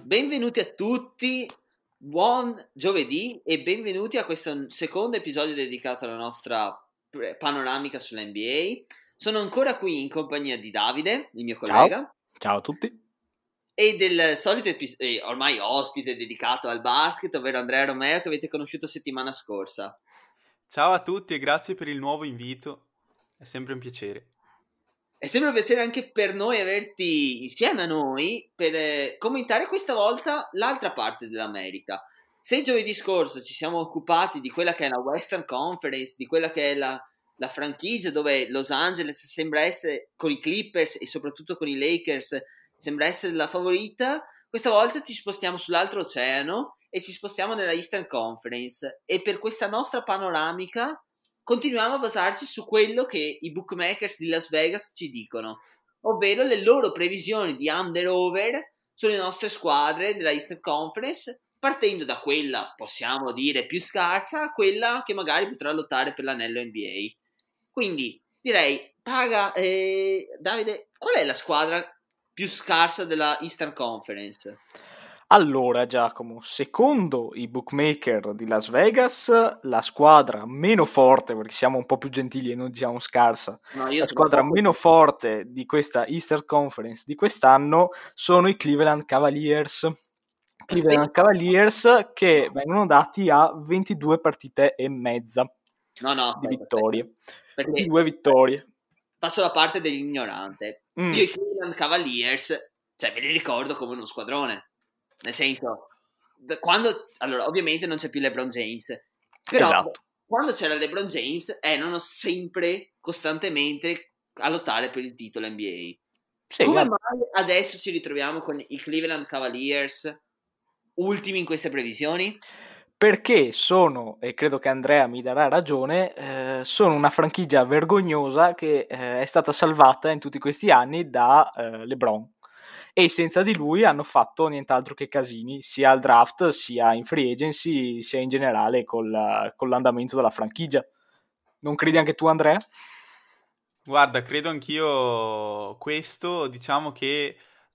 Benvenuti a tutti, buon giovedì e benvenuti a questo secondo episodio dedicato alla nostra panoramica sull'NBA. Sono ancora qui in compagnia di Davide, il mio collega. Ciao a tutti. E del solito ormai ospite dedicato al basket, ovvero Andrea Romeo, che avete conosciuto settimana scorsa. Ciao a tutti e grazie per il nuovo invito, è sempre un piacere. È sempre un piacere anche per noi averti insieme a noi per commentare questa volta l'altra parte dell'America. Se giovedì scorso ci siamo occupati di quella che è la Western Conference, di quella che è la franchigia dove Los Angeles sembra essere, con i Clippers e soprattutto con i Lakers, sembra essere la favorita, questa volta ci spostiamo sull'altro oceano e ci spostiamo nella Eastern Conference e per questa nostra panoramica continuiamo a basarci su quello che i bookmakers di Las Vegas ci dicono, ovvero le loro previsioni di under-over sulle nostre squadre della Eastern Conference, partendo da quella, possiamo dire, più scarsa, a quella che magari potrà lottare per l'anello NBA. Quindi direi, Davide, qual è la squadra più scarsa della Eastern Conference? Allora, Giacomo, secondo i bookmaker di Las Vegas, la squadra meno forte, perché siamo un po' più gentili e non diciamo scarsa, la squadra meno forte di questa Eastern Conference di quest'anno sono i Cleveland Cavaliers. Cleveland Cavaliers che vengono dati a 22 partite e mezza di vittorie. 22 vittorie. Faccio la parte dell'ignorante. Io i Cleveland Cavaliers, cioè me li ricordo come uno squadrone. Nel senso, allora ovviamente non c'è più LeBron James, però esatto. Quando c'era LeBron James erano sempre, costantemente a lottare per il titolo NBA. Sì, come mai adesso ci ritroviamo con i Cleveland Cavaliers ultimi in queste previsioni? Perché sono, e credo che Andrea mi darà ragione, sono una franchigia vergognosa che è stata salvata in tutti questi anni da LeBron. E senza di lui hanno fatto nient'altro che casini, sia al draft, sia in free agency, sia in generale con l'andamento della franchigia. Non credi anche tu, Andrea? Guarda, credo anch'io questo. Diciamo che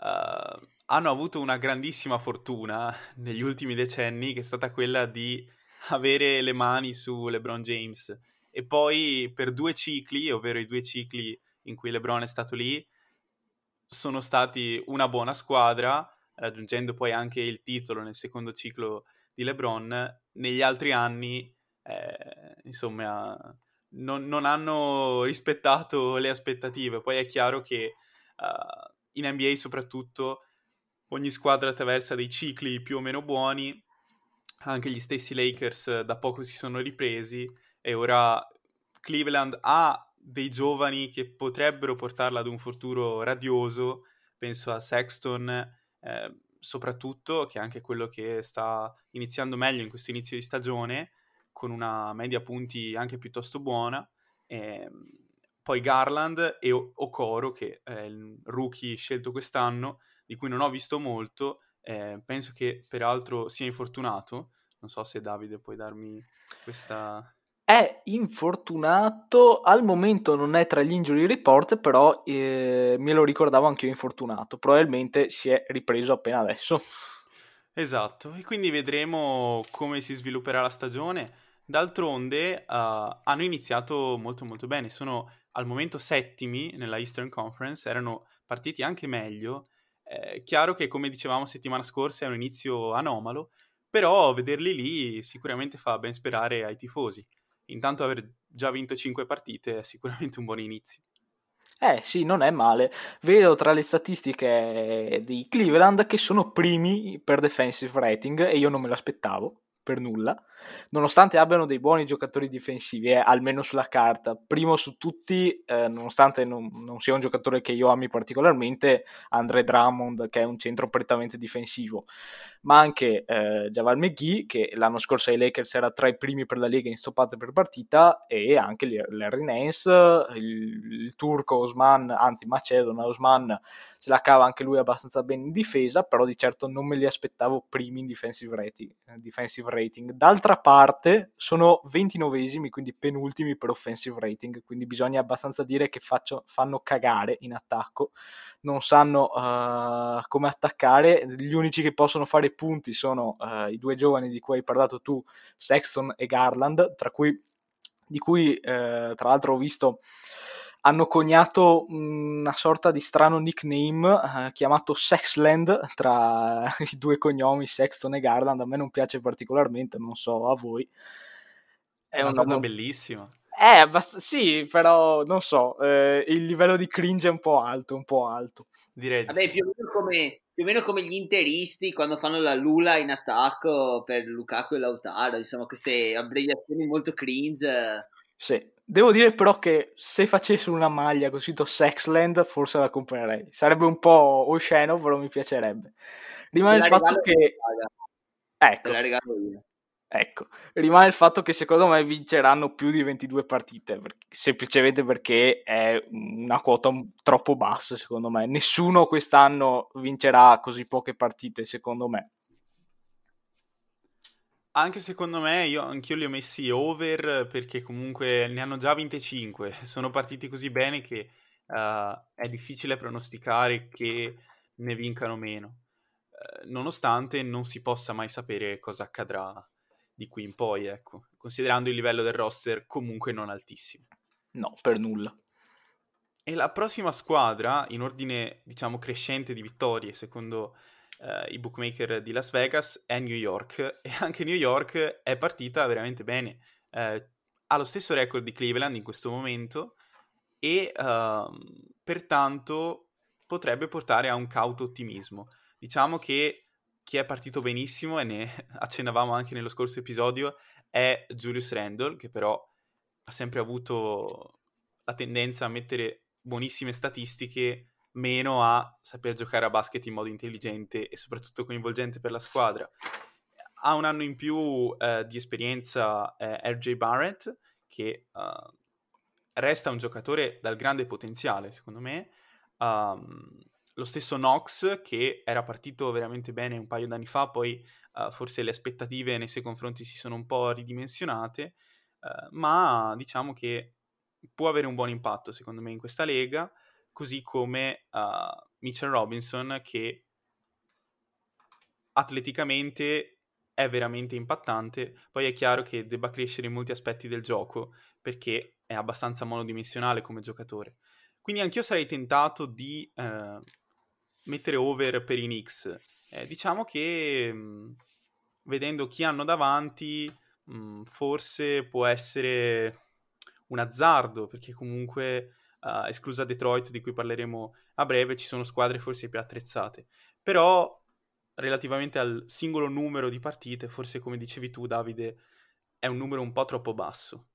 hanno avuto una grandissima fortuna negli ultimi decenni, che è stata quella di avere le mani su LeBron James. E poi per 2 cicli, ovvero i 2 cicli in cui LeBron è stato lì, sono stati una buona squadra, raggiungendo poi anche il titolo nel secondo ciclo di LeBron. Negli altri anni, insomma, non hanno rispettato le aspettative. Poi è chiaro che in NBA soprattutto ogni squadra attraversa dei cicli più o meno buoni. Anche gli stessi Lakers da poco si sono ripresi e ora Cleveland ha dei giovani che potrebbero portarla ad un futuro radioso. Penso a Sexton, soprattutto, che è anche quello che sta iniziando meglio in questo inizio di stagione, con una media punti anche piuttosto buona. Poi Garland e Okoro, che è il rookie scelto quest'anno, di cui non ho visto molto. Penso che peraltro sia infortunato. Non so se Davide puoi darmi questa... È infortunato, al momento non è tra gli injury report, però me lo ricordavo anche io infortunato. Probabilmente si è ripreso appena adesso. Esatto, e quindi vedremo come si svilupperà la stagione. D'altronde hanno iniziato molto molto bene, sono al momento settimi nella Eastern Conference, erano partiti anche meglio. Chiaro che, come dicevamo settimana scorsa, è un inizio anomalo, però vederli lì sicuramente fa ben sperare ai tifosi. Intanto aver già vinto 5 partite è sicuramente un buon inizio. Sì, non è male. Vedo tra le statistiche di Cleveland che sono primi per defensive rating e io non me lo aspettavo per nulla, nonostante abbiano dei buoni giocatori difensivi, almeno sulla carta. Primo su tutti, nonostante non sia un giocatore che io ami particolarmente, Andre Drummond, che è un centro prettamente difensivo. ma anche Javal McGee, che l'anno scorso ai Lakers era tra i primi per la Lega in stoppate per partita, e anche Larry Nance, il turco Osman, anzi Macedon Osman, se la cava anche lui abbastanza bene in difesa, però di certo non me li aspettavo primi in defensive rating. D'altra parte sono 29esimi, quindi penultimi per offensive rating, quindi bisogna abbastanza dire che fanno cagare in attacco, non sanno come attaccare. Gli unici che possono fare punti sono i due giovani di cui hai parlato tu, Sexton e Garland, di cui tra l'altro ho visto hanno coniato una sorta di strano nickname chiamato Sexland tra i due cognomi Sexton e Garland. A me non piace particolarmente, non so a voi. È una cosa bellissima. Sì, però non so, il livello di cringe è un po' alto. Direi Vabbè, sì. più o meno come gli interisti quando fanno la lula in attacco per Lukaku e Lautaro, insomma, queste abbreviazioni molto cringe. Sì, devo dire però che se facessero una maglia con scritto Sexland forse la comprerei. Sarebbe un po' osceno, però mi piacerebbe. Rimane il fatto che... Te la regalo io. Ecco, rimane il fatto che secondo me vinceranno più di 22 partite, semplicemente perché è una quota troppo bassa, secondo me. Nessuno quest'anno vincerà così poche partite, secondo me. Anche secondo me, anch'io li ho messi over perché comunque ne hanno già vinte 5. Sono partiti così bene che è difficile pronosticare che ne vincano meno. Nonostante non si possa mai sapere cosa accadrà di qui in poi, ecco, considerando il livello del roster comunque non altissimo. No, per nulla. E la prossima squadra, in ordine diciamo crescente di vittorie, secondo i bookmaker di Las Vegas, è New York, e anche New York è partita veramente bene. Ha lo stesso record di Cleveland in questo momento e pertanto potrebbe portare a un cauto ottimismo. Diciamo che chi è partito benissimo, e ne accennavamo anche nello scorso episodio, è Julius Randle, che però ha sempre avuto la tendenza a mettere buonissime statistiche, meno a saper giocare a basket in modo intelligente e soprattutto coinvolgente per la squadra. Ha un anno in più di esperienza RJ Barrett, che resta un giocatore dal grande potenziale, secondo me. Lo stesso Knox, che era partito veramente bene un paio d'anni fa, poi forse le aspettative nei suoi confronti si sono un po' ridimensionate, ma diciamo che può avere un buon impatto, secondo me, in questa lega, così come Mitchell Robinson, che atleticamente è veramente impattante. Poi è chiaro che debba crescere in molti aspetti del gioco, perché è abbastanza monodimensionale come giocatore. Quindi anch'io sarei tentato di mettere over per i Knicks. Diciamo che vedendo chi hanno davanti, forse può essere un azzardo, perché comunque, esclusa Detroit, di cui parleremo a breve, ci sono squadre forse più attrezzate. Però, relativamente al singolo numero di partite, forse come dicevi tu, Davide, è un numero un po' troppo basso.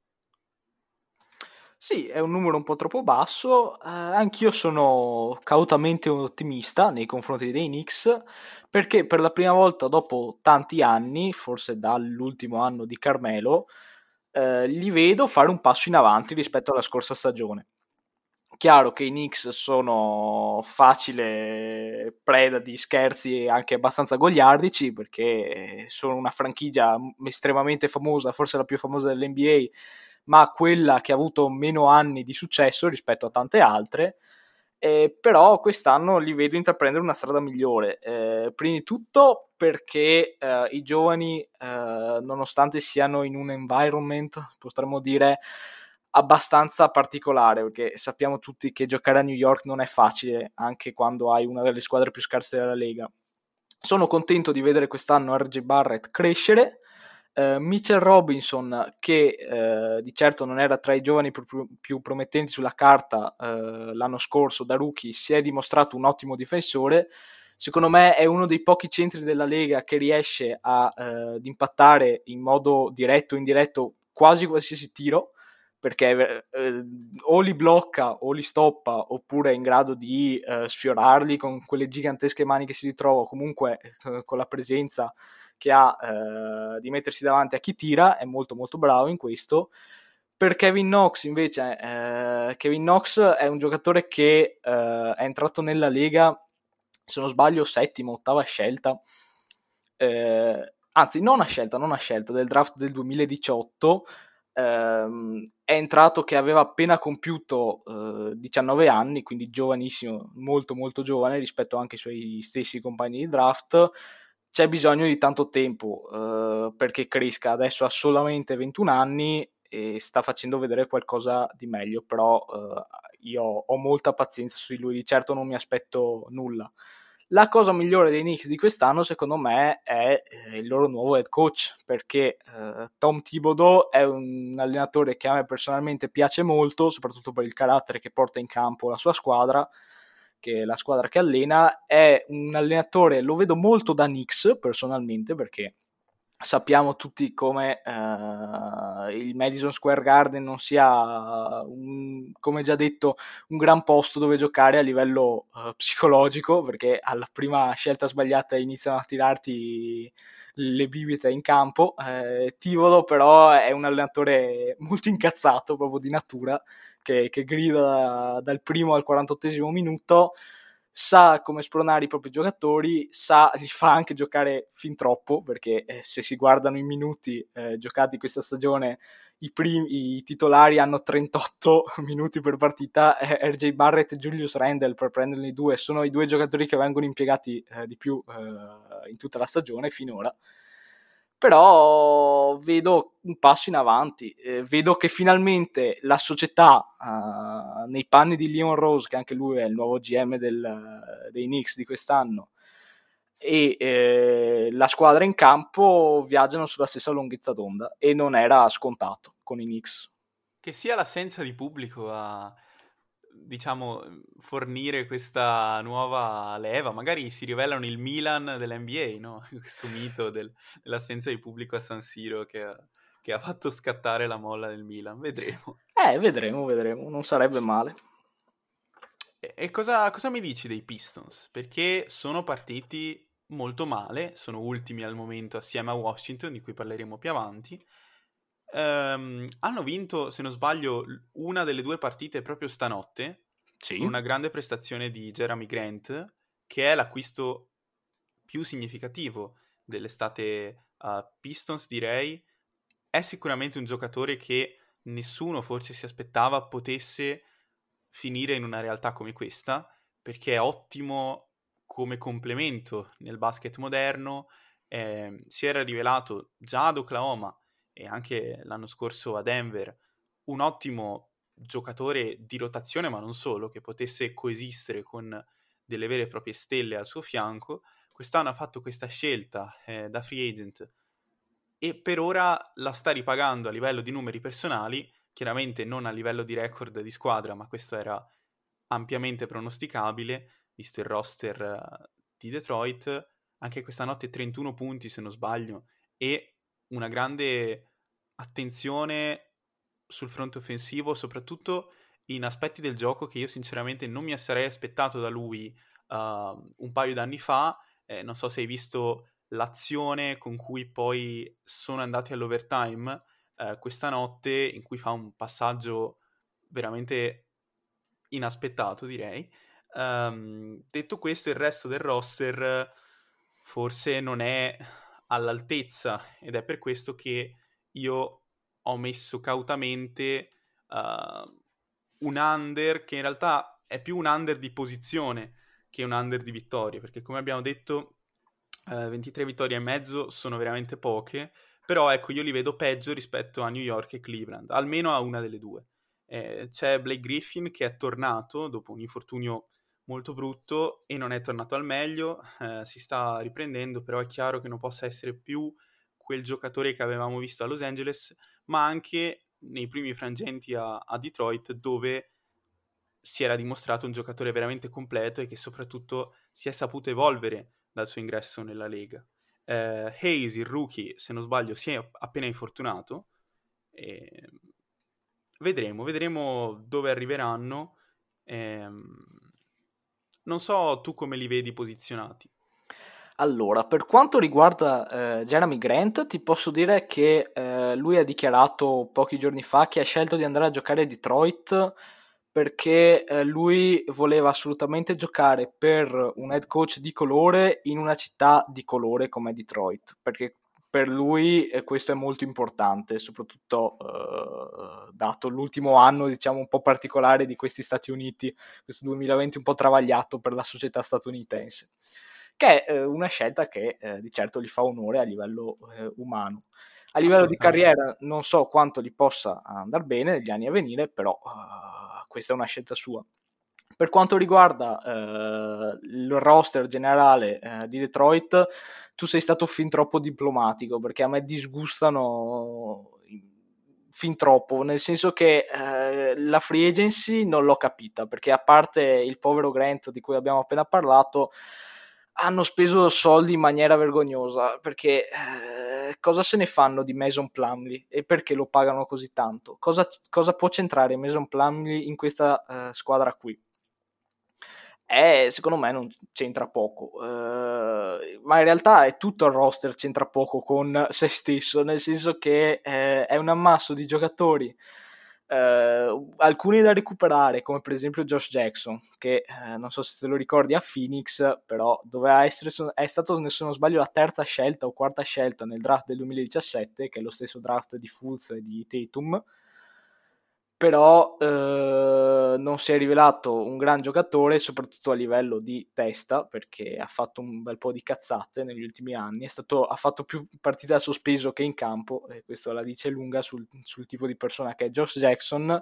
Sì, è un numero un po' troppo basso. Anch'io sono cautamente ottimista nei confronti dei Knicks, perché per la prima volta dopo tanti anni, forse dall'ultimo anno di Carmelo, li vedo fare un passo in avanti rispetto alla scorsa stagione. Chiaro che i Knicks sono facile preda di scherzi anche abbastanza goliardici, perché sono una franchigia estremamente famosa, forse la più famosa dell'NBA, ma quella che ha avuto meno anni di successo rispetto a tante altre. Però quest'anno li vedo intraprendere una strada migliore, prima di tutto perché i giovani, nonostante siano in un environment, potremmo dire, abbastanza particolare, perché sappiamo tutti che giocare a New York non è facile, anche quando hai una delle squadre più scarse della Lega. Sono contento di vedere quest'anno RJ Barrett crescere. Mitchell Robinson, che di certo non era tra i giovani più promettenti sulla carta l'anno scorso da rookie, si è dimostrato un ottimo difensore. Secondo me è uno dei pochi centri della Lega che riesce ad impattare in modo diretto o indiretto quasi qualsiasi tiro, perché o li blocca o li stoppa, oppure è in grado di sfiorarli con quelle gigantesche mani che si ritrova, comunque con la presenza che ha di mettersi davanti a chi tira, è molto molto bravo in questo. Per Kevin Knox invece, Kevin Knox è un giocatore che è entrato nella Lega, se non sbaglio, settima, ottava scelta, anzi non a scelta, del draft del 2018, è entrato che aveva appena compiuto 19 anni, quindi giovanissimo, molto molto giovane rispetto anche ai suoi stessi compagni di draft. C'è bisogno di tanto tempo perché cresca, adesso ha solamente 21 anni e sta facendo vedere qualcosa di meglio, però io ho molta pazienza su di lui, di certo non mi aspetto nulla. La cosa migliore dei Knicks di quest'anno, secondo me, è il loro nuovo head coach, perché Tom Thibodeau è un allenatore che a me personalmente piace molto, soprattutto per il carattere che porta in campo la sua squadra, che è la squadra che allena. È un allenatore, lo vedo molto da Knicks personalmente, perché sappiamo tutti come il Madison Square Garden non sia, come già detto, un gran posto dove giocare a livello psicologico, perché alla prima scelta sbagliata iniziano a tirarti le bibite in campo. Tivolo però è un allenatore molto incazzato proprio di natura, che grida dal primo al 48esimo minuto, sa come spronare i propri giocatori, li fa anche giocare fin troppo, perché se si guardano i minuti giocati questa stagione, i titolari hanno 38 minuti per partita, RJ Barrett e Julius Randle, per prenderne due, sono i due giocatori che vengono impiegati di più in tutta la stagione finora. Però vedo un passo in avanti, vedo che finalmente la società nei panni di Leon Rose, che anche lui è il nuovo GM dei Knicks di quest'anno, e la squadra in campo viaggiano sulla stessa lunghezza d'onda, e non era scontato con i Knicks. Che sia l'assenza di pubblico a, diciamo, fornire questa nuova leva, magari si rivelano il Milan dell'NBA, no? Questo mito dell'assenza di pubblico a San Siro che ha fatto scattare la molla del Milan, vedremo. Vedremo, non sarebbe male. E cosa mi dici dei Pistons? Perché sono partiti molto male, sono ultimi al momento assieme a Washington, di cui parleremo più avanti. Hanno vinto, se non sbaglio, una delle due partite proprio stanotte, Sì. con una grande prestazione di Jeremy Grant, che è l'acquisto più significativo dell'estate Pistons, direi. È sicuramente un giocatore che nessuno forse si aspettava potesse finire in una realtà come questa, perché è ottimo come complemento nel basket moderno. Si era rivelato già ad Oklahoma e anche l'anno scorso a Denver un ottimo giocatore di rotazione, ma non solo, che potesse coesistere con delle vere e proprie stelle al suo fianco. Quest'anno ha fatto questa scelta da free agent e per ora la sta ripagando a livello di numeri personali, chiaramente non a livello di record di squadra, ma questo era ampiamente pronosticabile, visto il roster di Detroit. Anche questa notte 31 punti, se non sbaglio, e una grande attenzione sul fronte offensivo, soprattutto in aspetti del gioco che io sinceramente non mi sarei aspettato da lui un paio d'anni fa. Non so se hai visto l'azione con cui poi sono andati all'overtime questa notte, in cui fa un passaggio veramente inaspettato, direi. Detto questo, il resto del roster forse non è all'altezza, ed è per questo che io ho messo cautamente un under, che in realtà è più un under di posizione che un under di vittorie, perché come abbiamo detto 23 vittorie e mezzo sono veramente poche, però ecco, io li vedo peggio rispetto a New York e Cleveland, almeno a una delle due. C'è Blake Griffin che è tornato dopo un infortunio molto brutto e non è tornato al meglio, si sta riprendendo, però è chiaro che non possa essere più quel giocatore che avevamo visto a Los Angeles, ma anche nei primi frangenti a Detroit, dove si era dimostrato un giocatore veramente completo e che soprattutto si è saputo evolvere dal suo ingresso nella Lega. Hayes, il rookie, se non sbaglio, si è appena infortunato, e vedremo dove arriveranno. Non so tu come li vedi posizionati. Allora, per quanto riguarda Jeremy Grant, ti posso dire che lui ha dichiarato pochi giorni fa che ha scelto di andare a giocare a Detroit perché lui voleva assolutamente giocare per un head coach di colore in una città di colore come Detroit, perché per lui questo è molto importante, soprattutto dato l'ultimo anno, diciamo, un po' particolare di questi Stati Uniti, questo 2020 un po' travagliato per la società statunitense, che è una scelta che di certo gli fa onore a livello umano. A livello di carriera non so quanto gli possa andare bene negli anni a venire, però questa è una scelta sua. Per quanto riguarda il roster generale di Detroit, tu sei stato fin troppo diplomatico, perché a me disgustano fin troppo, nel senso che la free agency non l'ho capita, perché a parte il povero Grant di cui abbiamo appena parlato, hanno speso soldi in maniera vergognosa, perché cosa se ne fanno di Mason Plumlee e perché lo pagano così tanto? Cosa può centrare Mason Plumlee in questa squadra qui? Secondo me non c'entra poco, ma in realtà è tutto il roster c'entra poco con se stesso, nel senso che è un ammasso di giocatori, alcuni da recuperare, come per esempio Josh Jackson, che non so se te lo ricordi a Phoenix, però doveva essere, è stato, se non sbaglio, la terza scelta o quarta scelta nel draft del 2017, che è lo stesso draft di Fultz e di Tatum, però non si è rivelato un gran giocatore, soprattutto a livello di testa, perché ha fatto un bel po' di cazzate negli ultimi anni, ha fatto più partite da sospeso che in campo, e questo la dice lunga sul tipo di persona che è Josh Jackson.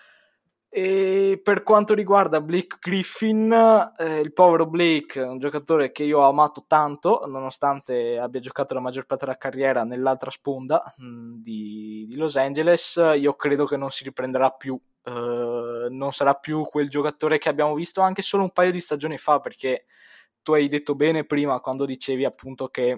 E per quanto riguarda Blake Griffin, il povero Blake, un giocatore che io ho amato tanto, nonostante abbia giocato la maggior parte della carriera nell'altra sponda di Los Angeles, io credo che non si riprenderà più, non sarà più quel giocatore che abbiamo visto anche solo un paio di stagioni fa, perché tu hai detto bene prima quando dicevi appunto che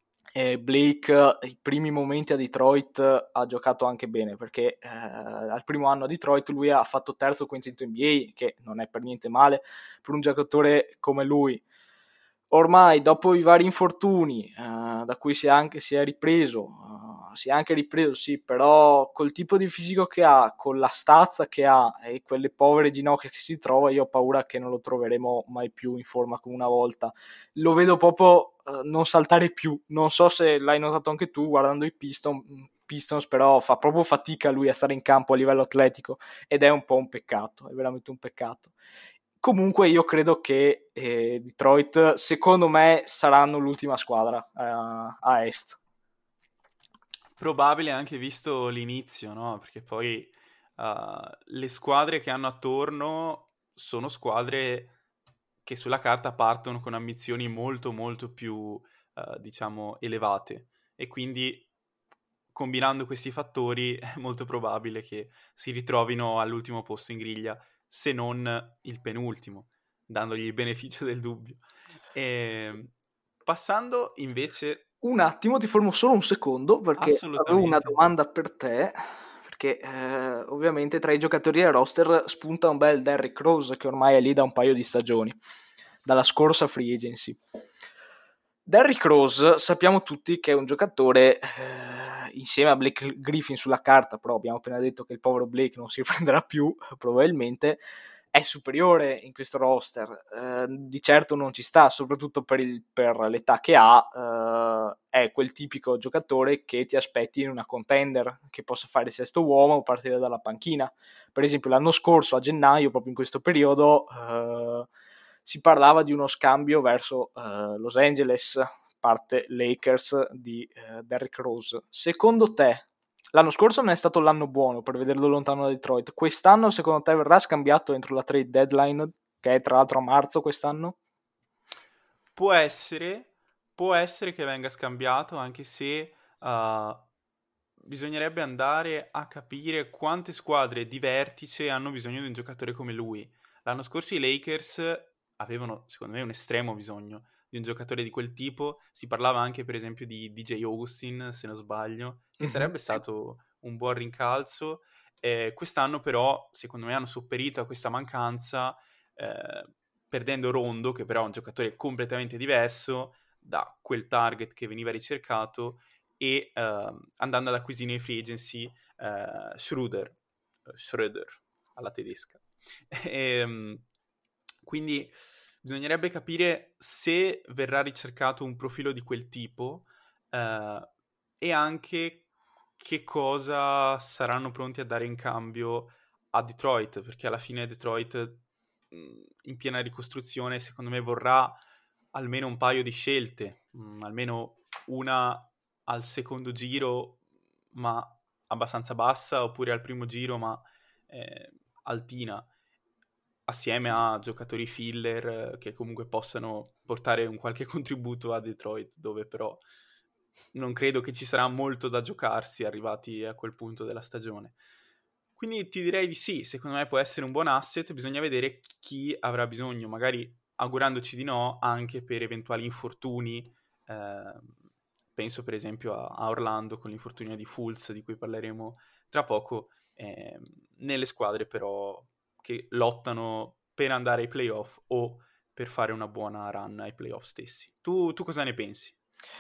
Blake i primi momenti a Detroit ha giocato anche bene, perché al primo anno a Detroit lui ha fatto terzo o quinto NBA, che non è per niente male per un giocatore come lui. Ormai dopo i vari infortuni da cui si è anche ripreso sì, però col tipo di fisico che ha, con la stazza che ha e quelle povere ginocchia che si trova, io ho paura che non lo troveremo mai più in forma come una volta. Lo vedo proprio non saltare più, non so se l'hai notato anche tu guardando i Pistons, però fa proprio fatica lui a stare in campo a livello atletico, ed è un po' un peccato, è veramente un peccato. Comunque io credo che Detroit, secondo me, saranno l'ultima squadra a Est. Probabile anche visto l'inizio, no? Perché poi le squadre che hanno attorno sono squadre che sulla carta partono con ambizioni molto molto più, diciamo, elevate. E quindi combinando questi fattori è molto probabile che si ritrovino all'ultimo posto in griglia, se non il penultimo, dandogli il beneficio del dubbio. Passando invece... Un attimo, ti fermo solo un secondo perché avevo una domanda per te, perché ovviamente tra i giocatori del roster spunta un bel Derrick Rose che ormai è lì da un paio di stagioni, dalla scorsa free agency. Derrick Rose sappiamo tutti che è un giocatore insieme a Blake Griffin sulla carta, però abbiamo appena detto che il povero Blake non si riprenderà più probabilmente, è superiore in questo roster, di certo non ci sta, soprattutto per l'età che ha, è quel tipico giocatore che ti aspetti in una contender, che possa fare il sesto uomo o partire dalla panchina. Per esempio l'anno scorso a gennaio, proprio in questo periodo, si parlava di uno scambio verso Los Angeles, parte Lakers, di Derrick Rose. Secondo te l'anno scorso non è stato l'anno buono per vederlo lontano da Detroit, quest'anno secondo te verrà scambiato entro la trade deadline, che è tra l'altro a marzo quest'anno? Può essere che venga scambiato, anche se bisognerebbe andare a capire quante squadre di vertice hanno bisogno di un giocatore come lui. L'anno scorso i Lakers avevano, secondo me, un estremo bisogno di un giocatore di quel tipo. Si parlava anche, per esempio, di DJ Augustin, se non sbaglio, che sarebbe stato un buon rincalzo. Quest'anno però, secondo me, hanno sopperito a questa mancanza perdendo Rondo, che però è un giocatore completamente diverso da quel target che veniva ricercato, e andando ad acquisire in free agency Schröder alla tedesca. Quindi bisognerebbe capire se verrà ricercato un profilo di quel tipo e anche che cosa saranno pronti a dare in cambio a Detroit, perché alla fine Detroit in piena ricostruzione secondo me vorrà almeno un paio di scelte, almeno una al secondo giro ma abbastanza bassa, oppure al primo giro ma altina, assieme a giocatori filler che comunque possano portare un qualche contributo a Detroit, dove però non credo che ci sarà molto da giocarsi arrivati a quel punto della stagione. Quindi ti direi di sì, secondo me può essere un buon asset, bisogna vedere chi avrà bisogno, magari augurandoci di no, anche per eventuali infortuni. Penso per esempio a Orlando con l'infortunio di Fultz, di cui parleremo tra poco, nelle squadre però che lottano per andare ai playoff o per fare una buona run ai playoff stessi. Tu cosa ne pensi?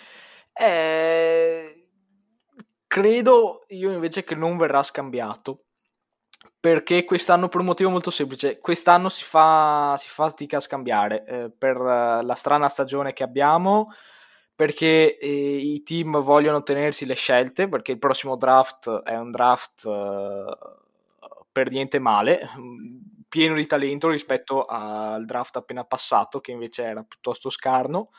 Credo io invece che non verrà scambiato, perché quest'anno, per un motivo molto semplice, quest'anno si fa fatica a scambiare per la strana stagione che abbiamo, perché i team vogliono tenersi le scelte, perché il prossimo draft è un draft per niente male, pieno di talento rispetto al draft appena passato, che invece era piuttosto scarno.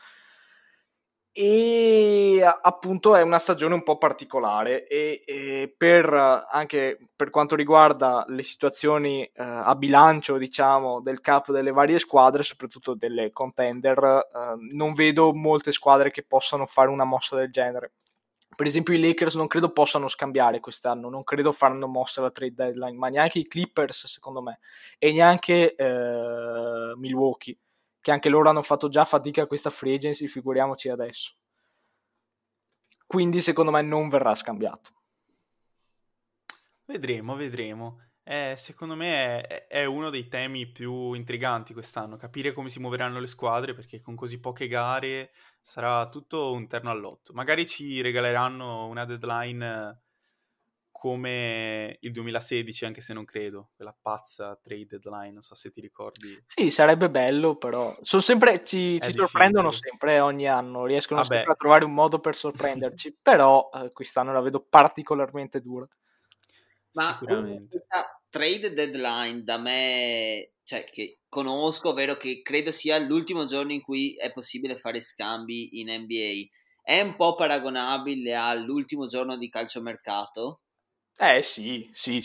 E appunto è una stagione un po' particolare e anche per quanto riguarda le situazioni a bilancio, diciamo, del cap delle varie squadre, soprattutto delle contender, non vedo molte squadre che possano fare una mossa del genere. Per esempio i Lakers non credo possano scambiare quest'anno, non credo faranno mossa alla trade deadline, ma neanche i Clippers secondo me, e neanche Milwaukee, che anche loro hanno fatto già fatica a questa free agency, figuriamoci adesso. Quindi secondo me non verrà scambiato. Vedremo. Secondo me è uno dei temi più intriganti quest'anno, capire come si muoveranno le squadre, perché con così poche gare sarà tutto un terno all'otto. Magari ci regaleranno una deadline come il 2016, anche se non credo, quella pazza trade deadline, non so se ti ricordi. Sì, sarebbe bello, però sono sempre ci sorprendono sempre ogni anno, riescono sempre a trovare un modo per sorprenderci, però quest'anno la vedo particolarmente dura. Ma sicuramente questa trade deadline da me, cioè che conosco, ovvero che credo sia l'ultimo giorno in cui è possibile fare scambi in NBA, è un po' paragonabile all'ultimo giorno di calciomercato? Sì.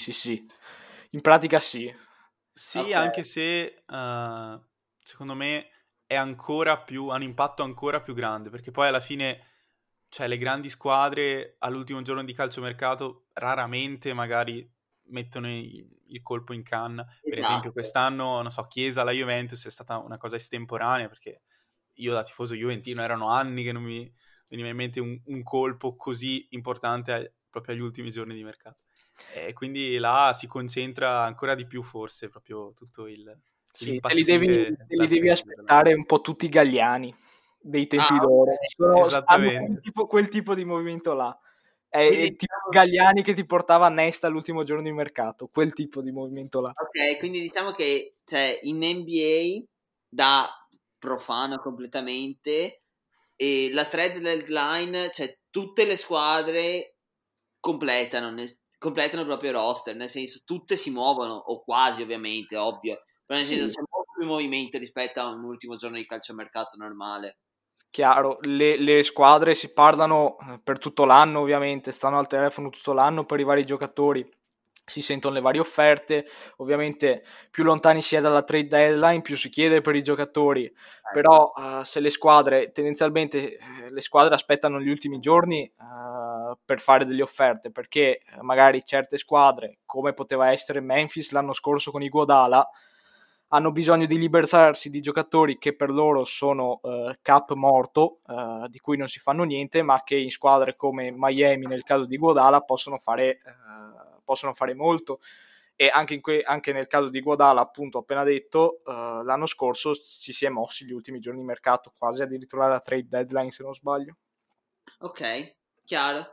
In pratica sì. Sì, okay. Anche se secondo me è ancora più, ha un impatto ancora più grande, perché poi alla fine, cioè, le grandi squadre all'ultimo giorno di calciomercato raramente magari mettono il colpo in canna. Esatto. Per esempio quest'anno, non so, Chiesa alla Juventus è stata una cosa estemporanea, perché io da tifoso juventino erano anni che non mi veniva in mente un colpo così importante proprio agli ultimi giorni di mercato. E quindi là si concentra ancora di più forse proprio tutto sì, te li devi aspettare un po' tutti i Galliani dei tempi d'oro. Esattamente. Quel tipo di movimento là. È tipo Galliani che ti portava a Nesta all'ultimo giorno di mercato, quel tipo di movimento là. Ok, quindi diciamo che cioè, in NBA da profano completamente e la trade deadline, cioè tutte le squadre completano il proprio roster, nel senso tutte si muovono, o quasi ovviamente, ovvio, però nel senso c'è molto più movimento rispetto a un ultimo giorno di calciomercato normale. Chiaro, le squadre si parlano per tutto l'anno ovviamente, stanno al telefono tutto l'anno per i vari giocatori, si sentono le varie offerte, ovviamente più lontani si è dalla trade deadline più si chiede per i giocatori, però se le squadre, tendenzialmente le squadre aspettano gli ultimi giorni per fare delle offerte, perché magari certe squadre, come poteva essere Memphis l'anno scorso con Iguodala, hanno bisogno di liberarsi di giocatori che per loro sono cap morto, di cui non si fanno niente, ma che in squadre come Miami, nel caso di Iguodala, possono fare possono fare molto, e anche nel caso di Iguodala, appunto appena detto, l'anno scorso ci si è mossi gli ultimi giorni di mercato, quasi addirittura la trade deadline se non sbaglio. Ok, chiaro.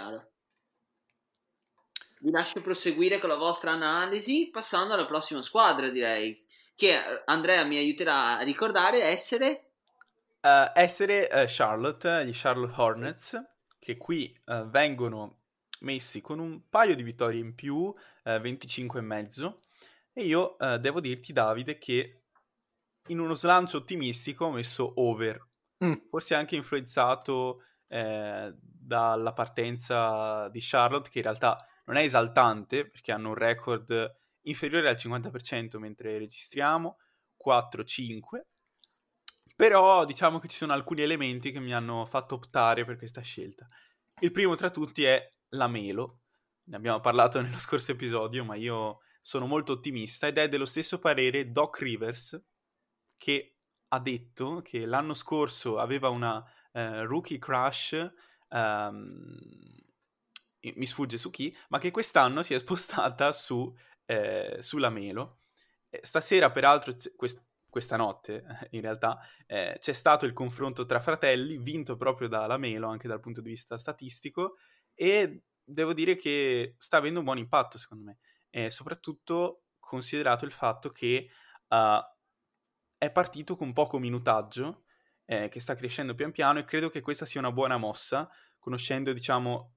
Vi lascio proseguire con la vostra analisi, passando alla prossima squadra, direi, che Andrea mi aiuterà a ricordare essere Charlotte, gli Charlotte Hornets, che qui vengono messi con un paio di vittorie in più, 25,5, e io devo dirti, Davide, che in uno slancio ottimistico ho messo over, forse anche influenzato dalla partenza di Charlotte, che in realtà non è esaltante, perché hanno un record inferiore al 50% mentre registriamo, 4-5, però diciamo che ci sono alcuni elementi che mi hanno fatto optare per questa scelta. Il primo tra tutti è la Melo, ne abbiamo parlato nello scorso episodio, ma io sono molto ottimista, ed è dello stesso parere Doc Rivers, che ha detto che l'anno scorso aveva una rookie crush, mi sfugge su chi, ma che quest'anno si è spostata sulla Melo. Stasera, peraltro, questa notte, in realtà, c'è stato il confronto tra fratelli, vinto proprio da Lamelo, anche dal punto di vista statistico, e devo dire che sta avendo un buon impatto, secondo me, soprattutto considerato il fatto che è partito con poco minutaggio, che sta crescendo pian piano, e credo che questa sia una buona mossa, conoscendo, diciamo,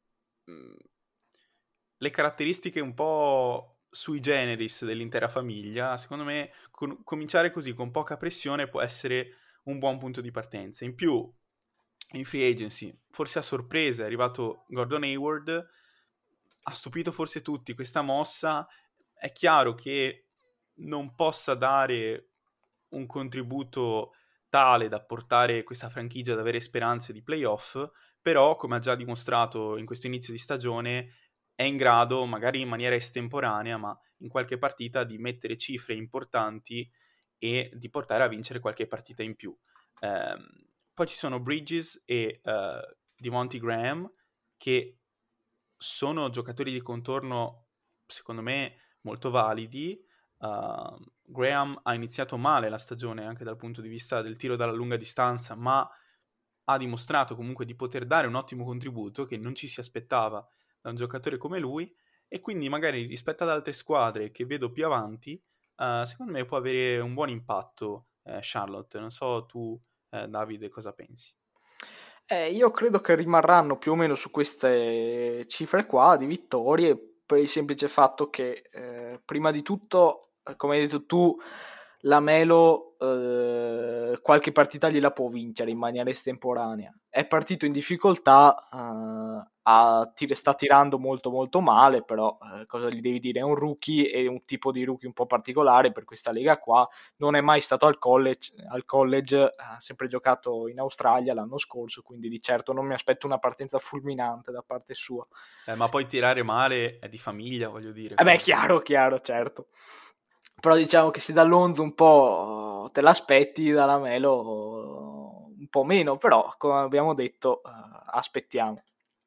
le caratteristiche un po' sui generis dell'intera famiglia. Secondo me cominciare così con poca pressione può essere un buon punto di partenza. In più, in free agency, forse a sorpresa è arrivato Gordon Hayward, ha stupito forse tutti questa mossa. È chiaro che non possa dare un contributo tale da portare questa franchigia ad avere speranze di playoff, però, come ha già dimostrato in questo inizio di stagione, è in grado, magari in maniera estemporanea, ma in qualche partita, di mettere cifre importanti e di portare a vincere qualche partita in più. Poi ci sono Bridges e Devonte Graham, che sono giocatori di contorno, secondo me, molto validi. Graham ha iniziato male la stagione anche dal punto di vista del tiro dalla lunga distanza, ma ha dimostrato comunque di poter dare un ottimo contributo che non ci si aspettava da un giocatore come lui, e quindi magari rispetto ad altre squadre che vedo più avanti, secondo me può avere un buon impatto Charlotte. Non so tu, Davide, cosa pensi? Io credo che rimarranno più o meno su queste cifre qua di vittorie, per il semplice fatto che prima di tutto, come hai detto tu, la Melo qualche partita gliela può vincere in maniera estemporanea. È partito in difficoltà, sta tirando molto molto male, però cosa gli devi dire? È un rookie, è un tipo di rookie un po' particolare per questa lega qua. Non è mai stato al college, ha sempre giocato in Australia l'anno scorso, quindi di certo non mi aspetto una partenza fulminante da parte sua. Ma poi tirare male è di famiglia, voglio dire. Beh, chiaro, certo. Però diciamo che se da Lonzo un po' te l'aspetti, da Lamelo un po' meno, però come abbiamo detto aspettiamo.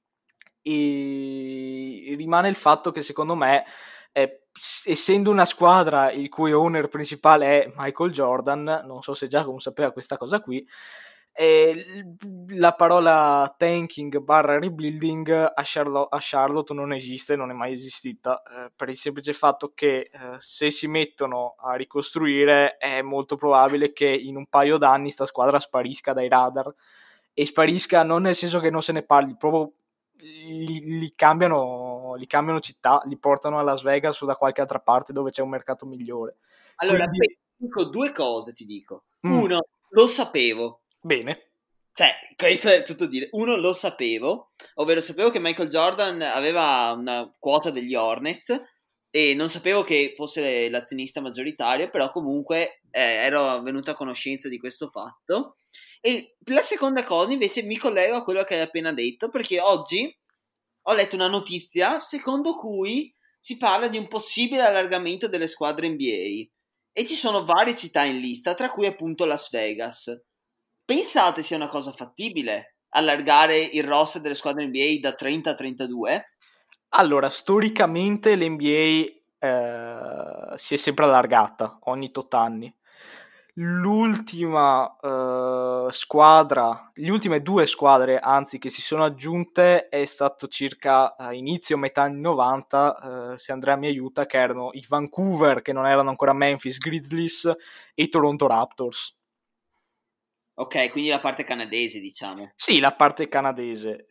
E rimane il fatto che secondo me, essendo una squadra il cui owner principale è Michael Jordan, non so se Giacomo sapeva questa cosa qui, la parola tanking / rebuilding a Charlotte non esiste, non è mai esistita, per il semplice fatto che se si mettono a ricostruire è molto probabile che in un paio d'anni sta squadra sparisca dai radar, e sparisca non nel senso che non se ne parli, proprio li cambiano città, li portano a Las Vegas o da qualche altra parte dove c'è un mercato migliore. Allora, dico due cose, ti dico. Uno, lo sapevo. Bene. Cioè, questo è tutto dire. Uno, lo sapevo, ovvero sapevo che Michael Jordan aveva una quota degli Hornets e non sapevo che fosse l'azionista maggioritario, però comunque ero venuto a conoscenza di questo fatto. E la seconda cosa invece mi collego a quello che hai appena detto, perché oggi ho letto una notizia secondo cui si parla di un possibile allargamento delle squadre NBA e ci sono varie città in lista, tra cui appunto Las Vegas. Pensate sia una cosa fattibile allargare il roster delle squadre NBA da 30 a 32? Allora, storicamente l'NBA si è sempre allargata ogni tot anni. L'ultima squadra, le ultime 2 squadre, anzi, che si sono aggiunte è stato circa inizio metà anni 90, se Andrea mi aiuta, che erano i Vancouver, che non erano ancora Memphis Grizzlies, e i Toronto Raptors. Ok, quindi la parte canadese, diciamo. Sì, la parte canadese.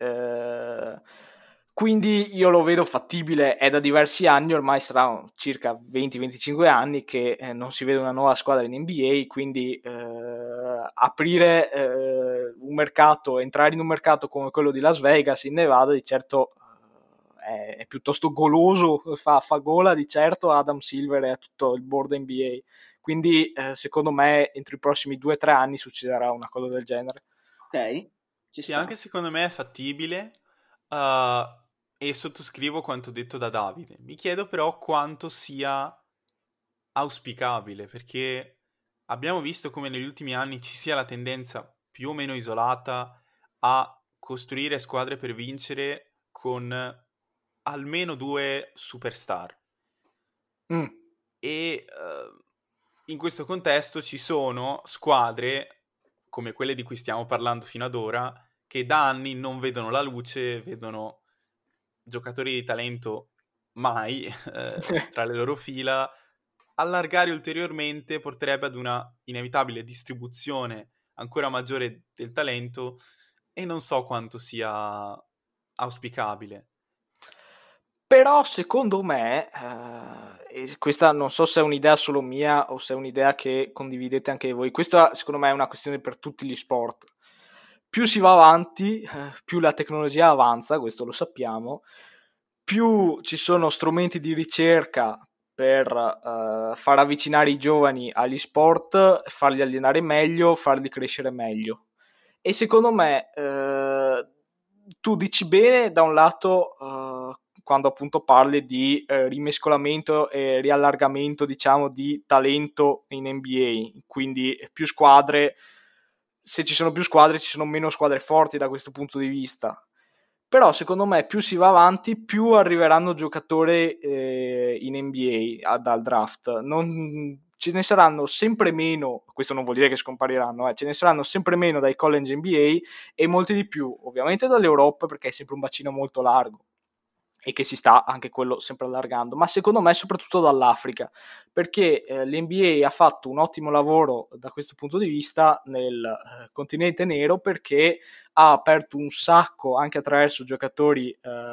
Quindi io lo vedo fattibile, è da diversi anni, ormai saranno circa 20-25 anni che non si vede una nuova squadra in NBA, quindi aprire un mercato, entrare in un mercato come quello di Las Vegas in Nevada di certo è piuttosto goloso, fa gola di certo a Adam Silver e a tutto il board NBA. Quindi secondo me entro i prossimi 2-3 anni succederà una cosa del genere. Ok, ci Sì, sta. anche secondo me è fattibile, e sottoscrivo quanto detto da Davide. Mi chiedo però quanto sia auspicabile, perché abbiamo visto come negli ultimi anni ci sia la tendenza più o meno isolata a costruire squadre per vincere con almeno 2 superstar. E in questo contesto ci sono squadre come quelle di cui stiamo parlando fino ad ora che da anni non vedono la luce, vedono giocatori di talento mai tra le loro fila. Allargare ulteriormente porterebbe ad una inevitabile distribuzione ancora maggiore del talento e non so quanto sia auspicabile. Però secondo me, e questa non so se è un'idea solo mia o se è un'idea che condividete anche voi, questa secondo me è una questione per tutti gli sport. Più si va avanti, più la tecnologia avanza, questo lo sappiamo, più ci sono strumenti di ricerca per far avvicinare i giovani agli sport, farli allenare meglio, farli crescere meglio. E secondo me tu dici bene da un lato quando appunto parli di rimescolamento e riallargamento diciamo di talento in NBA, quindi più squadre, se ci sono più squadre ci sono meno squadre forti da questo punto di vista. Però secondo me più si va avanti più arriveranno giocatori in NBA dal draft. Ce ne saranno sempre meno, questo non vuol dire che scompariranno, ce ne saranno sempre meno dai college NBA e molti di più ovviamente dall'Europa perché è sempre un bacino molto largo e che si sta anche quello sempre allargando, ma secondo me soprattutto dall'Africa, perché l'NBA ha fatto un ottimo lavoro da questo punto di vista nel continente nero, perché ha aperto un sacco anche attraverso giocatori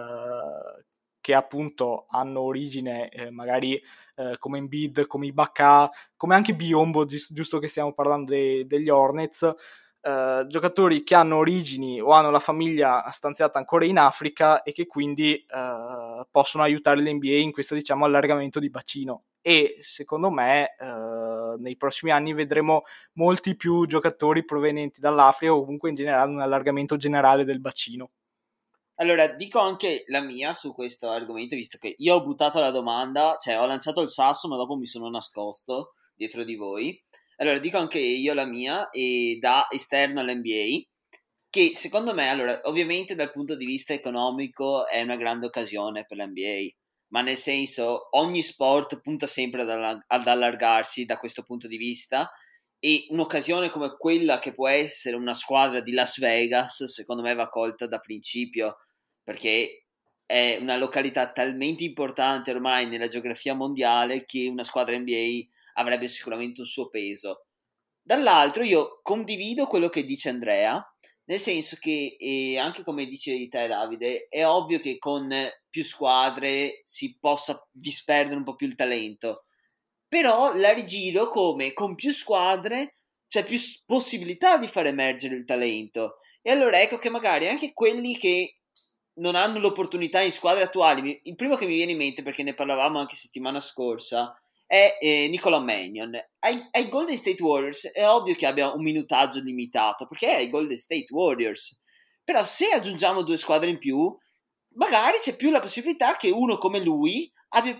che appunto hanno origine magari come Embiid, come Ibaka, come anche Biombo, giusto che stiamo parlando degli Hornets, giocatori che hanno origini o hanno la famiglia stanziata ancora in Africa e che quindi possono aiutare l'NBA in questo diciamo allargamento di bacino. E secondo me nei prossimi anni vedremo molti più giocatori provenienti dall'Africa o comunque in generale un allargamento generale del bacino. Allora, dico anche la mia su questo argomento, visto che io ho buttato la domanda, cioè ho lanciato il sasso, ma dopo mi sono nascosto dietro di voi. Allora, dico anche io la mia, e da esterno all'NBA, che secondo me, allora, ovviamente dal punto di vista economico è una grande occasione per l'NBA, ma nel senso ogni sport punta sempre ad allargarsi da questo punto di vista, e un'occasione come quella che può essere una squadra di Las Vegas, secondo me va colta da principio, perché è una località talmente importante ormai nella geografia mondiale che una squadra NBA avrebbe sicuramente un suo peso. Dall'altro io condivido quello che dice Andrea, nel senso che, anche come dicevi te Davide, è ovvio che con più squadre si possa disperdere un po' più il talento, però la rigiro come con più squadre c'è più possibilità di far emergere il talento, e allora ecco che magari anche quelli che non hanno l'opportunità in squadre attuali, il primo che mi viene in mente, perché ne parlavamo anche settimana scorsa, è Nicola Mannion. Ai Golden State Warriors è ovvio che abbia un minutaggio limitato, perché è ai Golden State Warriors, però se aggiungiamo 2 squadre in più magari c'è più la possibilità che uno come lui abbia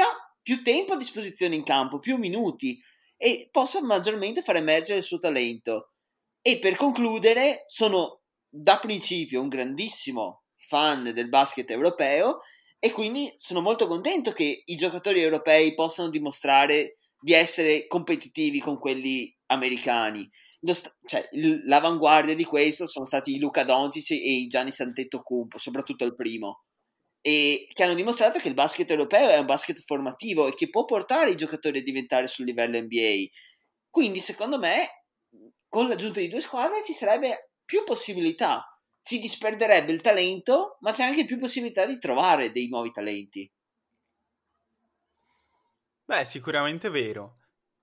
più tempo a disposizione in campo, più minuti, e possa maggiormente far emergere il suo talento. E per concludere, sono da principio un grandissimo fan del basket europeo, E quindi sono molto contento che i giocatori europei possano dimostrare di essere competitivi con quelli americani. L'avanguardia di questo sono stati Luka Doncic e i Giannis Antetokounmpo, soprattutto il primo, e che hanno dimostrato che il basket europeo è un basket formativo e che può portare i giocatori a diventare sul livello NBA. Quindi secondo me con l'aggiunta di 2 squadre ci sarebbe più possibilità, si disperderebbe il talento, ma c'è anche più possibilità di trovare dei nuovi talenti. Beh, sicuramente vero.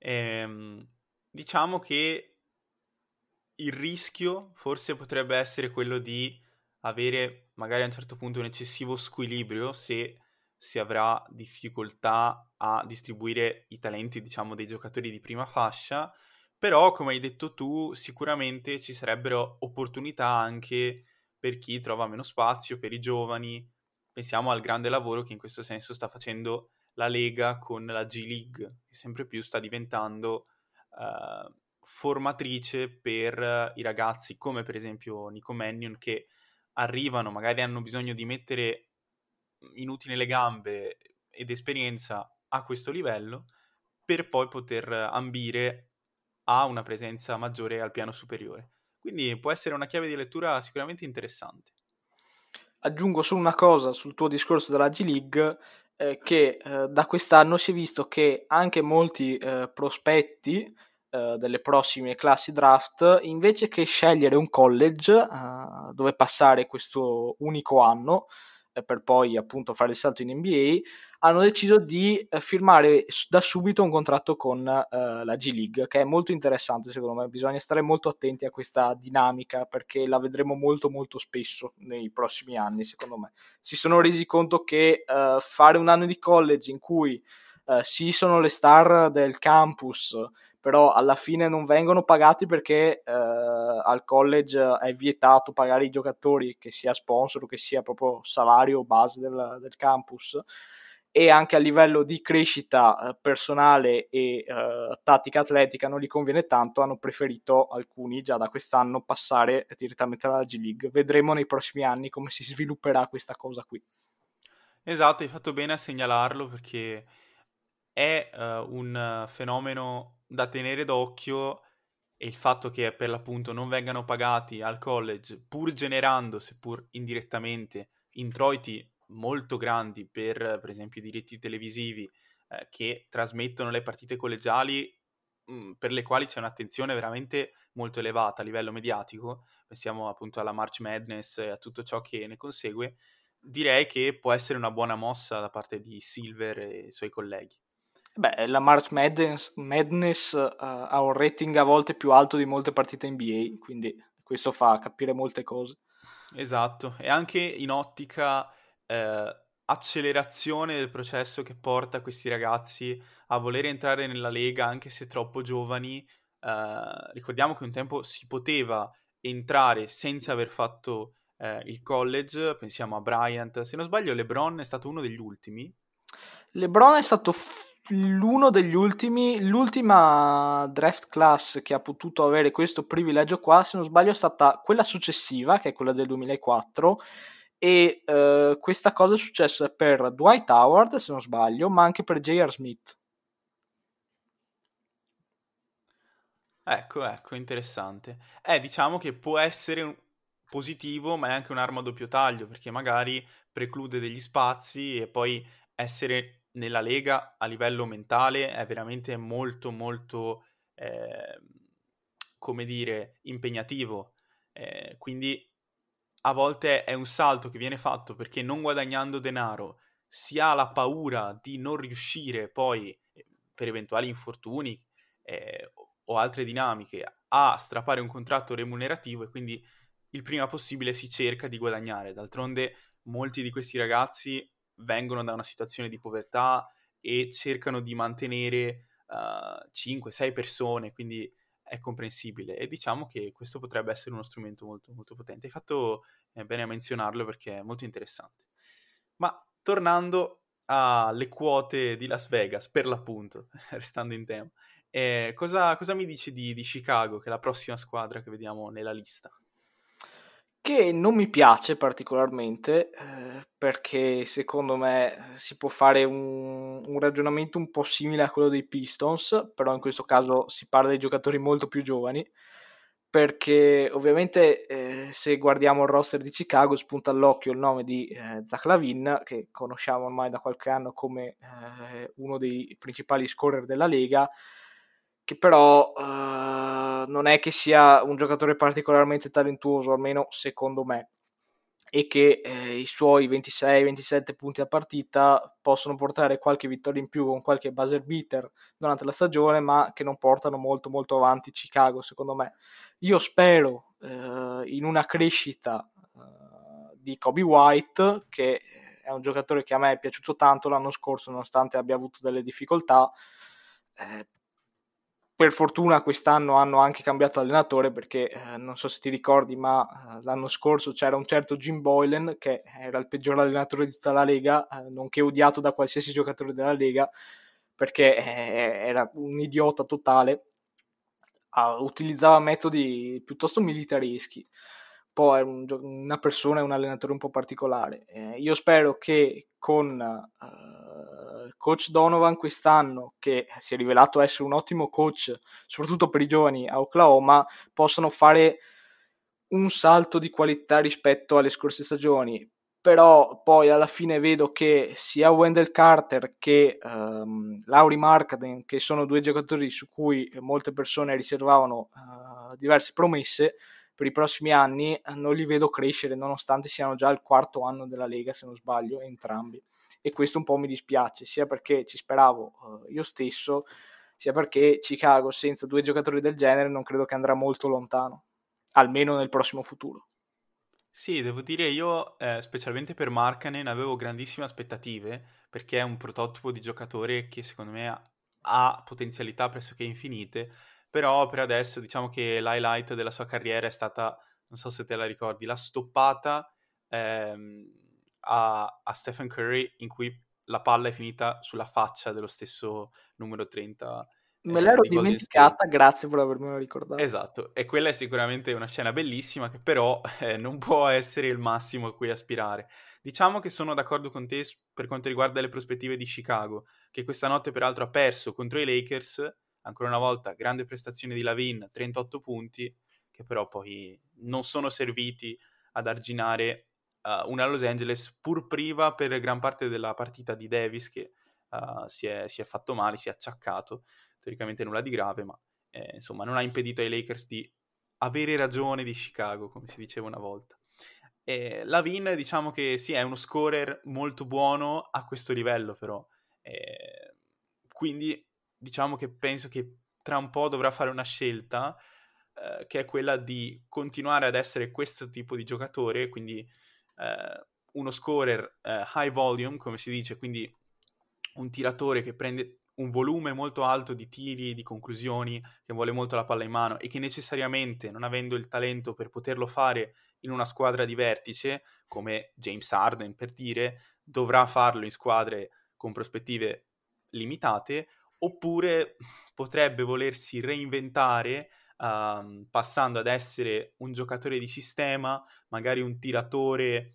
Diciamo che il rischio forse potrebbe essere quello di avere magari a un certo punto un eccessivo squilibrio se si avrà difficoltà a distribuire i talenti, diciamo, dei giocatori di prima fascia, però come hai detto tu, sicuramente ci sarebbero opportunità anche per chi trova meno spazio, per i giovani. Pensiamo al grande lavoro che in questo senso sta facendo la Lega con la G League, che sempre più sta diventando formatrice per i ragazzi, come per esempio Nico Mannion, che arrivano, magari hanno bisogno di mettere minuti nelle gambe ed esperienza a questo livello, per poi poter ambire a una presenza maggiore al piano superiore. Quindi può essere una chiave di lettura sicuramente interessante. Aggiungo solo una cosa sul tuo discorso della G League, che da quest'anno si è visto che anche molti prospetti delle prossime classi draft, invece che scegliere un college dove passare questo unico anno per poi appunto fare il salto in NBA, hanno deciso di firmare da subito un contratto con la G League, che è molto interessante secondo me. Bisogna stare molto attenti a questa dinamica perché la vedremo molto molto spesso nei prossimi anni, secondo me. Si sono resi conto che fare un anno di college in cui sì sono le star del campus, però alla fine non vengono pagati perché al college è vietato pagare i giocatori, che sia sponsor o che sia proprio salario base del campus, e anche a livello di crescita personale e tattica atletica non gli conviene tanto, hanno preferito alcuni già da quest'anno passare direttamente alla G League. Vedremo nei prossimi anni come si svilupperà questa cosa qui. Esatto, hai fatto bene a segnalarlo perché è un fenomeno da tenere d'occhio, e il fatto che per l'appunto non vengano pagati al college, pur generando, seppur indirettamente, introiti molto grandi per esempio i diritti televisivi che trasmettono le partite collegiali, per le quali c'è un'attenzione veramente molto elevata a livello mediatico, pensiamo appunto alla March Madness e a tutto ciò che ne consegue, direi che può essere una buona mossa da parte di Silver e i suoi colleghi. Beh, la March Madness ha un rating a volte più alto di molte partite NBA, quindi questo fa capire molte cose. Esatto, e anche in ottica accelerazione del processo che porta questi ragazzi a voler entrare nella Lega anche se troppo giovani. Ricordiamo che un tempo si poteva entrare senza aver fatto il college, pensiamo a Bryant, se non sbaglio LeBron è stato uno degli ultimi. LeBron è stato l'uno degli ultimi, l'ultima draft class che ha potuto avere questo privilegio qua, se non sbaglio è stata quella successiva, che è quella del 2004, e questa cosa è successa per Dwight Howard, se non sbaglio, ma anche per J.R. Smith. Ecco, interessante. Diciamo che può essere positivo, ma è anche un'arma a doppio taglio, perché magari preclude degli spazi e poi essere nella Lega a livello mentale è veramente molto, molto, come dire, impegnativo. Quindi a volte è un salto che viene fatto perché non guadagnando denaro si ha la paura di non riuscire poi, per eventuali infortuni o altre dinamiche, a strappare un contratto remunerativo, e quindi il prima possibile si cerca di guadagnare. D'altronde molti di questi ragazzi vengono da una situazione di povertà e cercano di mantenere 5-6 persone, quindi è comprensibile, e diciamo che questo potrebbe essere uno strumento molto, molto potente. Hai fatto bene a menzionarlo perché è molto interessante. Ma tornando alle quote di Las Vegas, per l'appunto, restando in tema, cosa mi dici di Chicago, che è la prossima squadra che vediamo nella lista? che non mi piace particolarmente, perché secondo me si può fare un ragionamento un po' simile a quello dei Pistons, però in questo caso si parla di giocatori molto più giovani, perché ovviamente se guardiamo il roster di Chicago spunta all'occhio il nome di Zach LaVine, che conosciamo ormai da qualche anno come uno dei principali scorer della Lega, che però non è che sia un giocatore particolarmente talentuoso, almeno secondo me, e che i suoi 26-27 punti a partita possono portare qualche vittoria in più con qualche buzzer beater durante la stagione, ma che non portano molto molto avanti Chicago, secondo me. Io spero in una crescita di Kobe White, che è un giocatore che a me è piaciuto tanto l'anno scorso, nonostante abbia avuto delle difficoltà. Per fortuna quest'anno hanno anche cambiato allenatore, perché non so se ti ricordi, ma l'anno scorso c'era un certo Jim Boylan, che era il peggior allenatore di tutta la Lega, nonché odiato da qualsiasi giocatore della Lega, perché era un idiota totale, utilizzava metodi piuttosto militareschi. Poi è una persona, è un allenatore un po' particolare. Io spero che con coach Donovan quest'anno, che si è rivelato essere un ottimo coach, soprattutto per i giovani a Oklahoma, possano fare un salto di qualità rispetto alle scorse stagioni. Però poi alla fine vedo che sia Wendell Carter che Lauri Markkanen, che sono due giocatori su cui molte persone riservavano diverse promesse per i prossimi anni, non li vedo crescere, nonostante siano già il quarto anno della Lega, se non sbaglio, entrambi. E questo un po' mi dispiace, sia perché ci speravo io stesso, sia perché Chicago senza due giocatori del genere non credo che andrà molto lontano, almeno nel prossimo futuro. Sì, devo dire io, specialmente per Markkanen, avevo grandissime aspettative, perché è un prototipo di giocatore che secondo me ha potenzialità pressoché infinite, però per adesso diciamo che l'highlight della sua carriera è stata, non so se te la ricordi, la stoppata a Stephen Curry in cui la palla è finita sulla faccia dello stesso numero 30 Me l'ero di Golden State. dimenticata, grazie per avermelo ricordato. Esatto, e quella è sicuramente una scena bellissima che però non può essere il massimo a cui aspirare. Diciamo che sono d'accordo con te per quanto riguarda le prospettive di Chicago, che questa notte peraltro ha perso contro i Lakers, ancora una volta grande prestazione di Lavin, 38 punti, che però poi non sono serviti ad arginare una Los Angeles pur priva per gran parte della partita di Davis, che si è fatto male, si è acciaccato, teoricamente nulla di grave, ma insomma non ha impedito ai Lakers di avere ragione di Chicago, come si diceva una volta. Lavin, diciamo che sì, è uno scorer molto buono a questo livello, però. Quindi diciamo che penso che tra un po' dovrà fare una scelta, che è quella di continuare ad essere questo tipo di giocatore, quindi uno scorer high volume, come si dice, quindi un tiratore che prende un volume molto alto di tiri, di conclusioni, che vuole molto la palla in mano e che necessariamente, non avendo il talento per poterlo fare in una squadra di vertice, come James Harden per dire, dovrà farlo in squadre con prospettive limitate, oppure potrebbe volersi reinventare passando ad essere un giocatore di sistema, magari un tiratore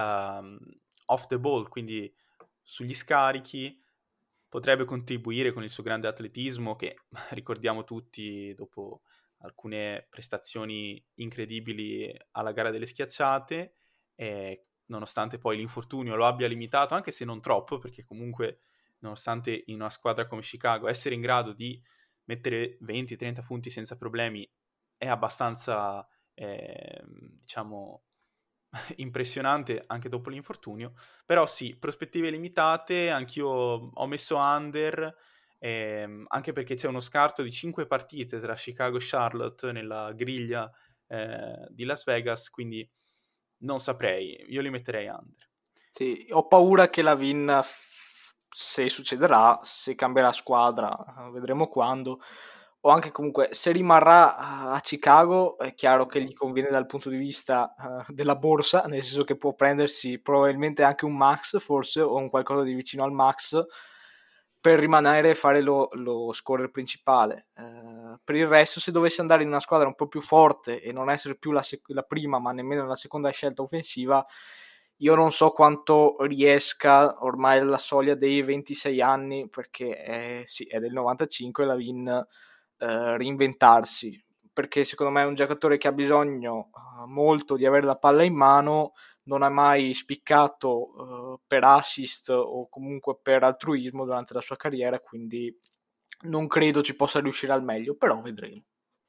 off the ball, quindi sugli scarichi, potrebbe contribuire con il suo grande atletismo che ricordiamo tutti dopo alcune prestazioni incredibili alla gara delle schiacciate, nonostante poi l'infortunio lo abbia limitato, anche se non troppo, perché comunque nonostante in una squadra come Chicago essere in grado di mettere 20-30 punti senza problemi è abbastanza, diciamo, impressionante anche dopo l'infortunio, però sì, prospettive limitate, anch'io ho messo under, anche perché c'è uno scarto di 5 partite tra Chicago e Charlotte nella griglia di Las Vegas, quindi non saprei, io li metterei under. Sì, ho paura che Lavin, se succederà, se cambierà squadra, vedremo quando, o anche comunque se rimarrà a Chicago, è chiaro che gli conviene dal punto di vista della borsa, nel senso che può prendersi probabilmente anche un max, forse, o un qualcosa di vicino al max, per rimanere e fare lo scorer principale. Per il resto, se dovesse andare in una squadra un po' più forte e non essere più la prima ma nemmeno la seconda scelta offensiva, io non so quanto riesca ormai alla soglia dei 26 anni, perché sì, è del 95 Lavin, reinventarsi, perché secondo me è un giocatore che ha bisogno molto di avere la palla in mano, non ha mai spiccato per assist o comunque per altruismo durante la sua carriera, quindi non credo ci possa riuscire al meglio, però vedremo.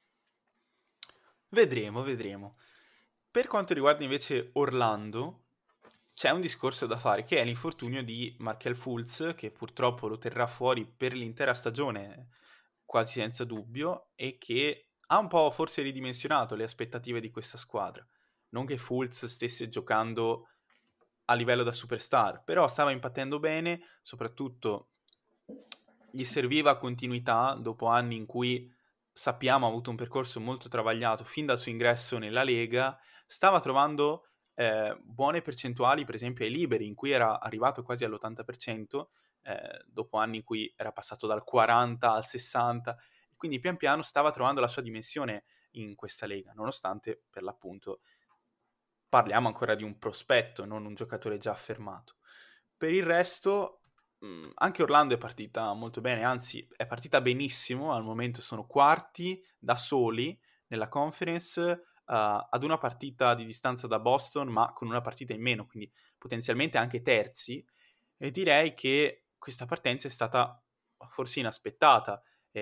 Vedremo. Per quanto riguarda invece Orlando, c'è un discorso da fare, che è l'infortunio di Markelle Fultz, che purtroppo lo terrà fuori per l'intera stagione, quasi senza dubbio, e che ha un po' forse ridimensionato le aspettative di questa squadra. Non che Fultz stesse giocando a livello da superstar, però stava impattando bene, soprattutto gli serviva continuità dopo anni in cui sappiamo ha avuto un percorso molto travagliato fin dal suo ingresso nella Lega, stava trovando buone percentuali per esempio ai liberi, in cui era arrivato quasi all'80%, dopo anni in cui era passato dal 40 al 60, e quindi pian piano stava trovando la sua dimensione in questa Lega, nonostante per l'appunto parliamo ancora di un prospetto, non un giocatore già affermato. Per il resto, anche Orlando è partita molto bene, anzi è partita benissimo, al momento sono quarti da soli nella conference, ad una partita di distanza da Boston, ma con una partita in meno, quindi potenzialmente anche terzi, e direi che questa partenza è stata forse inaspettata.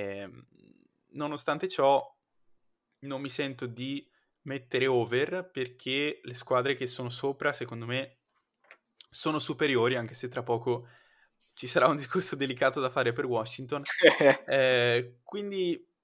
Nonostante ciò, non mi sento di mettere over, perché le squadre che sono sopra, secondo me, sono superiori, anche se tra poco ci sarà un discorso delicato da fare per Washington. Quindi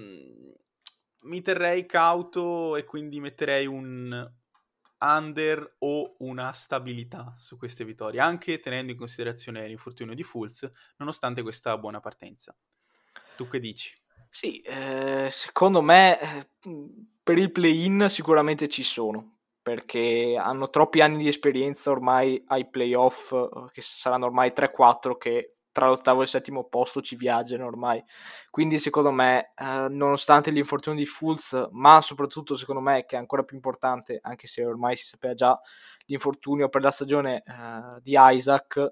mi terrei cauto e quindi metterei un under o una stabilità su queste vittorie, anche tenendo in considerazione l'infortunio di Fultz, nonostante questa buona partenza. Tu che dici? Sì, secondo me per il play-in sicuramente ci sono, perché hanno troppi anni di esperienza ormai ai playoff, che saranno ormai 3-4, che tra l'ottavo e il settimo posto ci viaggiano ormai. Quindi secondo me, nonostante l'infortunio di Fultz, ma soprattutto secondo me, che è ancora più importante, anche se ormai si sapeva già, l'infortunio per la stagione di Isaac,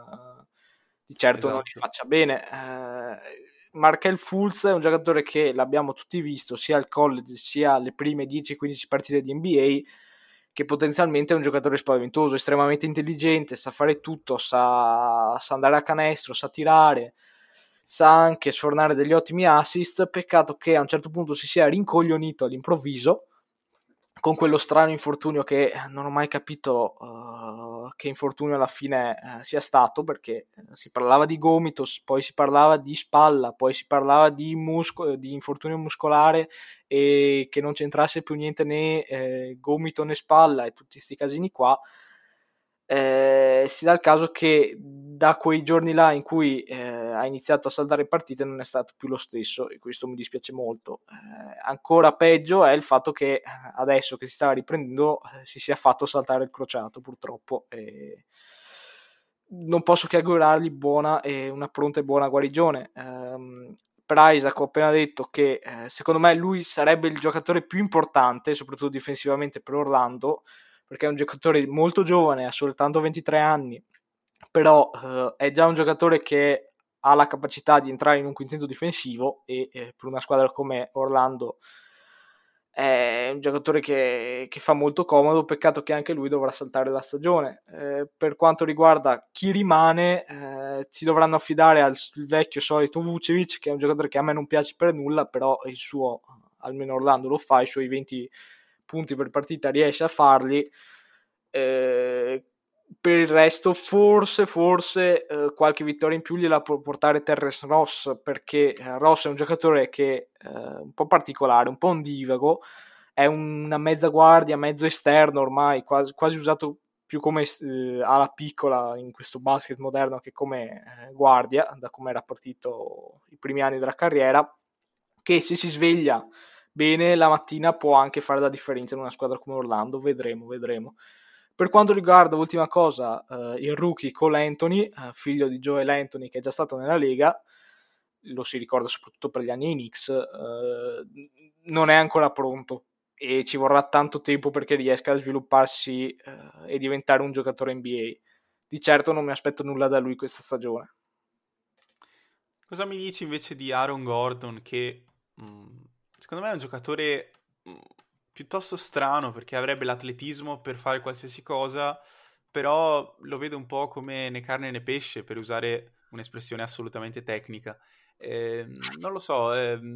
di certo non gli faccia bene. Markelle Fultz è un giocatore che l'abbiamo tutti visto sia al college sia alle prime 10-15 partite di NBA, che potenzialmente è un giocatore spaventoso, estremamente intelligente, sa fare tutto, sa andare a canestro, sa tirare, sa anche sfornare degli ottimi assist. Peccato che a un certo punto si sia rincoglionito all'improvviso con quello strano infortunio che non ho mai capito che infortunio alla fine sia stato, perché si parlava di gomito, poi si parlava di spalla, poi si parlava di infortunio muscolare e che non c'entrasse più niente né gomito né spalla e tutti questi casini qua. Si dà il caso che da quei giorni là in cui ha iniziato a saltare partite non è stato più lo stesso, e questo mi dispiace molto. Ancora peggio è il fatto che adesso che si stava riprendendo si sia fatto saltare il crociato, purtroppo, e non posso che augurargli una pronta e buona guarigione. Per Isaac ho appena detto che secondo me lui sarebbe il giocatore più importante, soprattutto difensivamente, per Orlando, perché è un giocatore molto giovane, ha soltanto 23 anni, però è già un giocatore che ha la capacità di entrare in un quintetto difensivo, e per una squadra come Orlando è un giocatore che fa molto comodo. Peccato che anche lui dovrà saltare la stagione. Per quanto riguarda chi rimane, si dovranno affidare al vecchio solito Vucevic, che è un giocatore che a me non piace per nulla, però il suo, almeno Orlando lo fa, i suoi 20 punti per partita riesce a farli. Per il resto forse qualche vittoria in più gliela può portare Terrence Ross, perché Ross è un giocatore che un po' particolare, un po' ondivago, è una mezza guardia, mezzo esterno ormai, quasi usato più come ala piccola in questo basket moderno che come guardia, da come era partito i primi anni della carriera, che se si sveglia bene la mattina può anche fare la differenza in una squadra come Orlando. Vedremo. Per quanto riguarda l'ultima cosa, il rookie Cole Anthony, figlio di Joel Anthony, che è già stato nella Lega, lo si ricorda soprattutto per gli anni ai Knicks, non è ancora pronto e ci vorrà tanto tempo perché riesca a svilupparsi e diventare un giocatore NBA. Di certo non mi aspetto nulla da lui questa stagione. Cosa mi dici invece di Aaron Gordon, che secondo me è un giocatore piuttosto strano, perché avrebbe l'atletismo per fare qualsiasi cosa, però lo vedo un po' come né carne né pesce, per usare un'espressione assolutamente tecnica. Non lo so,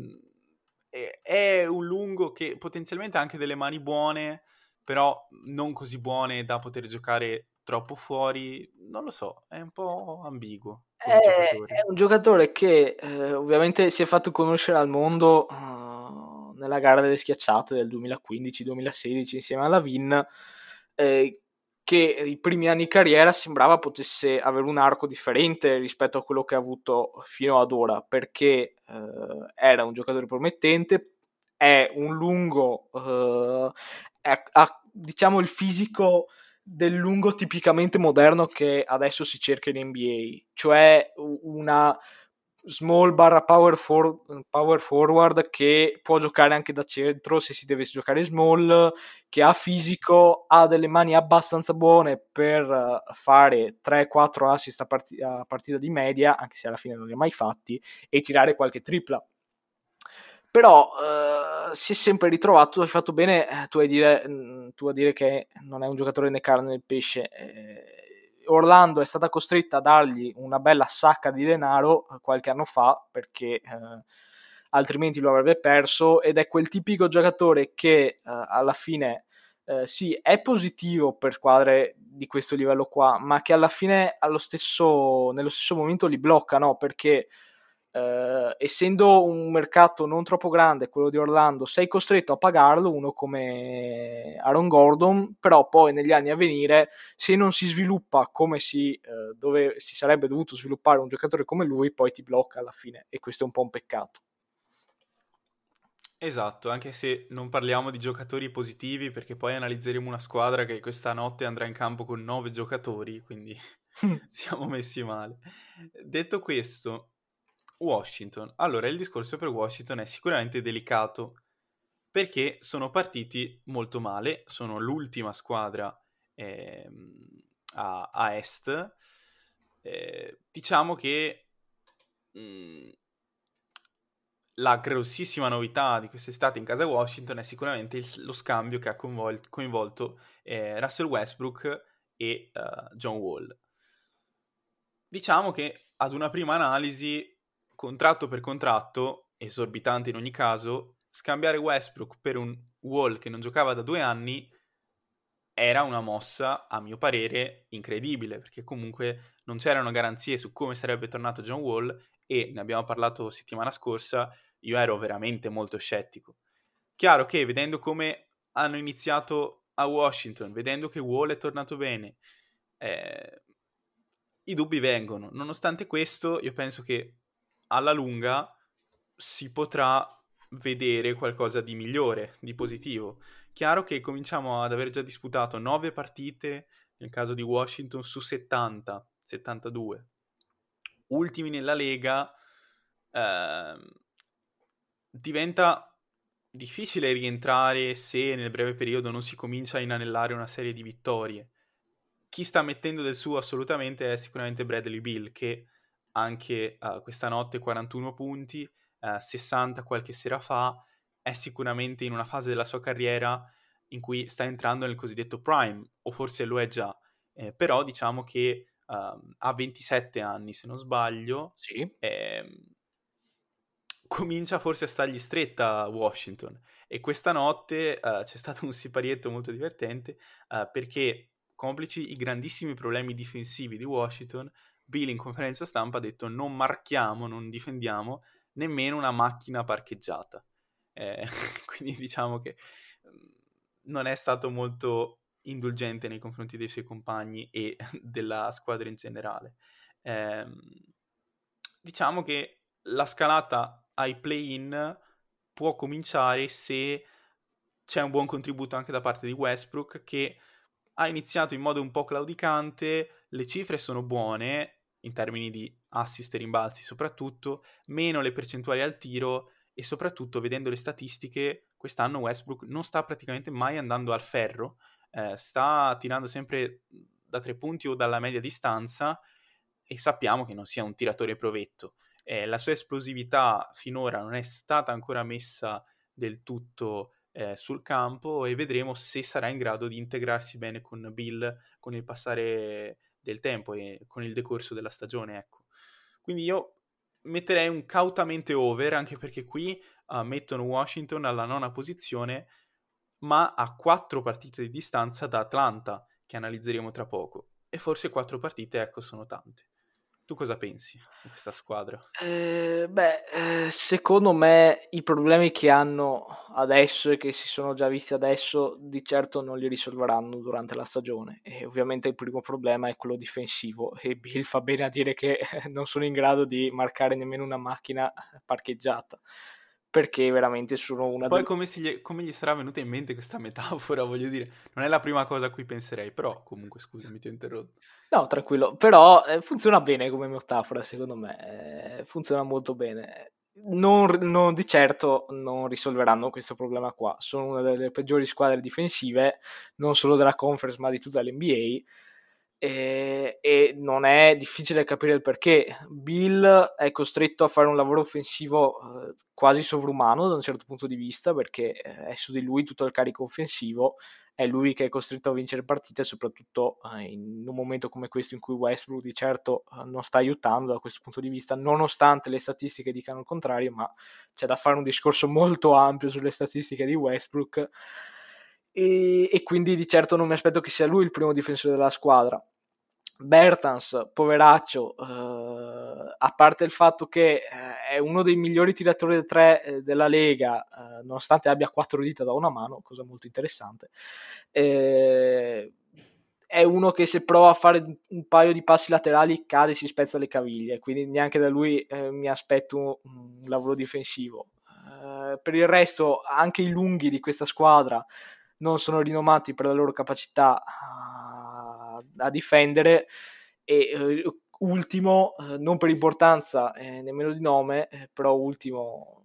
è un lungo che potenzialmente ha anche delle mani buone, però non così buone da poter giocare troppo fuori. Non lo so, è un po' ambiguo come giocatore. È un giocatore che ovviamente si è fatto conoscere al mondo nella gara delle schiacciate del 2015-2016 insieme alla Vin, che i primi anni di carriera sembrava potesse avere un arco differente rispetto a quello che ha avuto fino ad ora, perché era un giocatore promettente, è un lungo, ha diciamo il fisico del lungo tipicamente moderno che adesso si cerca in NBA, cioè una small barra power forward che può giocare anche da centro se si deve giocare small, che ha fisico, ha delle mani abbastanza buone per fare 3-4 assist a partita di media, anche se alla fine non li ha mai fatti, e tirare qualche tripla. Però si è sempre ritrovato, hai fatto bene tu a dire che non è un giocatore né carne né pesce. Orlando è stata costretta a dargli una bella sacca di denaro qualche anno fa, perché altrimenti lo avrebbe perso, ed è quel tipico giocatore che alla fine sì, è positivo per squadre di questo livello qua, ma che alla fine nello stesso momento li blocca, no? Perché essendo un mercato non troppo grande, quello di Orlando, sei costretto a pagarlo, uno come Aaron Gordon, però poi negli anni a venire, se non si sviluppa come dove si sarebbe dovuto sviluppare un giocatore come lui, poi ti blocca alla fine, e questo è un po' un peccato. Esatto, anche se non parliamo di giocatori positivi, perché poi analizzeremo una squadra che questa notte andrà in campo con 9 giocatori, quindi siamo messi male. Detto questo, Washington. Allora, il discorso per Washington è sicuramente delicato, perché sono partiti molto male, sono l'ultima squadra a est. Diciamo che la grossissima novità di quest'estate in casa Washington è sicuramente lo scambio che ha coinvolto Russell Westbrook e John Wall. Diciamo che ad una prima analisi, contratto per contratto, esorbitante in ogni caso, scambiare Westbrook per un Wall che non giocava da 2 anni era una mossa, a mio parere, incredibile, perché comunque non c'erano garanzie su come sarebbe tornato John Wall, e ne abbiamo parlato settimana scorsa, io ero veramente molto scettico. Chiaro che vedendo come hanno iniziato a Washington, vedendo che Wall è tornato bene, i dubbi vengono. Nonostante questo, io penso che alla lunga si potrà vedere qualcosa di migliore, di positivo. Chiaro che cominciamo ad aver già disputato 9 partite, nel caso di Washington, su 70, 72. Ultimi nella Lega, diventa difficile rientrare se nel breve periodo non si comincia a inanellare una serie di vittorie. Chi sta mettendo del suo assolutamente è sicuramente Bradley Beal, che anche questa notte 41 punti, 60 qualche sera fa, è sicuramente in una fase della sua carriera in cui sta entrando nel cosiddetto prime, o forse lo è già, però diciamo che ha 27 anni se non sbaglio, sì. Comincia forse a stargli stretta Washington, e questa notte c'è stato un siparietto molto divertente, perché complici i grandissimi problemi difensivi di Washington, Bill in conferenza stampa ha detto non marchiamo, non difendiamo nemmeno una macchina parcheggiata. Quindi diciamo che non è stato molto indulgente nei confronti dei suoi compagni e della squadra in generale. Diciamo che la scalata ai play-in può cominciare se c'è un buon contributo anche da parte di Westbrook, che ha iniziato in modo un po' claudicante, le cifre sono buone, in termini di assist e rimbalzi soprattutto, meno le percentuali al tiro, e soprattutto vedendo le statistiche, quest'anno Westbrook non sta praticamente mai andando al ferro, sta tirando sempre da 3 punti o dalla media distanza, e sappiamo che non sia un tiratore provetto. La sua esplosività finora non è stata ancora messa del tutto sul campo, e vedremo se sarà in grado di integrarsi bene con Bill con il passare del tempo e con il decorso della stagione, ecco. Quindi io metterei un cautamente over, anche perché qui mettono Washington alla 9ª posizione, ma a 4 partite di distanza da Atlanta, che analizzeremo tra poco. E forse 4 partite, ecco, sono tante. Tu cosa pensi di questa squadra? Secondo me i problemi che hanno adesso e che si sono già visti adesso di certo non li risolveranno durante la stagione, e ovviamente il primo problema è quello difensivo, e Bill fa bene a dire che non sono in grado di marcare nemmeno una macchina parcheggiata, perché veramente sono una Poi come gli sarà venuta in mente questa metafora, voglio dire, non è la prima cosa a cui penserei, però comunque scusami, ti ho interrotto. No, tranquillo, però funziona bene come metafora, secondo me, funziona molto bene. Non di certo non risolveranno questo problema qua. Sono una delle peggiori squadre difensive, non solo della conference ma di tutta l'NBA, e non è difficile capire il perché. Bill è costretto a fare un lavoro offensivo quasi sovrumano da un certo punto di vista, perché è su di lui tutto il carico offensivo, è lui che è costretto a vincere partite, soprattutto in un momento come questo in cui Westbrook di certo non sta aiutando da questo punto di vista, nonostante le statistiche dicano il contrario, ma c'è da fare un discorso molto ampio sulle statistiche di Westbrook, e quindi di certo non mi aspetto che sia lui il primo difensore della squadra. Bertans, poveraccio, a parte il fatto che è uno dei migliori tiratori da 3 della Lega, nonostante abbia 4 dita da una mano, cosa molto interessante, è uno che se prova a fare un paio di passi laterali cade e si spezza le caviglie, quindi neanche da lui mi aspetto un lavoro difensivo. Per il resto anche i lunghi di questa squadra non sono rinomati per la loro capacità a difendere, e ultimo, non per importanza nemmeno di nome, però ultimo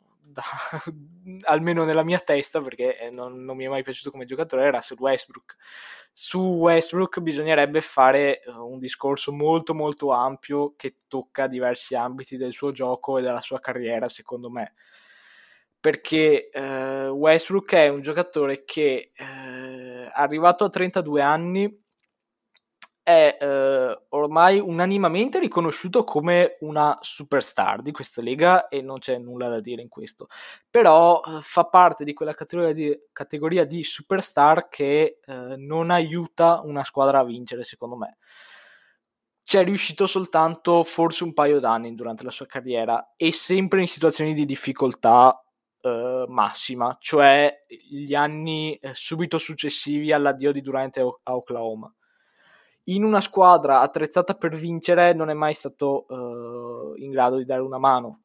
almeno nella mia testa, perché non mi è mai piaciuto come giocatore, era Russell Westbrook. Su Westbrook bisognerebbe fare un discorso molto molto ampio che tocca diversi ambiti del suo gioco e della sua carriera, secondo me, perché Westbrook è un giocatore che arrivato a 32 anni è ormai unanimamente riconosciuto come una superstar di questa lega, e non c'è nulla da dire in questo, però fa parte di quella categoria di superstar che non aiuta una squadra a vincere, secondo me. C'è riuscito soltanto forse un paio d'anni durante la sua carriera, e sempre in situazioni di difficoltà massima, cioè gli anni subito successivi all'addio di Durant a Oklahoma. In una squadra attrezzata per vincere non è mai stato in grado di dare una mano,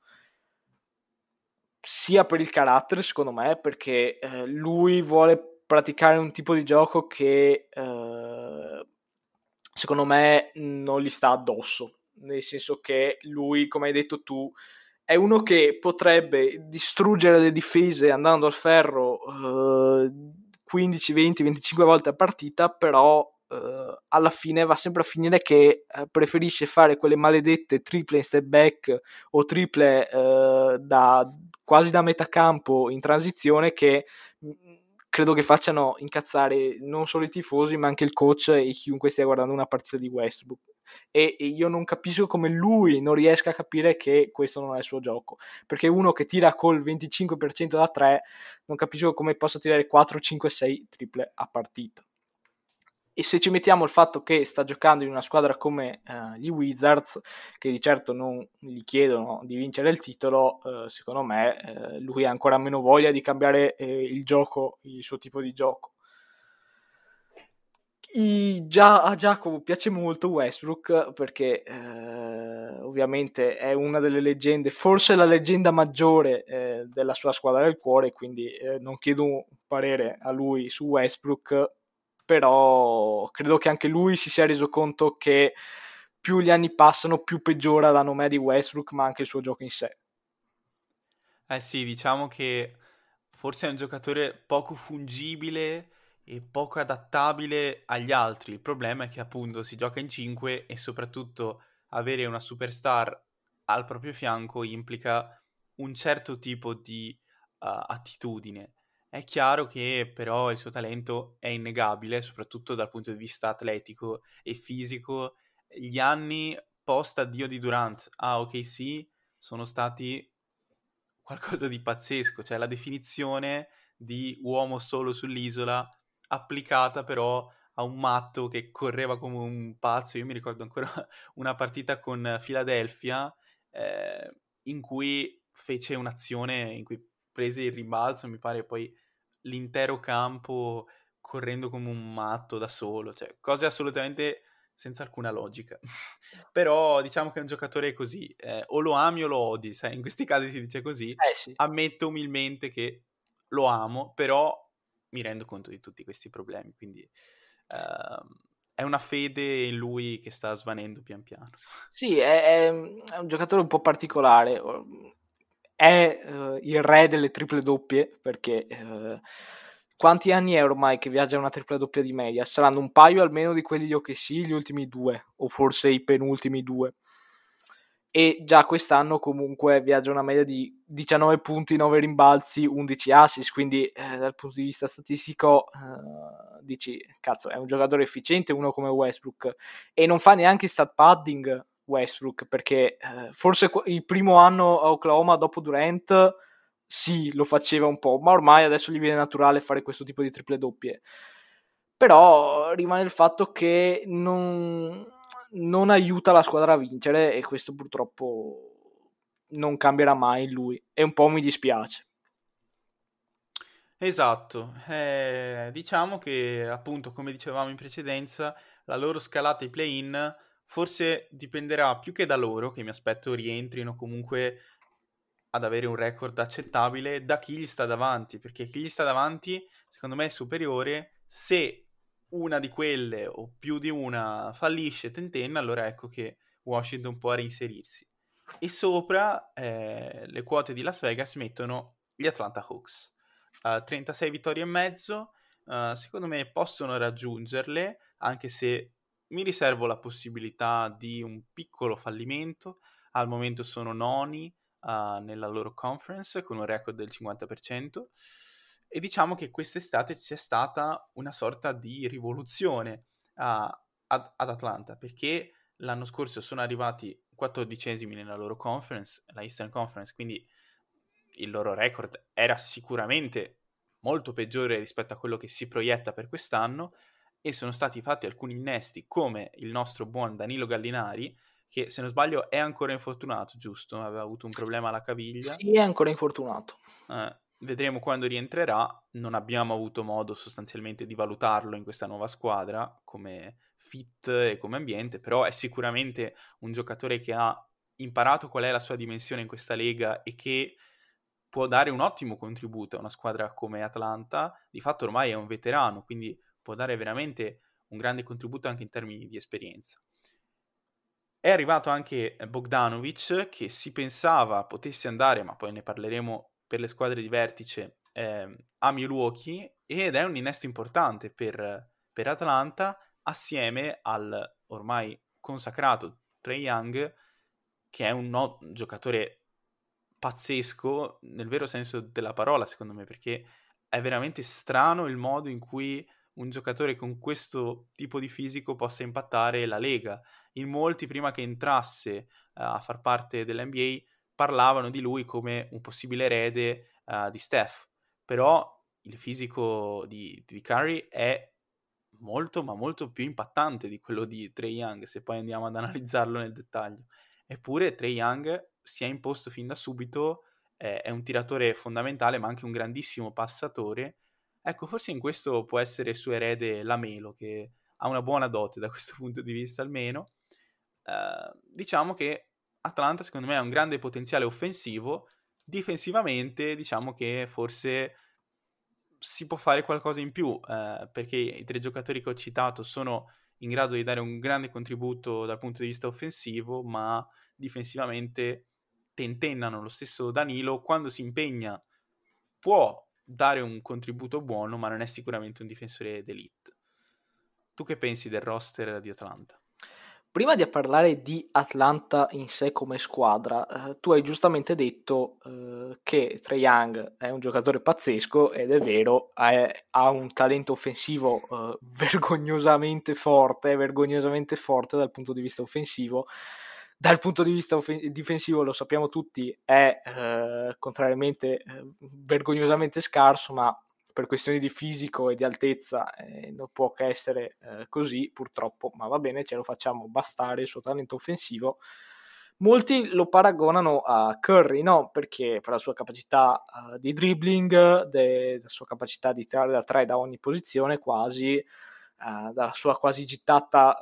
sia per il carattere, secondo me, perché lui vuole praticare un tipo di gioco che secondo me non gli sta addosso, nel senso che lui, come hai detto tu, è uno che potrebbe distruggere le difese andando al ferro 15, 20, 25 volte a partita, però alla fine va sempre a finire che preferisce fare quelle maledette triple in step back o triple quasi da metà campo in transizione, che credo che facciano incazzare non solo i tifosi ma anche il coach e chiunque stia guardando una partita di Westbrook, e io non capisco come lui non riesca a capire che questo non è il suo gioco, perché uno che tira col 25% da 3 non capisco come possa tirare 4, 5, 6 triple a partita. E se ci mettiamo il fatto che sta giocando in una squadra come gli Wizards, che di certo non gli chiedono di vincere il titolo, secondo me lui ha ancora meno voglia di cambiare il gioco, il suo tipo di gioco. Già a Giacomo piace molto Westbrook, perché ovviamente è una delle leggende, forse la leggenda maggiore della sua squadra del cuore, quindi non chiedo un parere a lui su Westbrook, però credo che anche lui si sia reso conto che più gli anni passano più peggiora la nomea di Westbrook, ma anche il suo gioco in sé. Sì, diciamo che forse è un giocatore poco fungibile e poco adattabile agli altri. Il problema è che appunto si gioca in 5 e soprattutto avere una superstar al proprio fianco implica un certo tipo di attitudine. È chiaro che però il suo talento è innegabile, soprattutto dal punto di vista atletico e fisico. Gli anni post addio di Durant a OKC sono stati qualcosa di pazzesco, cioè la definizione di uomo solo sull'isola applicata però a un matto che correva come un pazzo. Io mi ricordo ancora una partita con Philadelphia in cui fece un'azione in cui prese il rimbalzo, mi pare poi l'intero campo correndo come un matto da solo, cioè cose assolutamente senza alcuna logica. Però diciamo che è un giocatore così, o lo ami o lo odi, sai, in questi casi si dice così. Sì. Ammetto umilmente che lo amo, però mi rendo conto di tutti questi problemi, quindi è una fede in lui che sta svanendo pian piano. Sì, è un giocatore un po' particolare, è il re delle triple doppie, perché quanti anni è ormai che viaggia una tripla doppia di media? Saranno un paio almeno di quelli di OKC, gli ultimi 2, o forse i penultimi 2. E già quest'anno comunque viaggia una media di 19 punti, 9 rimbalzi, 11 assist, quindi dal punto di vista statistico dici, cazzo, è un giocatore efficiente uno come Westbrook, e non fa neanche stat padding Westbrook, perché forse il primo anno a Oklahoma dopo Durant sì, lo faceva un po', ma ormai adesso gli viene naturale fare questo tipo di triple doppie. Però rimane il fatto che non aiuta la squadra a vincere, e questo purtroppo non cambierà mai in lui, e un po' mi dispiace. Esatto, diciamo che appunto come dicevamo in precedenza la loro scalata ai play-in forse dipenderà più che da loro, che mi aspetto rientrino comunque ad avere un record accettabile, da chi gli sta davanti, perché chi gli sta davanti secondo me è superiore. Se una di quelle o più di una fallisce, tentenna, allora ecco che Washington può reinserirsi. E sopra le quote di Las Vegas mettono gli Atlanta Hawks. 36 vittorie e mezzo, secondo me possono raggiungerle, anche se mi riservo la possibilità di un piccolo fallimento. Al momento sono noni nella loro conference con un record del 50%, e diciamo che quest'estate c'è stata una sorta di rivoluzione ad Atlanta, perché l'anno scorso sono arrivati 14esimi nella loro conference, la Eastern Conference, quindi il loro record era sicuramente molto peggiore rispetto a quello che si proietta per quest'anno, e sono stati fatti alcuni innesti, come il nostro buon Danilo Gallinari, che se non sbaglio è ancora infortunato, giusto? Aveva avuto un problema alla caviglia. Sì, è ancora infortunato. Vedremo quando rientrerà. Non abbiamo avuto modo sostanzialmente di valutarlo in questa nuova squadra come fit e come ambiente, però è sicuramente un giocatore che ha imparato qual è la sua dimensione in questa lega e che può dare un ottimo contributo a una squadra come Atlanta. Di fatto ormai è un veterano, quindi può dare veramente un grande contributo anche in termini di esperienza. È arrivato anche Bogdanovic, che si pensava potesse andare, ma poi ne parleremo per le squadre di vertice, a Milwaukee, ed è un innesto importante per Atlanta, assieme al ormai consacrato Trae Young, che è un giocatore pazzesco nel vero senso della parola, secondo me, perché è veramente strano il modo in cui un giocatore con questo tipo di fisico possa impattare la Lega. In molti, prima che entrasse a far parte dell'NBA, parlavano di lui come un possibile erede di Steph, però il fisico di Curry è molto, ma molto più impattante di quello di Trae Young, se poi andiamo ad analizzarlo nel dettaglio. Eppure Trae Young si è imposto fin da subito, è un tiratore fondamentale, ma anche un grandissimo passatore. Ecco, forse in questo può essere suo erede Lamelo, che ha una buona dote da questo punto di vista almeno. Diciamo che Atlanta secondo me ha un grande potenziale offensivo. Difensivamente diciamo che forse si può fare qualcosa in più, perché i 3 giocatori che ho citato sono in grado di dare un grande contributo dal punto di vista offensivo, ma difensivamente tentennano. Lo stesso Danilo, quando si impegna, può dare un contributo buono, ma non è sicuramente un difensore d'elite. Tu che pensi del roster di Atlanta? Prima di parlare di Atlanta in sé come squadra, tu hai giustamente detto che Trae Young è un giocatore pazzesco, ed è vero, ha un talento offensivo vergognosamente forte dal punto di vista offensivo. Dal punto di vista difensivo, lo sappiamo tutti, è contrariamente vergognosamente scarso, ma per questioni di fisico e di altezza non può che essere così, purtroppo, ma va bene, ce lo facciamo bastare il suo talento offensivo. Molti lo paragonano a Curry, no? Perché per la sua capacità di dribbling, la sua capacità di tirare da tre da ogni posizione quasi, dalla sua quasi gittata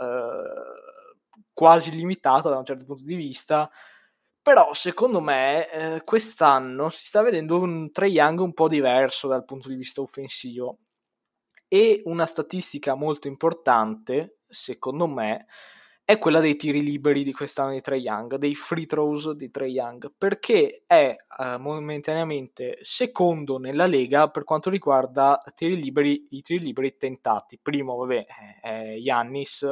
quasi limitata da un certo punto di vista. Però secondo me quest'anno si sta vedendo un Trae Young un po' diverso dal punto di vista offensivo, e una statistica molto importante secondo me è quella dei tiri liberi di quest'anno di Trae Young, dei free throws di Trae Young, perché è momentaneamente secondo nella Lega per quanto riguarda i tiri liberi tentati. Primo vabbè è Giannis,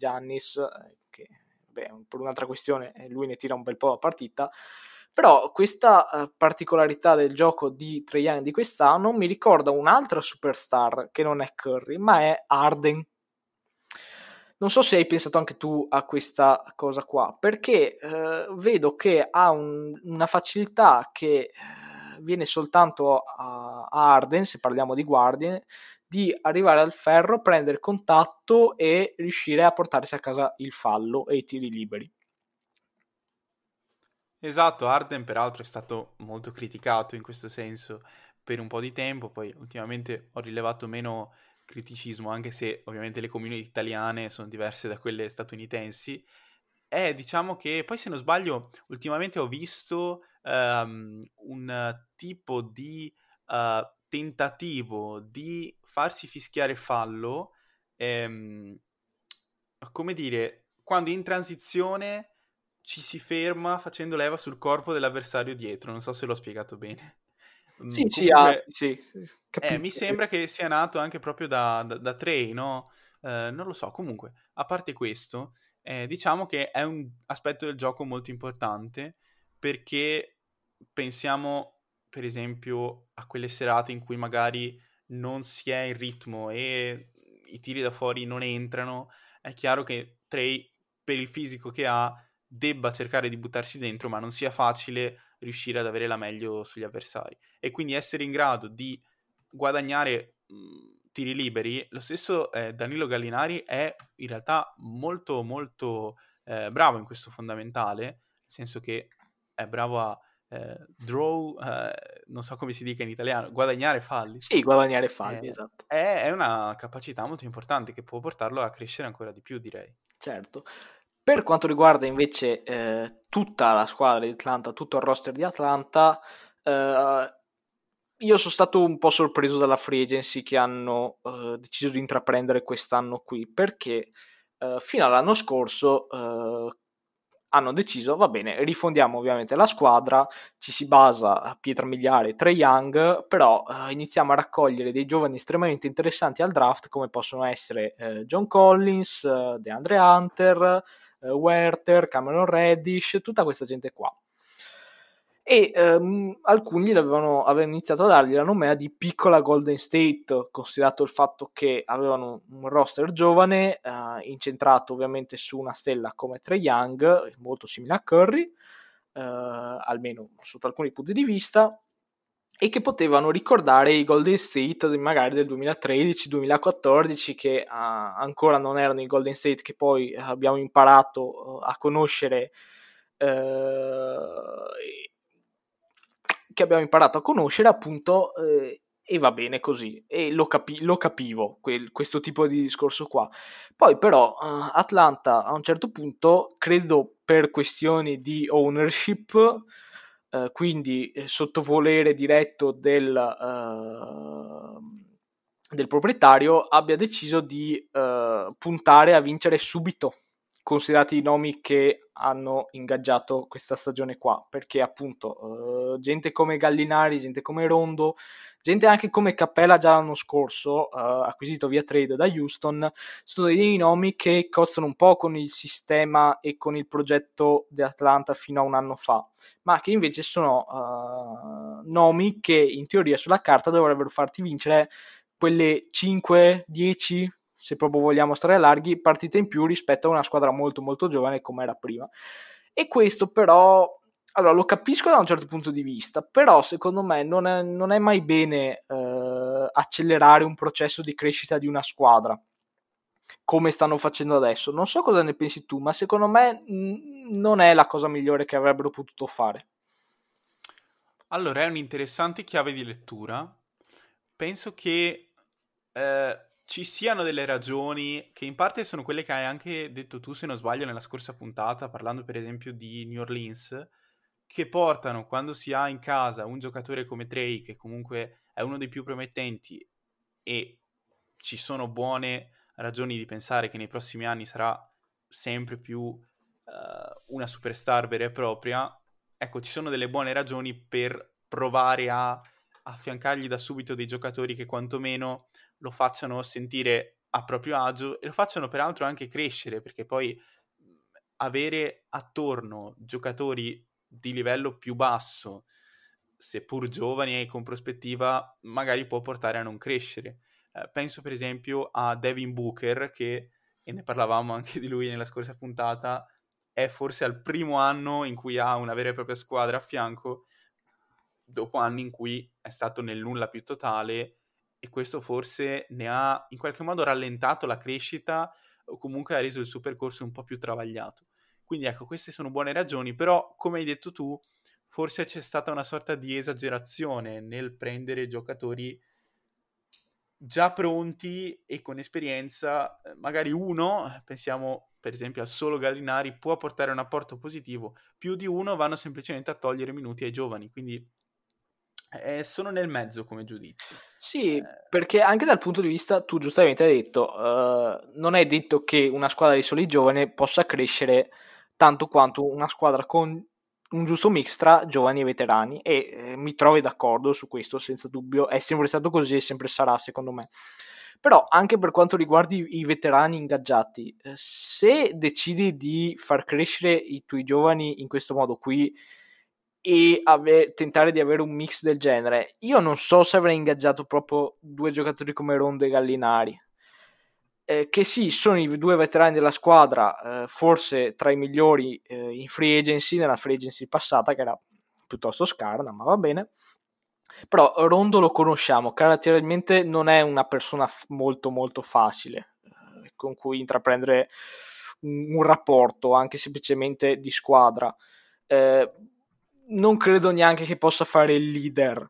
che per un'altra questione lui ne tira un bel po' la partita, però questa particolarità del gioco di Trae Young di quest'anno mi ricorda un'altra superstar che non è Curry, ma è Harden. Non so se hai pensato anche tu a questa cosa qua, perché vedo che ha una facilità che viene soltanto a Harden, se parliamo di guardie, di arrivare al ferro, prendere contatto e riuscire a portarsi a casa il fallo e i tiri liberi. Esatto, Harden peraltro è stato molto criticato in questo senso per un po' di tempo, poi ultimamente ho rilevato meno criticismo, anche se ovviamente le community italiane sono diverse da quelle statunitensi. Diciamo che poi, se non sbaglio, ultimamente ho visto un tipo di tentativo di farsi fischiare fallo, ehm, come dire, quando in transizione ci si ferma facendo leva sul corpo dell'avversario dietro. Non so se l'ho spiegato bene. Sì, Comunque, sì, mi capito. sembra che sia nato anche proprio da Trey, no? Non lo so. Comunque, a parte questo, diciamo che è un aspetto del gioco molto importante, perché pensiamo, per esempio, a quelle serate in cui magari non si è in ritmo e i tiri da fuori non entrano. È chiaro che Trey, per il fisico che ha, debba cercare di buttarsi dentro, ma non sia facile riuscire ad avere la meglio sugli avversari. E quindi essere in grado di guadagnare tiri liberi. Lo stesso Danilo Gallinari è in realtà molto molto bravo in questo fondamentale, nel senso che è bravo a draw, non so come si dica in italiano, guadagnare falli. Sì, guadagnare falli, esatto. È una capacità molto importante che può portarlo a crescere ancora di più, direi. Certo. Per quanto riguarda invece tutta la squadra di Atlanta, tutto il roster di Atlanta, io sono stato un po' sorpreso dalla free agency che hanno deciso di intraprendere quest'anno qui, perché fino all'anno scorso hanno deciso, va bene, rifondiamo ovviamente la squadra, ci si basa a pietra miliare Trae Young, però iniziamo a raccogliere dei giovani estremamente interessanti al draft, come possono essere John Collins, DeAndre Hunter, Werther, Cameron Reddish, tutta questa gente qua. E alcuni avevano iniziato a dargli la nomea di piccola Golden State, considerato il fatto che avevano un roster giovane, incentrato ovviamente su una stella come Trae Young, molto simile a Curry, almeno sotto alcuni punti di vista, e che potevano ricordare i Golden State magari del 2013-2014, che ancora non erano i Golden State che poi abbiamo imparato a conoscere, appunto, e va bene così, e lo capivo questo tipo di discorso qua. Poi però Atlanta a un certo punto, credo per questioni di ownership, quindi sottovolere diretto del proprietario, abbia deciso di puntare a vincere subito, considerati i nomi che hanno ingaggiato questa stagione qua, perché appunto gente come Gallinari, gente come Rondo, gente anche come Capella già l'anno scorso, acquisito via trade da Houston, sono dei nomi che costano un po' con il sistema e con il progetto di Atlanta fino a un anno fa, ma che invece sono nomi che in teoria sulla carta dovrebbero farti vincere quelle 5, 10, se proprio vogliamo stare larghi, partite in più rispetto a una squadra molto molto giovane come era prima. E questo però, allora lo capisco da un certo punto di vista, però secondo me non è mai bene accelerare un processo di crescita di una squadra come stanno facendo adesso. Non so cosa ne pensi tu, ma secondo me non è la cosa migliore che avrebbero potuto fare. Allora, è un'interessante chiave di lettura. Penso che ci siano delle ragioni che in parte sono quelle che hai anche detto tu, se non sbaglio, nella scorsa puntata, parlando per esempio di New Orleans, che portano, quando si ha in casa un giocatore come Trey, che comunque è uno dei più promettenti, e ci sono buone ragioni di pensare che nei prossimi anni sarà sempre più una superstar vera e propria, ecco, ci sono delle buone ragioni per provare a affiancargli da subito dei giocatori che quantomeno lo facciano sentire a proprio agio e lo facciano peraltro anche crescere, perché poi avere attorno giocatori di livello più basso, seppur giovani e con prospettiva, magari può portare a non crescere. Penso per esempio a Devin Booker, che, e ne parlavamo anche di lui nella scorsa puntata, è forse al primo anno in cui ha una vera e propria squadra a fianco, dopo anni in cui è stato nel nulla più totale, e questo forse ne ha in qualche modo rallentato la crescita o comunque ha reso il suo percorso un po' più travagliato. Quindi ecco, queste sono buone ragioni, però come hai detto tu, forse c'è stata una sorta di esagerazione nel prendere giocatori già pronti e con esperienza. Magari uno, pensiamo per esempio al solo Gallinari, può portare un apporto positivo, più di uno vanno semplicemente a togliere minuti ai giovani, quindi sono nel mezzo come giudizio. Sì, perché anche dal punto di vista, tu giustamente hai detto, non è detto che una squadra di soli giovani possa crescere tanto quanto una squadra con un giusto mix tra giovani e veterani, e mi trovi d'accordo su questo senza dubbio, è sempre stato così e sempre sarà secondo me. Però anche per quanto riguarda i veterani ingaggiati, se decidi di far crescere i tuoi giovani in questo modo qui e tentare di avere un mix del genere, io non so se avrei ingaggiato proprio due giocatori come Rondo e Gallinari, che sì, sono i due veterani della squadra, forse tra i migliori in free agency, nella free agency passata che era piuttosto scarna, ma va bene. Però Rondo lo conosciamo, caratterialmente non è una persona molto molto facile con cui intraprendere un rapporto, anche semplicemente di squadra. Non credo neanche che possa fare il leader.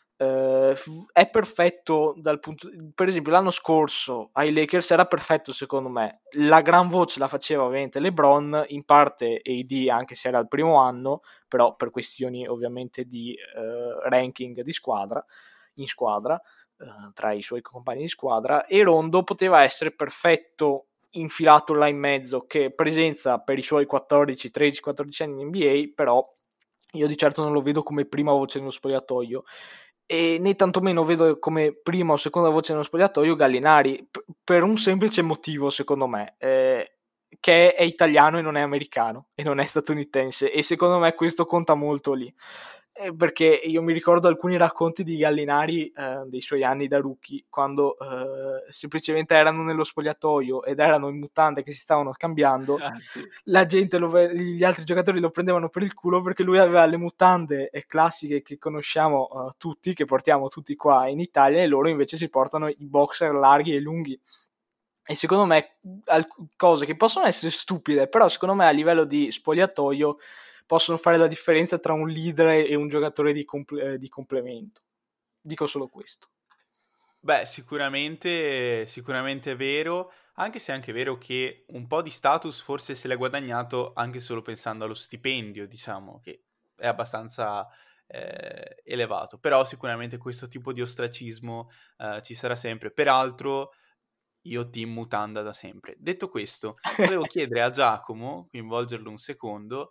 È perfetto dal punto, per esempio l'anno scorso ai Lakers era perfetto secondo me, la gran voce la faceva ovviamente LeBron, in parte AD anche se era il primo anno, però per questioni ovviamente di ranking di squadra in squadra tra i suoi compagni di squadra, e Rondo poteva essere perfetto infilato là in mezzo, che presenza per i suoi 14, 13, 14 anni in NBA, però io di certo non lo vedo come prima voce nello spogliatoio, e né tantomeno vedo come prima o seconda voce nello spogliatoio Gallinari, per un semplice motivo secondo me, che è italiano e non è americano e non è statunitense, e secondo me questo conta molto lì, perché io mi ricordo alcuni racconti di Gallinari dei suoi anni da rookie, quando semplicemente erano nello spogliatoio ed erano in mutande che si stavano cambiando. Sì. La gente, gli altri giocatori lo prendevano per il culo perché lui aveva le mutande classiche che conosciamo tutti, che portiamo tutti qua in Italia, e loro invece si portano i boxer larghi e lunghi. E secondo me cose che possono essere stupide, però secondo me a livello di spogliatoio possono fare la differenza tra un leader e un giocatore di complemento. Dico solo questo. Beh, sicuramente è vero, anche se è anche vero che un po' di status forse se l'è guadagnato anche solo pensando allo stipendio, diciamo, che è abbastanza elevato, però sicuramente questo tipo di ostracismo ci sarà sempre. Peraltro io team mutanda da sempre. Detto questo, volevo chiedere a Giacomo, coinvolgerlo un secondo,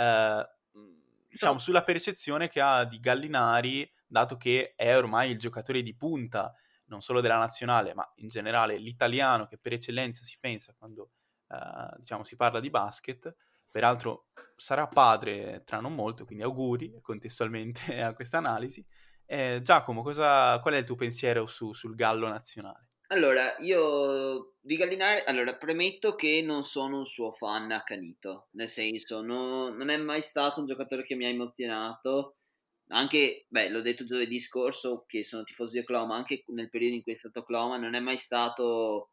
diciamo sulla percezione che ha di Gallinari, dato che è ormai il giocatore di punta non solo della nazionale, ma in generale l'italiano che per eccellenza si pensa quando diciamo si parla di basket. Peraltro sarà padre tra non molto, quindi auguri contestualmente a questa analisi. Giacomo, qual è il tuo pensiero sul Gallo nazionale? Allora, io di Gallinari, allora, premetto che non sono un suo fan accanito, nel senso, non è mai stato un giocatore che mi ha emozionato, anche, beh, l'ho detto giovedì scorso che sono tifoso di Oklahoma, anche nel periodo in cui è stato Oklahoma, non è mai stato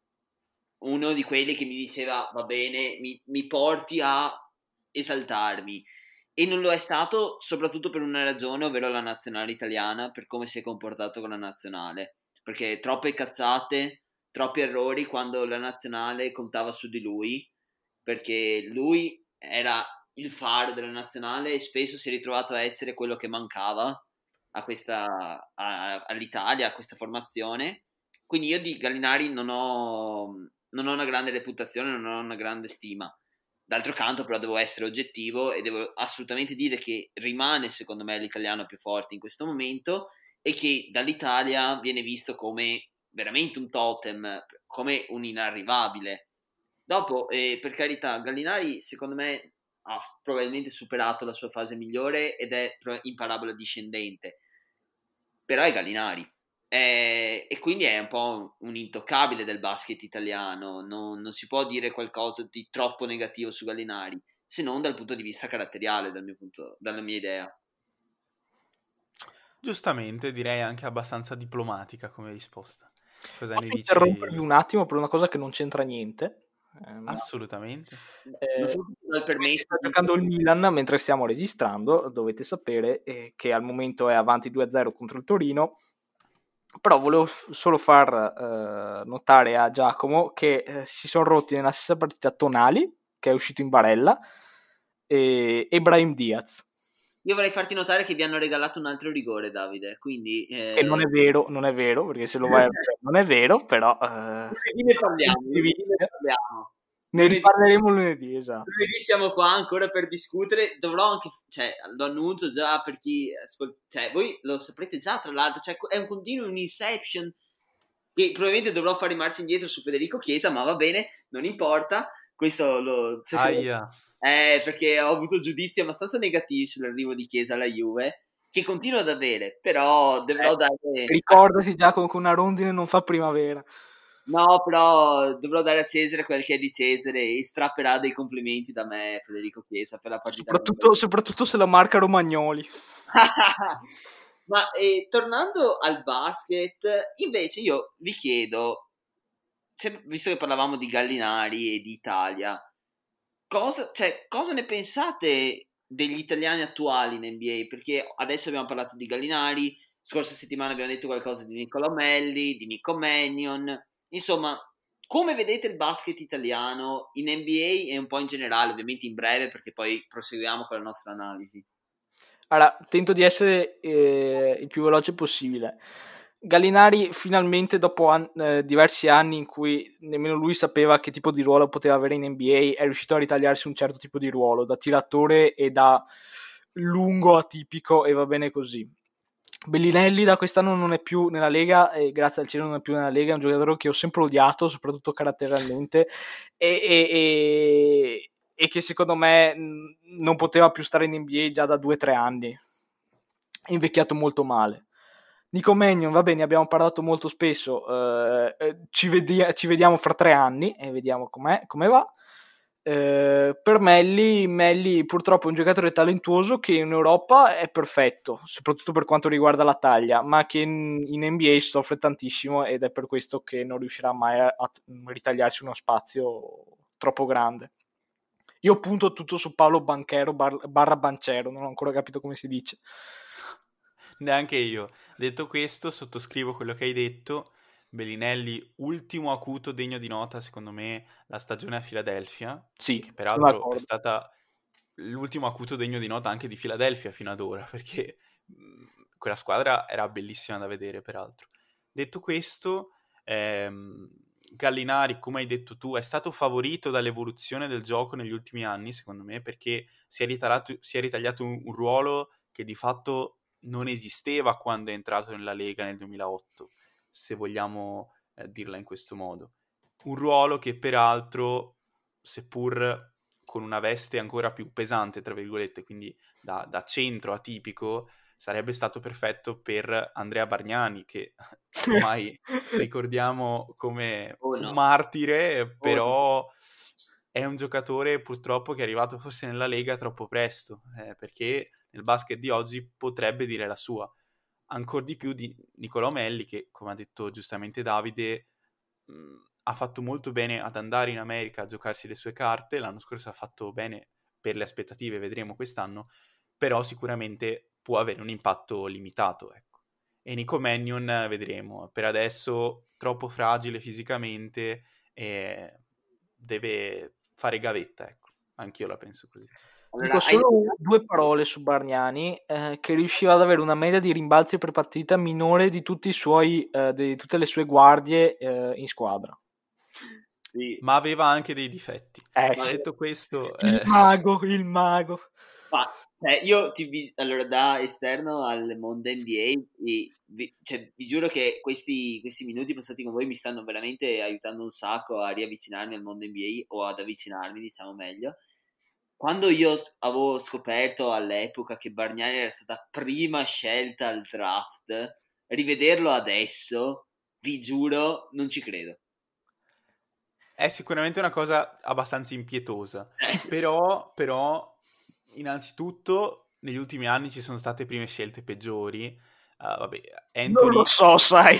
uno di quelli che mi diceva, va bene, mi porti a esaltarmi. E non lo è stato soprattutto per una ragione, ovvero la nazionale italiana, per come si è comportato con la nazionale. Perché troppe cazzate, troppi errori quando la nazionale contava su di lui, perché lui era il faro della nazionale e spesso si è ritrovato a essere quello che mancava all'Italia, a questa formazione. Quindi io di Gallinari non ho una grande reputazione, non ho una grande stima. D'altro canto però devo essere oggettivo e devo assolutamente dire che rimane secondo me l'italiano più forte in questo momento e che dall'Italia viene visto come veramente un totem, come un inarrivabile. Dopo, per carità, Gallinari secondo me ha probabilmente superato la sua fase migliore ed è in parabola discendente, però è Gallinari. E quindi è un po' un intoccabile del basket italiano, non si può dire qualcosa di troppo negativo su Gallinari, se non dal punto di vista caratteriale, dalla mia idea. Giustamente, direi anche abbastanza diplomatica come risposta. Cosa ne Posso dici? interrompervi un attimo per una cosa che non c'entra niente? Assolutamente. Non so dal permesso. Sta giocando il Milan mentre stiamo registrando, dovete sapere che al momento è avanti 2-0 contro il Torino, però volevo solo far notare a Giacomo che si sono rotti nella stessa partita Tonali, che è uscito in barella, e Brahim Diaz. Io vorrei farti notare che vi hanno regalato un altro rigore, Davide, quindi... Che non è vero, perché se lo vai a vedere non è vero, però... ne parliamo. Ne riparleremo lunedì, esatto. Lunedì siamo qua ancora per discutere. Dovrò anche, cioè, lo annuncio già per chi ascolta, cioè, voi lo saprete già, tra l'altro, cioè, è un continuo, un inception. Che probabilmente dovrò fare marcia indietro su Federico Chiesa, ma va bene, non importa. Questo lo. Perché ho avuto giudizi abbastanza negativi sull'arrivo di Chiesa alla Juve, che continuo ad avere, però dovrò dare. Ricordati già che una rondine non fa primavera. No, però dovrò dare a Cesare quel che è di Cesare e strapperà dei complimenti da me Federico Chiesa per la partita. Soprattutto se la marca Romagnoli. Ma tornando al basket, invece io vi chiedo, visto che parlavamo di Gallinari e di Italia, cosa ne pensate degli italiani attuali in NBA? Perché adesso abbiamo parlato di Gallinari, scorsa settimana abbiamo detto qualcosa di Nicola Melli, di Nico Mannion. Insomma, come vedete il basket italiano in NBA e un po' in generale, ovviamente in breve perché poi proseguiamo con la nostra analisi? Allora, tento di essere il più veloce possibile. Gallinari finalmente dopo diversi anni in cui nemmeno lui sapeva che tipo di ruolo poteva avere in NBA è riuscito a ritagliarsi un certo tipo di ruolo da tiratore e da lungo atipico e va bene così. Bellinelli da quest'anno non è più nella Lega e grazie al cielo non è più nella Lega, è un giocatore che ho sempre odiato, soprattutto caratterialmente e che secondo me non poteva più stare in NBA già da 2-3 anni, è invecchiato molto male. Nico Mannion, va bene, abbiamo parlato molto spesso, ci vediamo fra 3 anni e vediamo come va. Per Melli purtroppo è un giocatore talentuoso che in Europa è perfetto, soprattutto per quanto riguarda la taglia, ma che in NBA soffre tantissimo ed è per questo che non riuscirà mai a ritagliarsi uno spazio troppo grande. Io punto tutto su Paolo Banchero barra Bancero, non ho ancora capito come si dice. Neanche io. Detto questo, sottoscrivo quello che hai detto. Bellinelli, ultimo acuto degno di nota, secondo me, la stagione a Philadelphia. Sì, che peraltro è stata l'ultimo acuto degno di nota anche di Philadelphia fino ad ora, perché quella squadra era bellissima da vedere, peraltro. Detto questo, Gallinari, come hai detto tu, è stato favorito dall'evoluzione del gioco negli ultimi anni, secondo me, perché si è ritagliato un ruolo che di fatto non esisteva quando è entrato nella Lega nel 2008, se vogliamo dirla in questo modo. Un ruolo che peraltro, seppur con una veste ancora più pesante, tra virgolette, quindi da centro atipico, sarebbe stato perfetto per Andrea Bargnani, che ormai ricordiamo come un martire, però è un giocatore purtroppo che è arrivato forse nella Lega troppo presto, perché nel basket di oggi potrebbe dire la sua. Ancor di più di Nicolò Melli, che, come ha detto giustamente Davide, ha fatto molto bene ad andare in America a giocarsi le sue carte. L'anno scorso ha fatto bene per le aspettative, vedremo quest'anno, però sicuramente può avere un impatto limitato, ecco. E Nico Mannion vedremo, per adesso troppo fragile fisicamente e deve fare gavetta, ecco. Anch'io la penso così. Dico solo 2 parole su Bargnani, che riusciva ad avere una media di rimbalzi per partita minore di tutti i suoi, di tutte le sue guardie in squadra. Sì. Ma aveva anche dei difetti. Detto questo, il mago. Ma io allora, da esterno al mondo NBA, vi giuro che questi minuti passati con voi mi stanno veramente aiutando un sacco a riavvicinarmi al mondo NBA, o ad avvicinarmi, diciamo meglio. Quando io avevo scoperto all'epoca che Bargnani era stata prima scelta al draft, rivederlo adesso, vi giuro, non ci credo. È sicuramente una cosa abbastanza impietosa, però innanzitutto negli ultimi anni ci sono state prime scelte peggiori. Vabbè, Anthony... Non lo so, sai.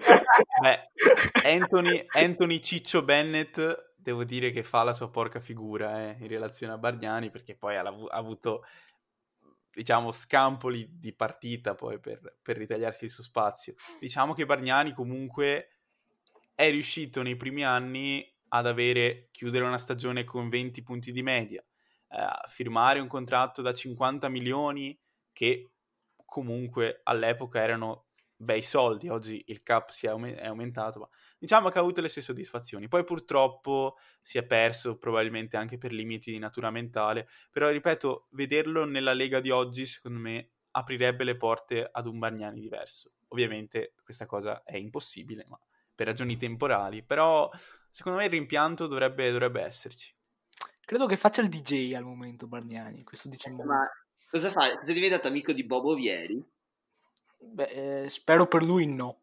Anthony Ciccio Bennett, devo dire che fa la sua porca figura in relazione a Bargnani, perché poi ha avuto, diciamo, scampoli di partita poi per ritagliarsi il suo spazio. Diciamo che Bargnani comunque è riuscito nei primi anni ad chiudere una stagione con 20 punti di media, firmare un contratto da 50 milioni che comunque all'epoca erano bei soldi. Oggi il cap è aumentato, ma diciamo che ha avuto le sue soddisfazioni. Poi purtroppo si è perso, probabilmente anche per limiti di natura mentale, però ripeto, vederlo nella Lega di oggi secondo me aprirebbe le porte ad un Bargnani diverso. Ovviamente questa cosa è impossibile, ma per ragioni temporali, però secondo me il rimpianto dovrebbe esserci. Credo che faccia il DJ al momento Bargnani, questo dice molto. Ma cosa fai? Sei diventato amico di Bobo Vieri? Beh, spero per lui no.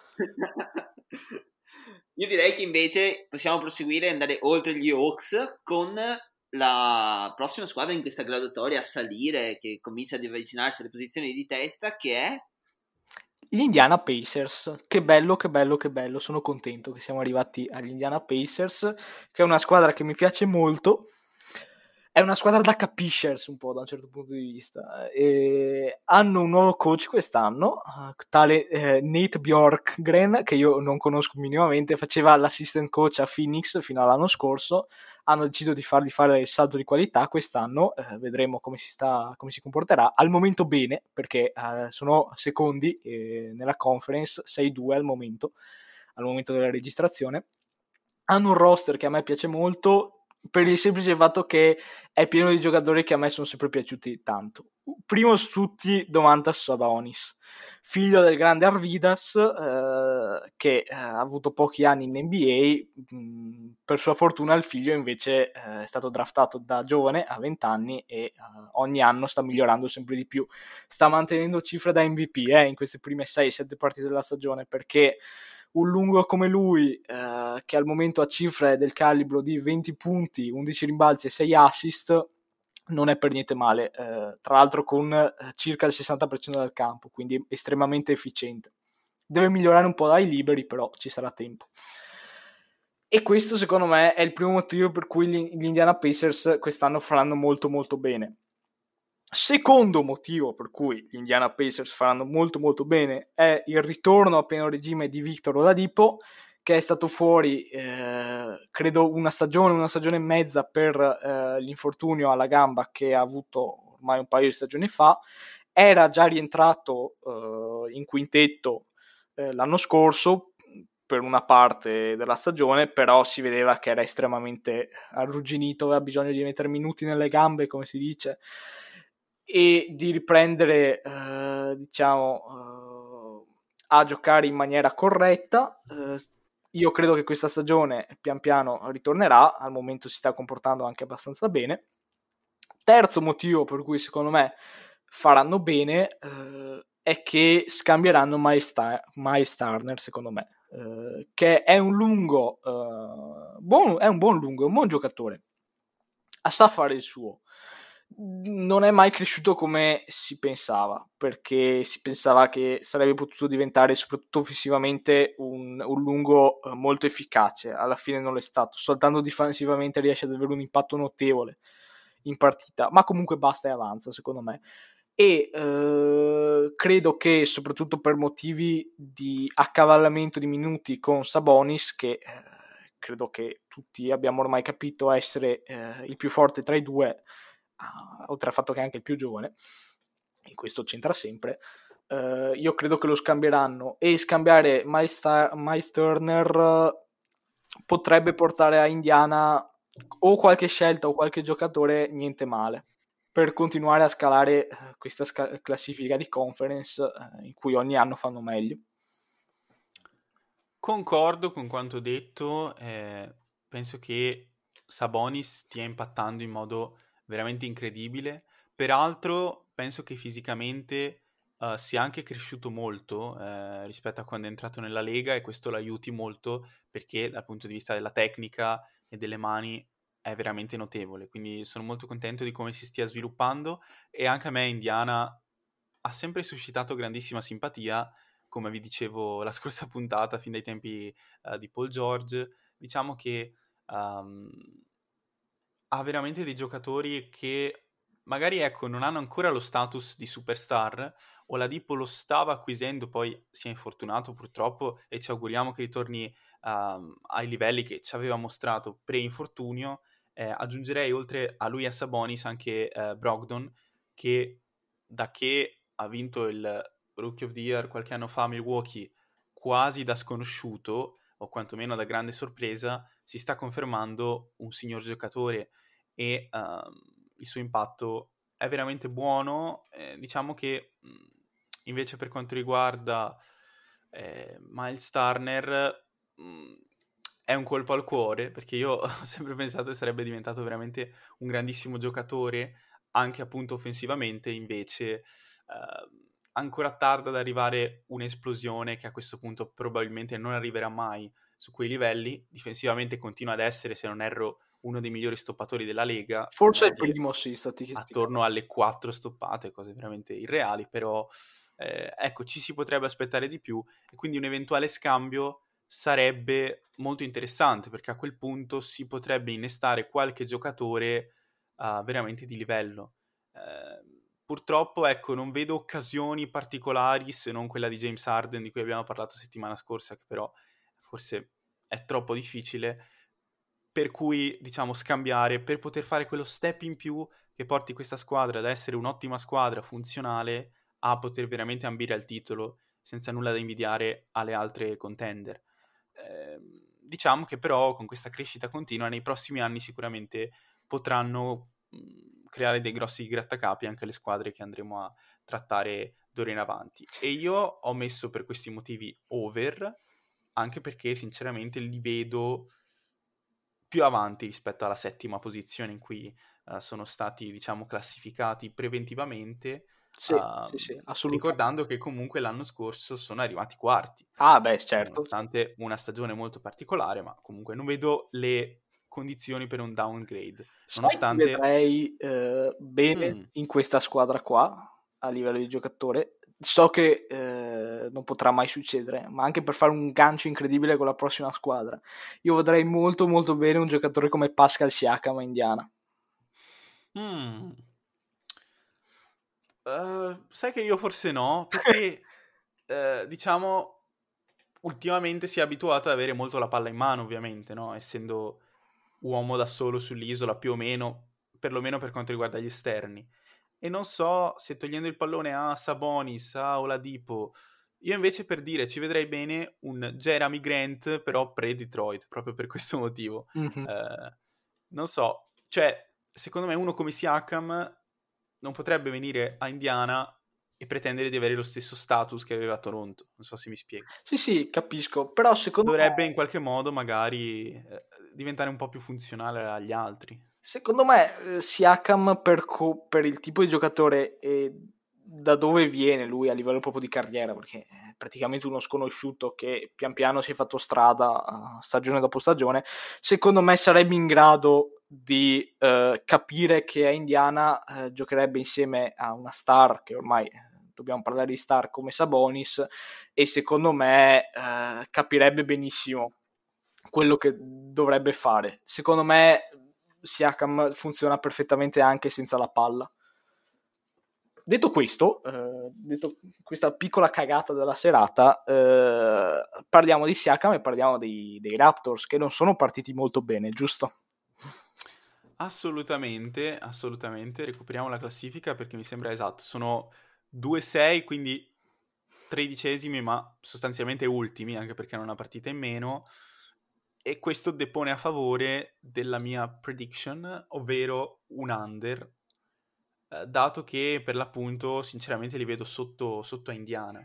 Io direi che invece possiamo proseguire e andare oltre gli Hawks con la prossima squadra in questa graduatoria a salire, che comincia ad avvicinarsi alle posizioni di testa, che è gli Indiana Pacers. Che bello, sono contento che siamo arrivati agli Indiana Pacers, che è una squadra che mi piace molto. È una squadra da capishers un po' da un certo punto di vista. Hanno un nuovo coach quest'anno, tale Nate Bjorkgren, che io non conosco minimamente, faceva l'assistant coach a Phoenix fino all'anno scorso. Hanno deciso di fargli fare il salto di qualità quest'anno, vedremo come si comporterà. Al momento bene, perché sono secondi nella conference, 6-2 al momento della registrazione. Hanno un roster che a me piace molto, per il semplice fatto che è pieno di giocatori che a me sono sempre piaciuti tanto. Primo su tutti Domantas Sabonis, figlio del grande Arvidas, che ha avuto pochi anni in NBA. Per sua fortuna il figlio invece è stato draftato da giovane a 20 anni e ogni anno sta migliorando sempre di più. Sta mantenendo cifre da MVP in queste prime 6-7 partite della stagione, perché un lungo come lui, che al momento ha cifre del calibro di 20 punti, 11 rimbalzi e 6 assist, non è per niente male, tra l'altro con circa il 60% del campo, quindi estremamente efficiente. Deve migliorare un po' dai liberi, però ci sarà tempo. E questo secondo me è il primo motivo per cui gli Indiana Pacers quest'anno faranno molto molto bene. Secondo motivo per cui gli Indiana Pacers faranno molto molto bene è il ritorno a pieno regime di Victor Oladipo, che è stato fuori credo una stagione e mezza per l'infortunio alla gamba che ha avuto ormai un paio di stagioni fa. Era già rientrato in quintetto l'anno scorso per una parte della stagione, però si vedeva che era estremamente arrugginito, aveva bisogno di mettere minuti nelle gambe, come si dice, e di riprendere a giocare in maniera corretta. Io credo che questa stagione pian piano ritornerà, al momento si sta comportando anche abbastanza bene. Terzo motivo per cui secondo me faranno bene è che scambieranno Miles Turner, secondo me, che è un lungo è un buon lungo, è un buon giocatore, sa fare il suo. Non è mai cresciuto come si pensava, perché si pensava che sarebbe potuto diventare soprattutto offensivamente un lungo molto efficace. Alla fine non l'è stato, soltanto difensivamente riesce ad avere un impatto notevole in partita, ma comunque basta e avanza secondo me. E credo che soprattutto per motivi di accavallamento di minuti con Sabonis, che credo che tutti abbiamo ormai capito essere il più forte tra i due, oltre al fatto che è anche il più giovane, e questo c'entra sempre, io credo che lo scambieranno, e scambiare Miles Turner potrebbe portare a Indiana o qualche scelta o qualche giocatore niente male per continuare a scalare questa classifica di conference in cui ogni anno fanno meglio. Concordo con quanto detto, penso che Sabonis stia impattando in modo veramente incredibile. Peraltro penso che fisicamente sia anche cresciuto molto rispetto a quando è entrato nella Lega, e questo l'aiuti molto perché dal punto di vista della tecnica e delle mani è veramente notevole. Quindi sono molto contento di come si stia sviluppando, e anche a me Indiana ha sempre suscitato grandissima simpatia, come vi dicevo la scorsa puntata, fin dai tempi di Paul George. Diciamo che ha veramente dei giocatori che magari, ecco, non hanno ancora lo status di superstar. Oladipo lo stava acquisendo, poi si è infortunato purtroppo, e ci auguriamo che ritorni ai livelli che ci aveva mostrato pre-infortunio. Aggiungerei oltre a lui e a Sabonis anche Brogdon, che da che ha vinto il Rookie of the Year qualche anno fa a Milwaukee, quasi da sconosciuto, o quantomeno da grande sorpresa, si sta confermando un signor giocatore, e il suo impatto è veramente buono. Diciamo che invece per quanto riguarda Miles Turner è un colpo al cuore, perché io ho sempre pensato che sarebbe diventato veramente un grandissimo giocatore, anche appunto offensivamente. Invece ancora tarda ad arrivare un'esplosione che a questo punto probabilmente non arriverà mai su quei livelli. Difensivamente continua ad essere, se non erro, uno dei migliori stoppatori della Lega, Forse il primo, sì, attorno alle 4 stoppate, cose veramente irreali. Però ecco, ci si potrebbe aspettare di più, e quindi un eventuale scambio sarebbe molto interessante, perché a quel punto si potrebbe innestare qualche giocatore veramente di livello. Purtroppo, ecco, non vedo occasioni particolari, se non quella di James Harden di cui abbiamo parlato settimana scorsa, che però forse è troppo difficile, per cui, diciamo, scambiare per poter fare quello step in più che porti questa squadra ad essere un'ottima squadra funzionale, a poter veramente ambire al titolo senza nulla da invidiare alle altre contender. Diciamo che però con questa crescita continua nei prossimi anni sicuramente potranno creare dei grossi grattacapi anche le squadre che andremo a trattare d'ora in avanti. E io ho messo per questi motivi over, anche perché sinceramente li vedo più avanti rispetto alla settima posizione in cui sono stati, diciamo, classificati preventivamente. Sì, sì, assolutamente. Ricordando che comunque l'anno scorso sono arrivati quarti. Ah, beh, certo. Nonostante una stagione molto particolare, ma comunque non vedo le condizioni per un downgrade. Nonostante... vedrei bene in questa squadra qua, a livello di giocatore. So che non potrà mai succedere, ma anche per fare un gancio incredibile con la prossima squadra. Io vedrei molto molto bene un giocatore come Pascal Siakam a Indiana. Sai che io forse no, perché diciamo ultimamente si è abituato ad avere molto la palla in mano, ovviamente, no? Essendo uomo da solo sull'isola, più o meno, perlomeno per quanto riguarda gli esterni. E non so se togliendo il pallone a Sabonis, a Oladipo, io invece per dire ci vedrei bene un Jeremy Grant, però pre-Detroit, proprio per questo motivo. Mm-hmm. Non so, cioè, secondo me uno come Siakam non potrebbe venire a Indiana e pretendere di avere lo stesso status che aveva a Toronto. Non so se mi spiego. Sì, capisco, però secondo Dovrebbe me... in qualche modo magari diventare un po' più funzionale agli altri. Secondo me Siakam per il tipo di giocatore e da dove viene lui a livello proprio di carriera, perché è praticamente uno sconosciuto che pian piano si è fatto strada stagione dopo stagione, secondo me sarebbe in grado di capire che a Indiana giocherebbe insieme a una star, che ormai dobbiamo parlare di star come Sabonis, e secondo me capirebbe benissimo quello che dovrebbe fare. Secondo me Siakam funziona perfettamente anche senza la palla. Detto questo, detto questa piccola cagata della serata, parliamo di Siakam e parliamo dei Raptors, che non sono partiti molto bene, giusto? Assolutamente, assolutamente. Recuperiamo la classifica perché mi sembra esatto. Sono 2-6, quindi 13esimi, ma sostanzialmente ultimi, anche perché hanno una partita in meno. E questo depone a favore della mia prediction, ovvero un under, dato che per l'appunto sinceramente li vedo sotto a Indiana.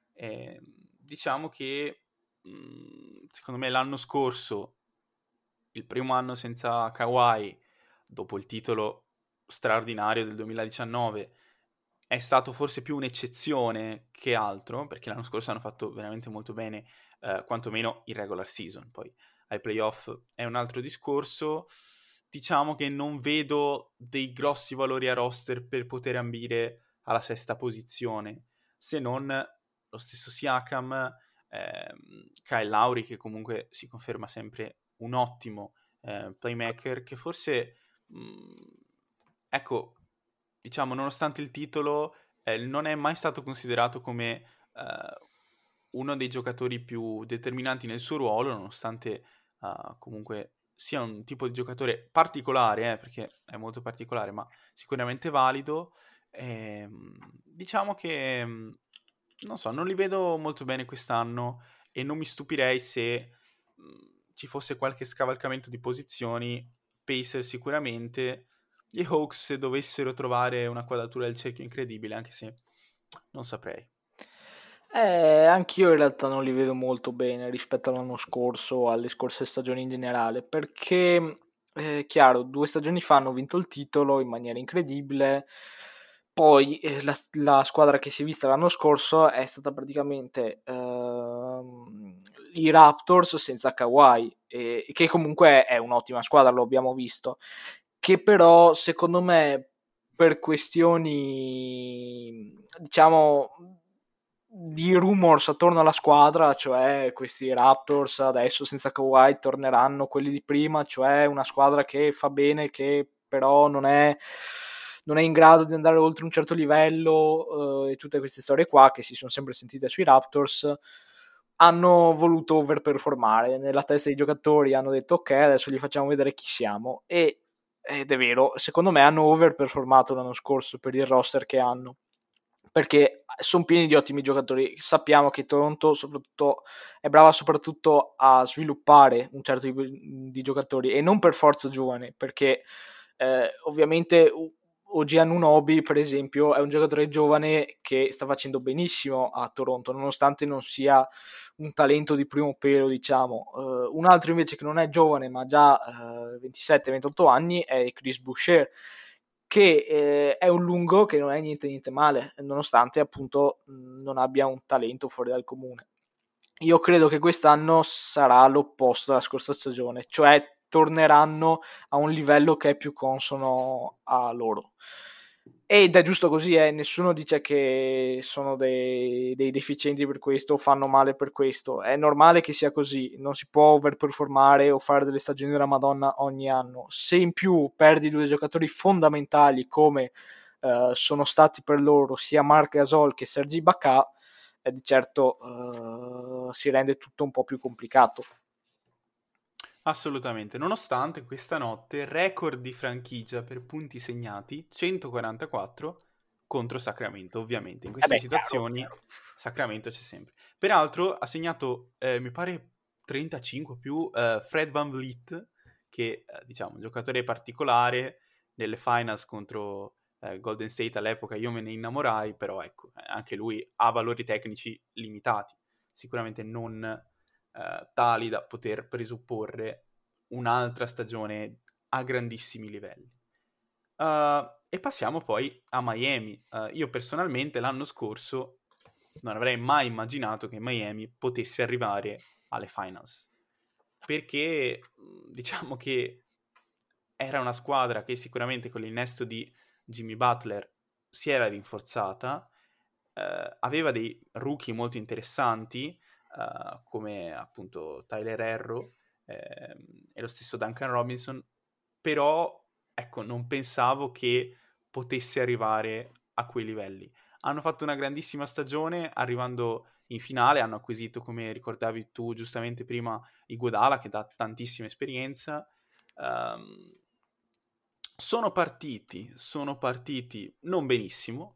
Diciamo che secondo me l'anno scorso, il primo anno senza Kawhi, dopo il titolo straordinario del 2019, è stato forse più un'eccezione che altro, perché l'anno scorso hanno fatto veramente molto bene, quantomeno in regular season. Poi ai playoff è un altro discorso. Diciamo che non vedo dei grossi valori a roster per poter ambire alla sesta posizione, se non lo stesso Siakam, Kyle Lowry, che comunque si conferma sempre un ottimo playmaker, che forse, ecco, diciamo, nonostante il titolo, non è mai stato considerato come uno dei giocatori più determinanti nel suo ruolo, nonostante comunque sia un tipo di giocatore particolare, perché è molto particolare, ma sicuramente valido. Diciamo che, non so, non li vedo molto bene quest'anno e non mi stupirei se ci fosse qualche scavalcamento di posizioni. Pacers sicuramente, gli Hawks se dovessero trovare una quadratura del cerchio incredibile, anche se non saprei. Anch'io in realtà non li vedo molto bene rispetto all'anno scorso, alle scorse stagioni in generale, perché chiaro, 2 stagioni fa hanno vinto il titolo in maniera incredibile, poi la squadra che si è vista l'anno scorso è stata praticamente i Raptors senza Kawhi, che comunque è un'ottima squadra, lo abbiamo visto, che però secondo me per questioni, diciamo, di rumors attorno alla squadra, cioè questi Raptors adesso senza Kawhi torneranno quelli di prima, cioè una squadra che fa bene, che però non è in grado di andare oltre un certo livello, e tutte queste storie qua che si sono sempre sentite sui Raptors, hanno voluto overperformare nella testa dei giocatori, hanno detto ok, adesso gli facciamo vedere chi siamo, ed è vero, secondo me hanno overperformato l'anno scorso per il roster che hanno, perché sono pieni di ottimi giocatori. Sappiamo che Toronto soprattutto è brava soprattutto a sviluppare un certo tipo di giocatori, e non per forza giovane, perché ovviamente OG Anunoby per esempio è un giocatore giovane che sta facendo benissimo a Toronto, nonostante non sia un talento di primo pelo, diciamo. Un altro invece che non è giovane ma già 27-28 anni è Chris Boucher, che è un lungo che non è niente male, nonostante appunto non abbia un talento fuori dal comune. Io credo che quest'anno sarà l'opposto della scorsa stagione, cioè torneranno a un livello che è più consono a loro. Ed è giusto così, nessuno dice che sono dei deficienti per questo o fanno male per questo, è normale che sia così, non si può overperformare o fare delle stagioni della Madonna ogni anno. Se in più perdi 2 giocatori fondamentali come sono stati per loro sia Marc Gasol che Sergi Ibaka, di certo si rende tutto un po' più complicato. Assolutamente, nonostante questa notte record di franchigia per punti segnati 144 contro Sacramento, ovviamente in queste situazioni chiaro. Sacramento c'è sempre. Peraltro ha segnato mi pare 35 più Fred VanVleet, che diciamo un giocatore particolare. Nelle finals contro Golden State all'epoca io me ne innamorai, però ecco, anche lui ha valori tecnici limitati, sicuramente non tali da poter presupporre un'altra stagione a grandissimi livelli. E passiamo poi a Miami. Io personalmente l'anno scorso non avrei mai immaginato che Miami potesse arrivare alle finals, perché diciamo che era una squadra che sicuramente con l'innesto di Jimmy Butler si era rinforzata, aveva dei rookie molto interessanti, come appunto Tyler Herro e lo stesso Duncan Robinson, però ecco, non pensavo che potesse arrivare a quei livelli. Hanno fatto una grandissima stagione, arrivando in finale, hanno acquisito, come ricordavi tu giustamente prima, Iguodala, che dà tantissima esperienza. Sono partiti non benissimo,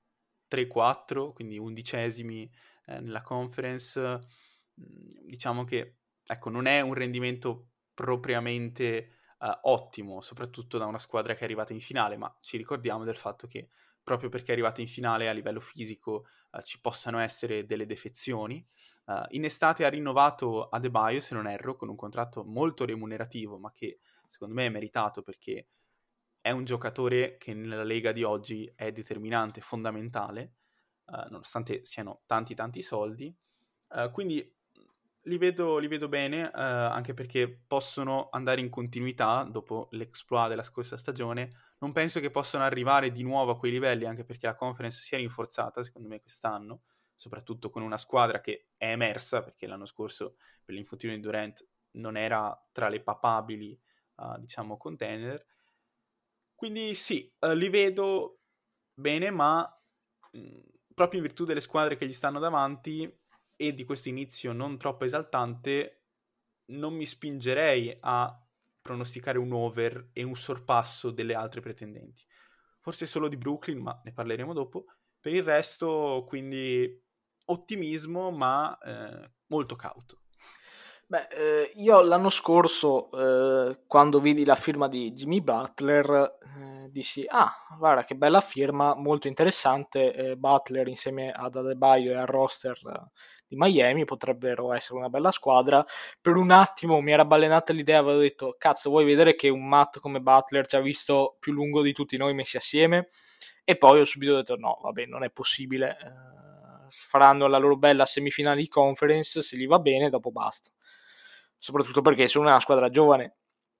3-4, quindi 11esimi nella conference. Diciamo che ecco, non è un rendimento propriamente ottimo, soprattutto da una squadra che è arrivata in finale, ma ci ricordiamo del fatto che proprio perché è arrivata in finale a livello fisico ci possano essere delle defezioni. In estate ha rinnovato Adebayo, se non erro, con un contratto molto remunerativo, ma che secondo me è meritato, perché è un giocatore che nella Lega di oggi è determinante, fondamentale, nonostante siano tanti soldi. Quindi li vedo bene, anche perché possono andare in continuità dopo l'exploit della scorsa stagione. Non penso che possano arrivare di nuovo a quei livelli, anche perché la conference si è rinforzata, secondo me, quest'anno, soprattutto con una squadra che è emersa, perché l'anno scorso per l'infortunio di Durant non era tra le papabili, diciamo, contender. Quindi sì, li vedo bene, ma proprio in virtù delle squadre che gli stanno davanti e di questo inizio non troppo esaltante, non mi spingerei a pronosticare un over e un sorpasso delle altre pretendenti. Forse solo di Brooklyn, ma ne parleremo dopo. Per il resto, quindi, ottimismo, ma molto cauto. Beh, io l'anno scorso, quando vidi la firma di Jimmy Butler, dissi, guarda che bella firma, molto interessante, Butler insieme ad Adebayo e al roster di Miami potrebbero essere una bella squadra. Per un attimo mi era balenata l'idea, avevo detto, cazzo, vuoi vedere che un matto come Butler ci ha visto più lungo di tutti noi messi assieme? E poi ho subito detto, no, vabbè, non è possibile, faranno la loro bella semifinale di conference, se gli va bene, dopo basta. Soprattutto perché sono una squadra giovane.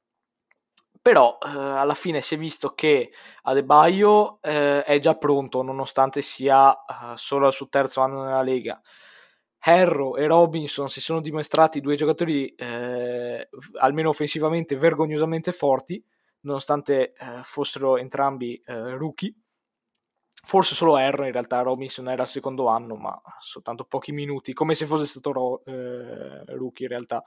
Però alla fine si è visto che Adebayo è già pronto, nonostante sia solo al suo terzo anno nella Lega. Herro e Robinson si sono dimostrati due giocatori almeno offensivamente vergognosamente forti, nonostante fossero entrambi rookie. Forse solo Herro, in realtà Robinson era al secondo anno, ma soltanto pochi minuti, come se fosse stato rookie in realtà.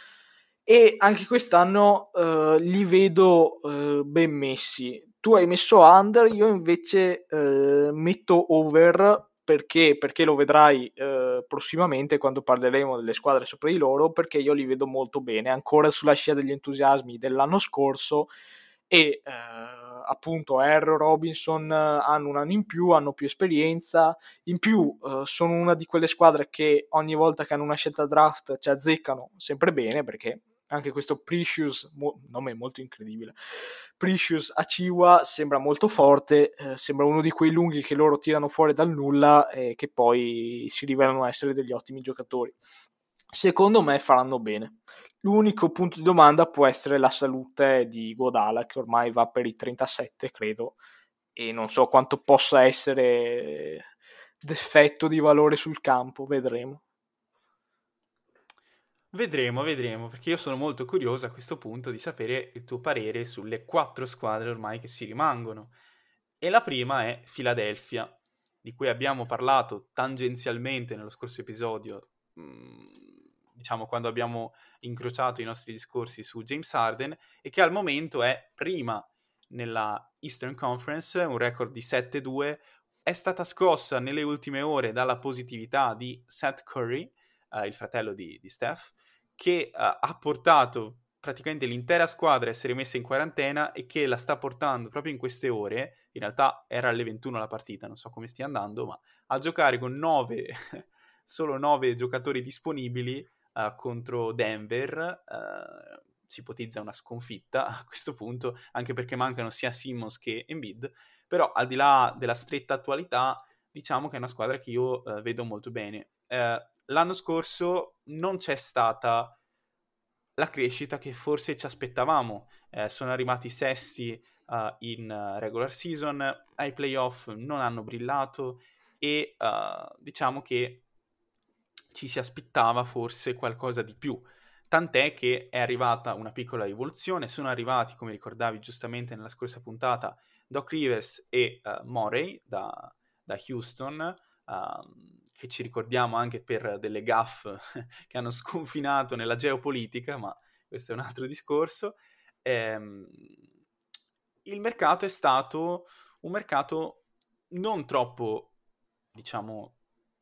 E anche quest'anno li vedo ben messi. Tu hai messo under, io invece metto over, perché lo vedrai prossimamente quando parleremo delle squadre sopra di loro, perché io li vedo molto bene, ancora sulla scia degli entusiasmi dell'anno scorso. E appunto Herro, Robinson hanno un anno in più, hanno più esperienza, in più sono una di quelle squadre che ogni volta che hanno una scelta draft ci azzeccano sempre bene, perché anche questo Precious, nome molto incredibile, Precious Achiuwa sembra molto forte, sembra uno di quei lunghi che loro tirano fuori dal nulla e che poi si rivelano essere degli ottimi giocatori. Secondo me faranno bene. L'unico punto di domanda può essere la salute di Iguodala, che ormai va per i 37, credo, e non so quanto possa essere d'effetto di valore sul campo, vedremo. Vedremo, perché io sono molto curioso a questo punto di sapere il tuo parere sulle 4 squadre ormai che si rimangono. E la prima è Philadelphia. di cui abbiamo parlato tangenzialmente nello scorso episodio, diciamo quando abbiamo incrociato i nostri discorsi su James Harden, e che al momento è prima nella Eastern Conference, un record di 7-2, è stata scossa nelle ultime ore dalla positività di Seth Curry, il fratello di Steph, che ha portato praticamente l'intera squadra a essere messa in quarantena e che la sta portando proprio in queste ore, in realtà era alle 21 la partita, non so come stia andando, ma a giocare con solo 9 giocatori disponibili contro Denver. Si ipotizza una sconfitta a questo punto, anche perché mancano sia Simmons che Embiid, però al di là della stretta attualità, diciamo che è una squadra che io vedo molto bene. L'anno scorso non c'è stata la crescita che forse ci aspettavamo. Sono arrivati sesti in regular season, ai playoff non hanno brillato e diciamo che ci si aspettava forse qualcosa di più. Tant'è che è arrivata una piccola rivoluzione, sono arrivati, come ricordavi giustamente nella scorsa puntata, Doc Rivers e Morey da Houston, che ci ricordiamo anche per delle gaffe che hanno sconfinato nella geopolitica, ma questo è un altro discorso. Il mercato è stato un mercato non troppo, diciamo,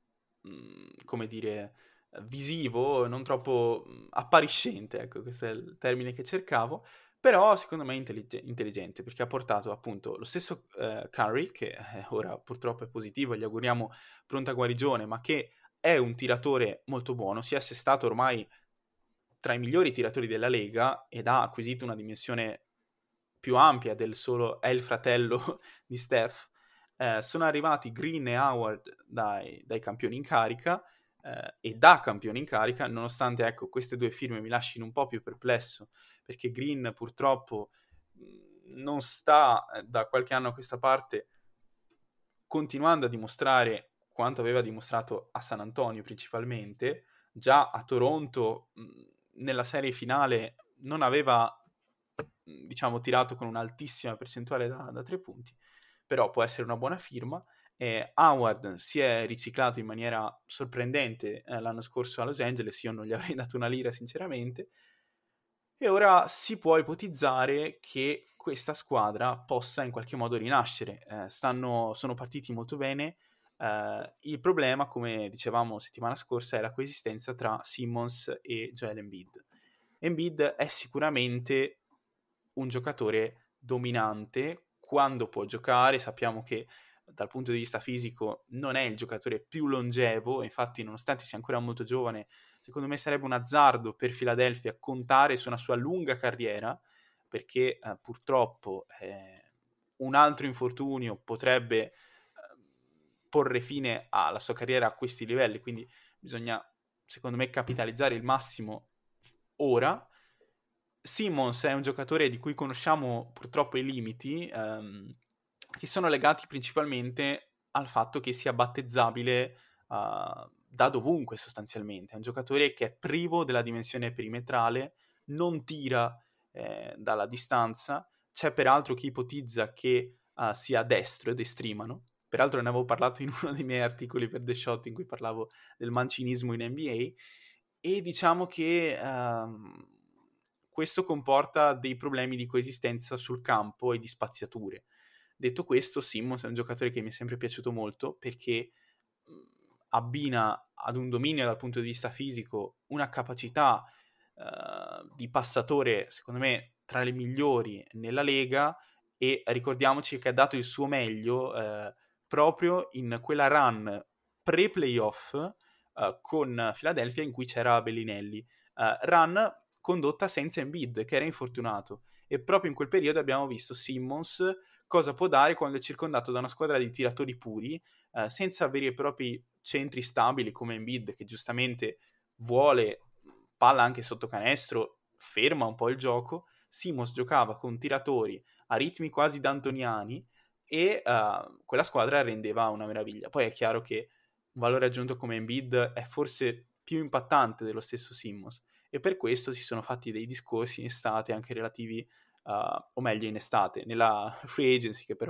come dire, visivo, non troppo appariscente, ecco, questo è il termine che cercavo, però secondo me intelligente, perché ha portato appunto lo stesso Curry, che ora purtroppo è positivo e gli auguriamo pronta guarigione, ma che è un tiratore molto buono, si è assestato ormai tra i migliori tiratori della Lega ed ha acquisito una dimensione più ampia del solo è il fratello di Steph. Sono arrivati Green e Howard dai campioni in carica, e da campioni in carica, nonostante ecco queste due firme mi lasciano un po' più perplesso, perché Green purtroppo non sta da qualche anno a questa parte continuando a dimostrare quanto aveva dimostrato a San Antonio principalmente. Già a Toronto nella serie finale non aveva, diciamo, tirato con un'altissima percentuale da 3 punti, però può essere una buona firma. Howard si è riciclato in maniera sorprendente l'anno scorso a Los Angeles, io non gli avrei dato una lira sinceramente, e ora si può ipotizzare che questa squadra possa in qualche modo rinascere. Sono partiti molto bene. Il problema, come dicevamo settimana scorsa, è la coesistenza tra Simmons e Joel Embiid. Embiid è sicuramente un giocatore dominante quando può giocare. Sappiamo che dal punto di vista fisico non è il giocatore più longevo, infatti nonostante sia ancora molto giovane, secondo me sarebbe un azzardo per Philadelphia contare su una sua lunga carriera, perché purtroppo un altro infortunio potrebbe porre fine alla sua carriera a questi livelli, quindi bisogna secondo me capitalizzare il massimo ora. Simmons è un giocatore di cui conosciamo purtroppo i limiti, che sono legati principalmente al fatto che sia battezzabile da dovunque sostanzialmente. È un giocatore che è privo della dimensione perimetrale, non tira dalla distanza. C'è peraltro chi ipotizza che sia destro ed estrimano. Peraltro ne avevo parlato in uno dei miei articoli per The Shot in cui parlavo del mancinismo in NBA, e diciamo che questo comporta dei problemi di coesistenza sul campo e di spaziature. Detto questo, Simmons è un giocatore che mi è sempre piaciuto molto perché abbina ad un dominio dal punto di vista fisico una capacità di passatore, secondo me, tra le migliori nella Lega, e ricordiamoci che ha dato il suo meglio proprio in quella run pre-playoff con Philadelphia in cui c'era Bellinelli. Run condotta senza Embiid, che era infortunato, e proprio in quel periodo abbiamo visto Simmons cosa può dare quando è circondato da una squadra di tiratori puri, senza veri e propri centri stabili come Embiid, che giustamente vuole palla anche sotto canestro, ferma un po' il gioco. Simmons giocava con tiratori a ritmi quasi dantoniani e quella squadra rendeva una meraviglia. Poi è chiaro che un valore aggiunto come Embiid è forse più impattante dello stesso Simmons, e per questo si sono fatti dei discorsi in estate anche relativi, o meglio in estate, nella free agency, che però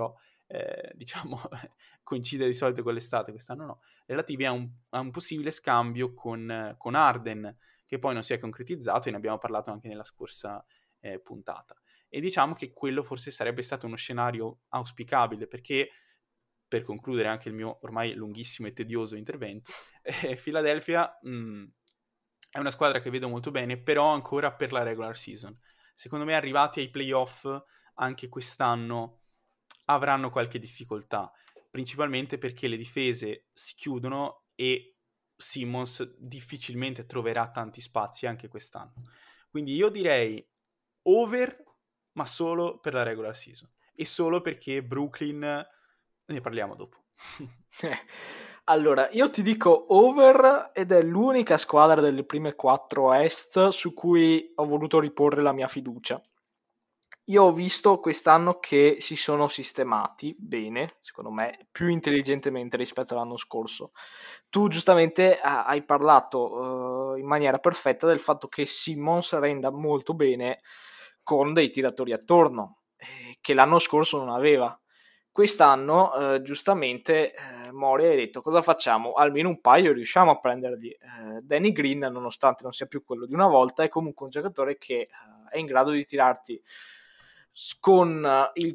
diciamo, coincide di solito con l'estate, quest'anno no, relativi a un possibile scambio con Harden, che poi non si è concretizzato e ne abbiamo parlato anche nella scorsa puntata. E diciamo che quello forse sarebbe stato uno scenario auspicabile, perché, per concludere anche il mio ormai lunghissimo e tedioso intervento, Philadelphia è una squadra che vedo molto bene, però ancora per la regular season. Secondo me, arrivati ai playoff anche quest'anno avranno qualche difficoltà, principalmente perché le difese si chiudono e Simmons difficilmente troverà tanti spazi anche quest'anno. Quindi io direi over, ma solo per la regular season e solo perché Brooklyn, ne parliamo dopo. Allora, io ti dico over, ed è l'unica squadra delle prime 4 est su cui ho voluto riporre la mia fiducia. Io ho visto quest'anno che si sono sistemati bene, secondo me, più intelligentemente rispetto all'anno scorso. Tu giustamente hai parlato in maniera perfetta del fatto che Simmons renda molto bene con dei tiratori attorno, che l'anno scorso non aveva. Quest'anno, giustamente, Mori ha detto: cosa facciamo? Almeno un paio riusciamo a prenderli. Danny Green, nonostante non sia più quello di una volta, è comunque un giocatore che è in grado di tirarti con il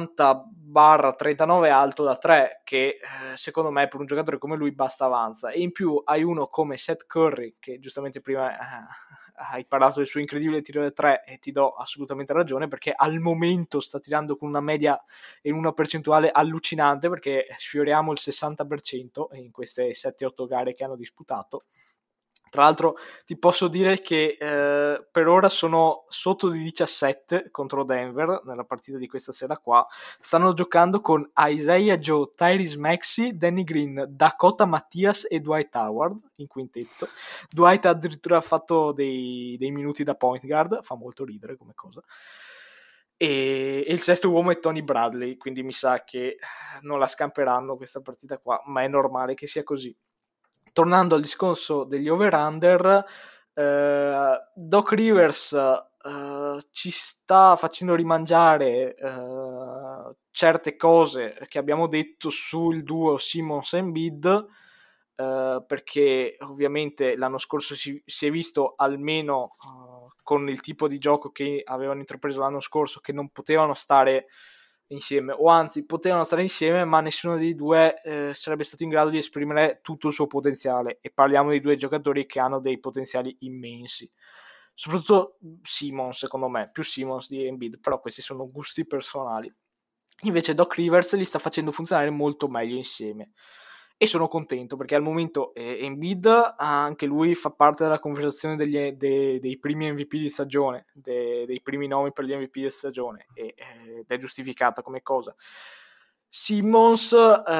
40/39 alto da 3, che secondo me per un giocatore come lui basta avanza. E in più hai uno come Seth Curry, che giustamente prima hai parlato del suo incredibile tiro da 3 e ti do assolutamente ragione, perché al momento sta tirando con una media e una percentuale allucinante, perché sfioriamo il 60% in queste 7-8 gare che hanno disputato. Tra l'altro ti posso dire che per ora sono sotto di 17 contro Denver nella partita di questa sera qua. Stanno giocando con Isaiah Joe, Tyrese Maxey, Danny Green, Dakota Mattias e Dwight Howard in quintetto. Dwight ha addirittura fatto dei minuti da point guard, fa molto ridere come cosa. E il sesto uomo è Tony Bradley, quindi mi sa che non la scamperanno questa partita qua, ma è normale che sia così. Tornando al discorso degli over-under, Doc Rivers ci sta facendo rimangiare certe cose che abbiamo detto sul duo Simmons e Embiid, perché ovviamente l'anno scorso si è visto, almeno con il tipo di gioco che avevano intrapreso l'anno scorso, che non potevano stare insieme, o anzi potevano stare insieme, ma nessuno dei due sarebbe stato in grado di esprimere tutto il suo potenziale, e parliamo di due giocatori che hanno dei potenziali immensi, soprattutto Simmons, secondo me, più Simmons di Embiid, però questi sono gusti personali. Invece Doc Rivers li sta facendo funzionare molto meglio insieme, e sono contento perché al momento Embiid anche lui fa parte della conversazione dei primi MVP di stagione, dei primi nomi per gli MVP di stagione, ed è giustificata come cosa. Simmons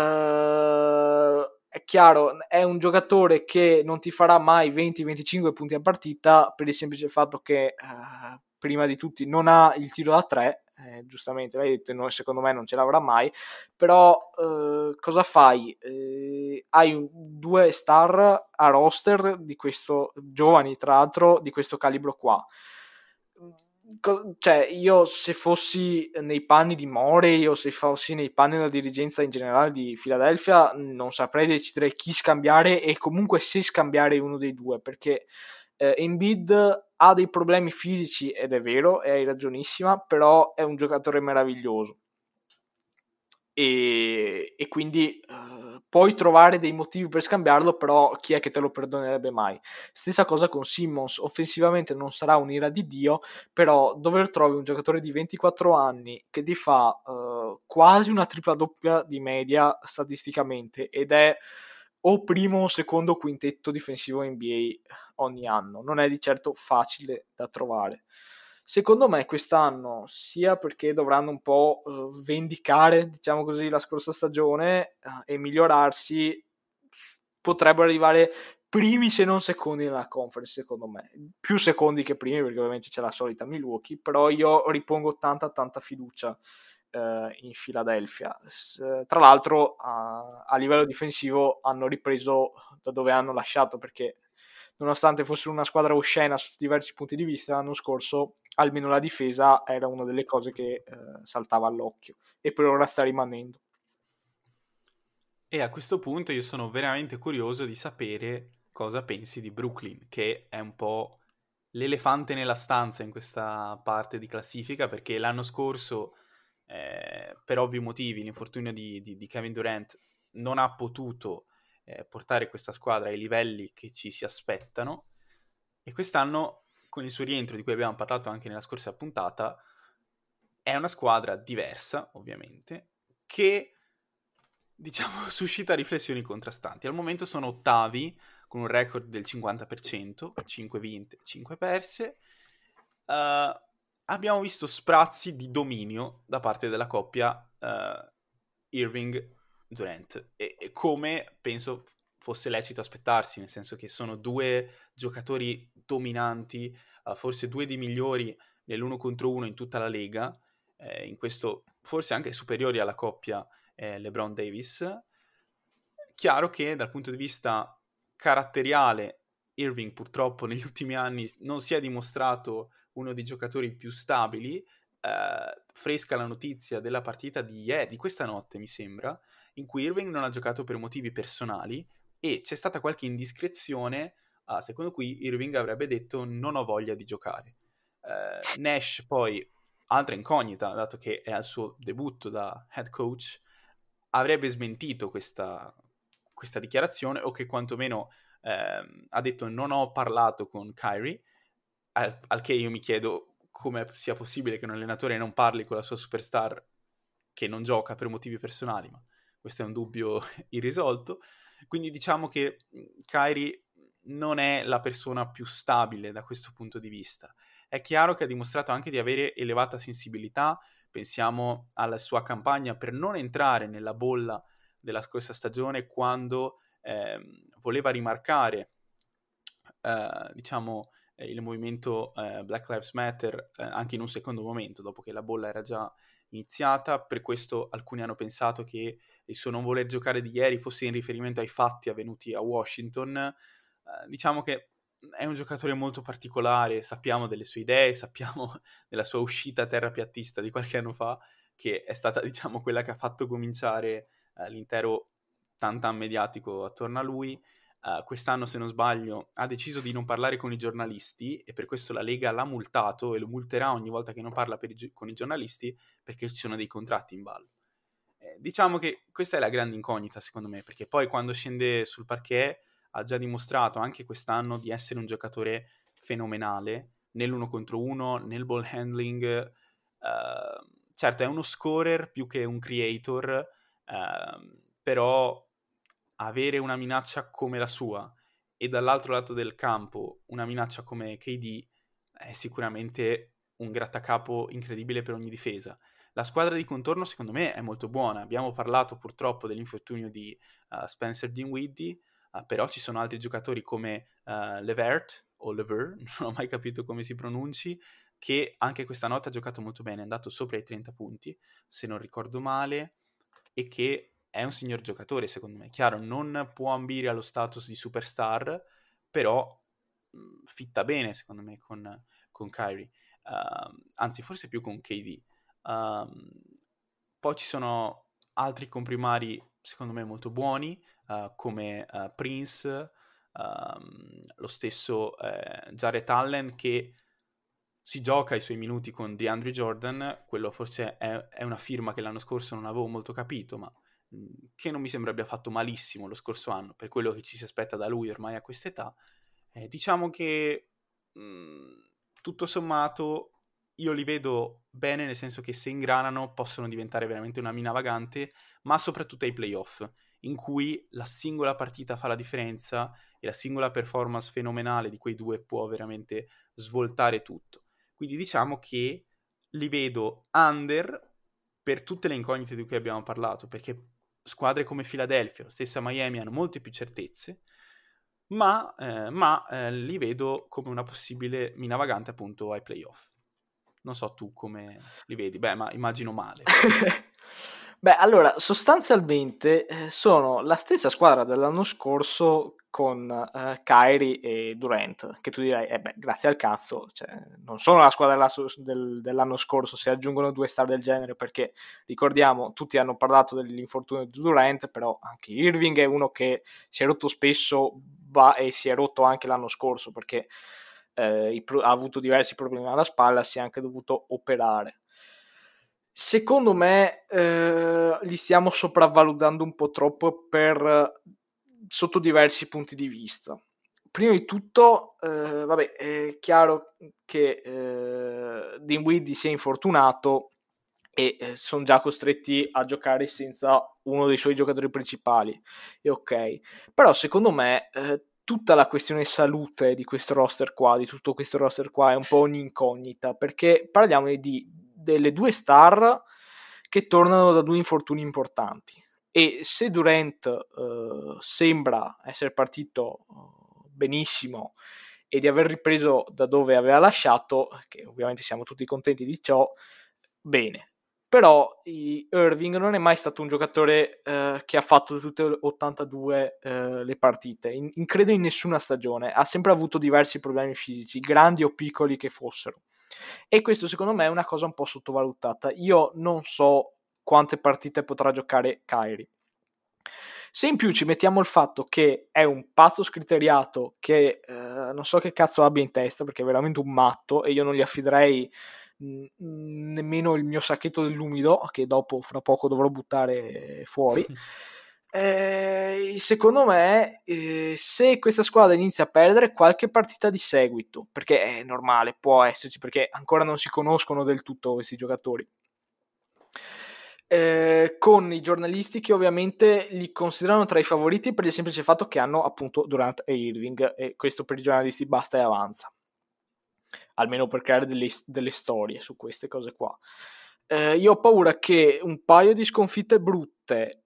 è chiaro, è un giocatore che non ti farà mai 20-25 punti a partita, per il semplice fatto che prima di tutti non ha il tiro da 3, giustamente l'hai detto, secondo me non ce l'avrà mai, però cosa fai? Hai 2 star a roster di questo, giovani tra l'altro, di questo calibro qua. Cioè, io se fossi nei panni di Morey o se fossi nei panni della dirigenza in generale di Philadelphia, non saprei decidere chi scambiare, e comunque se scambiare uno dei due, perché Embiid ha dei problemi fisici, ed è vero, e hai ragionissima, però è un giocatore meraviglioso, e quindi puoi trovare dei motivi per scambiarlo, però chi è che te lo perdonerebbe mai? Stessa cosa con Simmons, offensivamente non sarà un'ira di Dio, però dove trovi un giocatore di 24 anni che ti fa quasi una tripla doppia di media statisticamente, ed è o primo o secondo quintetto difensivo NBA ogni anno, non è di certo facile da trovare. Secondo me quest'anno, sia perché dovranno un po' vendicare, diciamo così, la scorsa stagione e migliorarsi, potrebbero arrivare primi se non secondi nella conference, secondo me. Più secondi che primi, perché ovviamente c'è la solita Milwaukee, però io ripongo tanta fiducia in Philadelphia. Tra l'altro a livello difensivo hanno ripreso da dove hanno lasciato, perché nonostante fossero una squadra oscena su diversi punti di vista, l'anno scorso almeno la difesa era una delle cose che saltava all'occhio, e per ora sta rimanendo. E a questo punto io sono veramente curioso di sapere cosa pensi di Brooklyn, che è un po' l'elefante nella stanza in questa parte di classifica, perché l'anno scorso, per ovvi motivi, l'infortunio di Kevin Durant non ha potuto portare questa squadra ai livelli che ci si aspettano, e quest'anno, con il suo rientro, di cui abbiamo parlato anche nella scorsa puntata, è una squadra diversa, ovviamente, che, diciamo, suscita riflessioni contrastanti. Al momento sono ottavi, con un record del 50%, 5 vinte, 5 perse. Abbiamo visto sprazzi di dominio da parte della coppia Irving-Durant, e come penso fosse lecito aspettarsi, nel senso che sono due giocatori dominanti, forse due dei migliori nell'1 contro 1 in tutta la Lega, in questo forse anche superiori alla coppia LeBron-Davis. Chiaro che dal punto di vista caratteriale Irving purtroppo negli ultimi anni non si è dimostrato uno dei giocatori più stabili. Fresca la notizia della partita di questa notte, mi sembra, in cui Irving non ha giocato per motivi personali, e c'è stata qualche indiscrezione secondo cui Irving avrebbe detto non ho voglia di giocare. Nash poi, altra incognita, dato che è al suo debutto da head coach, avrebbe smentito questa dichiarazione, o che quantomeno ha detto non ho parlato con Kyrie, al che io mi chiedo come sia possibile che un allenatore non parli con la sua superstar che non gioca per motivi personali, ma questo è un dubbio irrisolto. Quindi diciamo che Kyrie non è la persona più stabile da questo punto di vista. È chiaro che ha dimostrato anche di avere elevata sensibilità. Pensiamo alla sua campagna per non entrare nella bolla della scorsa stagione, quando voleva rimarcare diciamo il movimento Black Lives Matter anche in un secondo momento, dopo che la bolla era già iniziata. Per questo alcuni hanno pensato che il suo non voler giocare di ieri fosse in riferimento ai fatti avvenuti a Washington. Diciamo che è un giocatore molto particolare, sappiamo delle sue idee, sappiamo della sua uscita terrapiattista di qualche anno fa, che è stata, diciamo, quella che ha fatto cominciare l'intero tantan mediatico attorno a lui. Quest'anno, se non sbaglio, ha deciso di non parlare con i giornalisti, e per questo la Lega l'ha multato e lo multerà ogni volta che non parla con i giornalisti, perché ci sono dei contratti in ballo. Diciamo che questa è la grande incognita, secondo me, perché poi quando scende sul parquet ha già dimostrato anche quest'anno di essere un giocatore fenomenale nell'1 contro 1, nel ball handling. Certo, è uno scorer più che un creator, però avere una minaccia come la sua e dall'altro lato del campo una minaccia come KD è sicuramente un grattacapo incredibile per ogni difesa. La squadra di contorno secondo me è molto buona. Abbiamo parlato purtroppo dell'infortunio di Spencer Dinwiddie, però ci sono altri giocatori come Levert o Lever, non ho mai capito come si pronunci, che anche questa notte ha giocato molto bene, è andato sopra i 30 punti, se non ricordo male, e che è un signor giocatore, secondo me. Chiaro, non può ambire allo status di superstar, però fitta bene, secondo me, con Kyrie. Anzi, forse più con KD. Poi ci sono altri comprimari, secondo me, molto buoni, come Prince, lo stesso Jarrett Allen, che si gioca i suoi minuti con DeAndre Jordan. Quello forse è una firma che l'anno scorso non avevo molto capito, ma che non mi sembra abbia fatto malissimo lo scorso anno, per quello che ci si aspetta da lui ormai a quest'età. Diciamo che tutto sommato io li vedo bene, nel senso che se ingranano possono diventare veramente una mina vagante, ma soprattutto ai playoff, in cui la singola partita fa la differenza e la singola performance fenomenale di quei due può veramente svoltare tutto. Quindi diciamo che li vedo under per tutte le incognite di cui abbiamo parlato, perché squadre come Philadelphia, la stessa Miami, hanno molte più certezze, ma li vedo come una possibile mina vagante appunto ai playoff. Non so tu come li vedi, beh, ma immagino male. Beh, allora, sostanzialmente sono la stessa squadra dell'anno scorso con Kyrie e Durant, che tu direi, grazie al cazzo, cioè, non sono la squadra dell'anno scorso se aggiungono 2 star del genere, perché ricordiamo, tutti hanno parlato dell'infortunio di Durant, però anche Irving è uno che si è rotto spesso e si è rotto anche l'anno scorso, perché ha avuto diversi problemi alla spalla, si è anche dovuto operare. Secondo me li stiamo sopravvalutando un po' troppo sotto diversi punti di vista. Prima di tutto, è chiaro che Dinwiddie si è infortunato e sono già costretti a giocare senza uno dei suoi giocatori principali. E ok, però secondo me tutta la questione salute di questo roster qua, di tutto questo roster qua, è un po' un'incognita, perché parliamo delle 2 star che tornano da 2 infortuni importanti, e se Durant sembra essere partito benissimo e di aver ripreso da dove aveva lasciato, che ovviamente siamo tutti contenti di ciò, bene. Però Irving non è mai stato un giocatore che ha fatto tutte le 82 le partite, credo in nessuna stagione, ha sempre avuto diversi problemi fisici, grandi o piccoli che fossero, e questo secondo me è una cosa un po' sottovalutata. Io non so quante partite potrà giocare Kyrie. Se in più ci mettiamo il fatto che è un pazzo scriteriato che non so che cazzo abbia in testa, perché è veramente un matto e io non gli affiderei nemmeno il mio sacchetto dell'umido, che dopo fra poco dovrò buttare fuori. Secondo me se questa squadra inizia a perdere qualche partita di seguito, perché è normale, può esserci, perché ancora non si conoscono del tutto questi giocatori, con i giornalisti che ovviamente li considerano tra i favoriti per il semplice fatto che hanno appunto Durant e Irving, e questo per i giornalisti basta e avanza, almeno per creare delle storie su queste cose qua. Io ho paura che un paio di sconfitte brutte,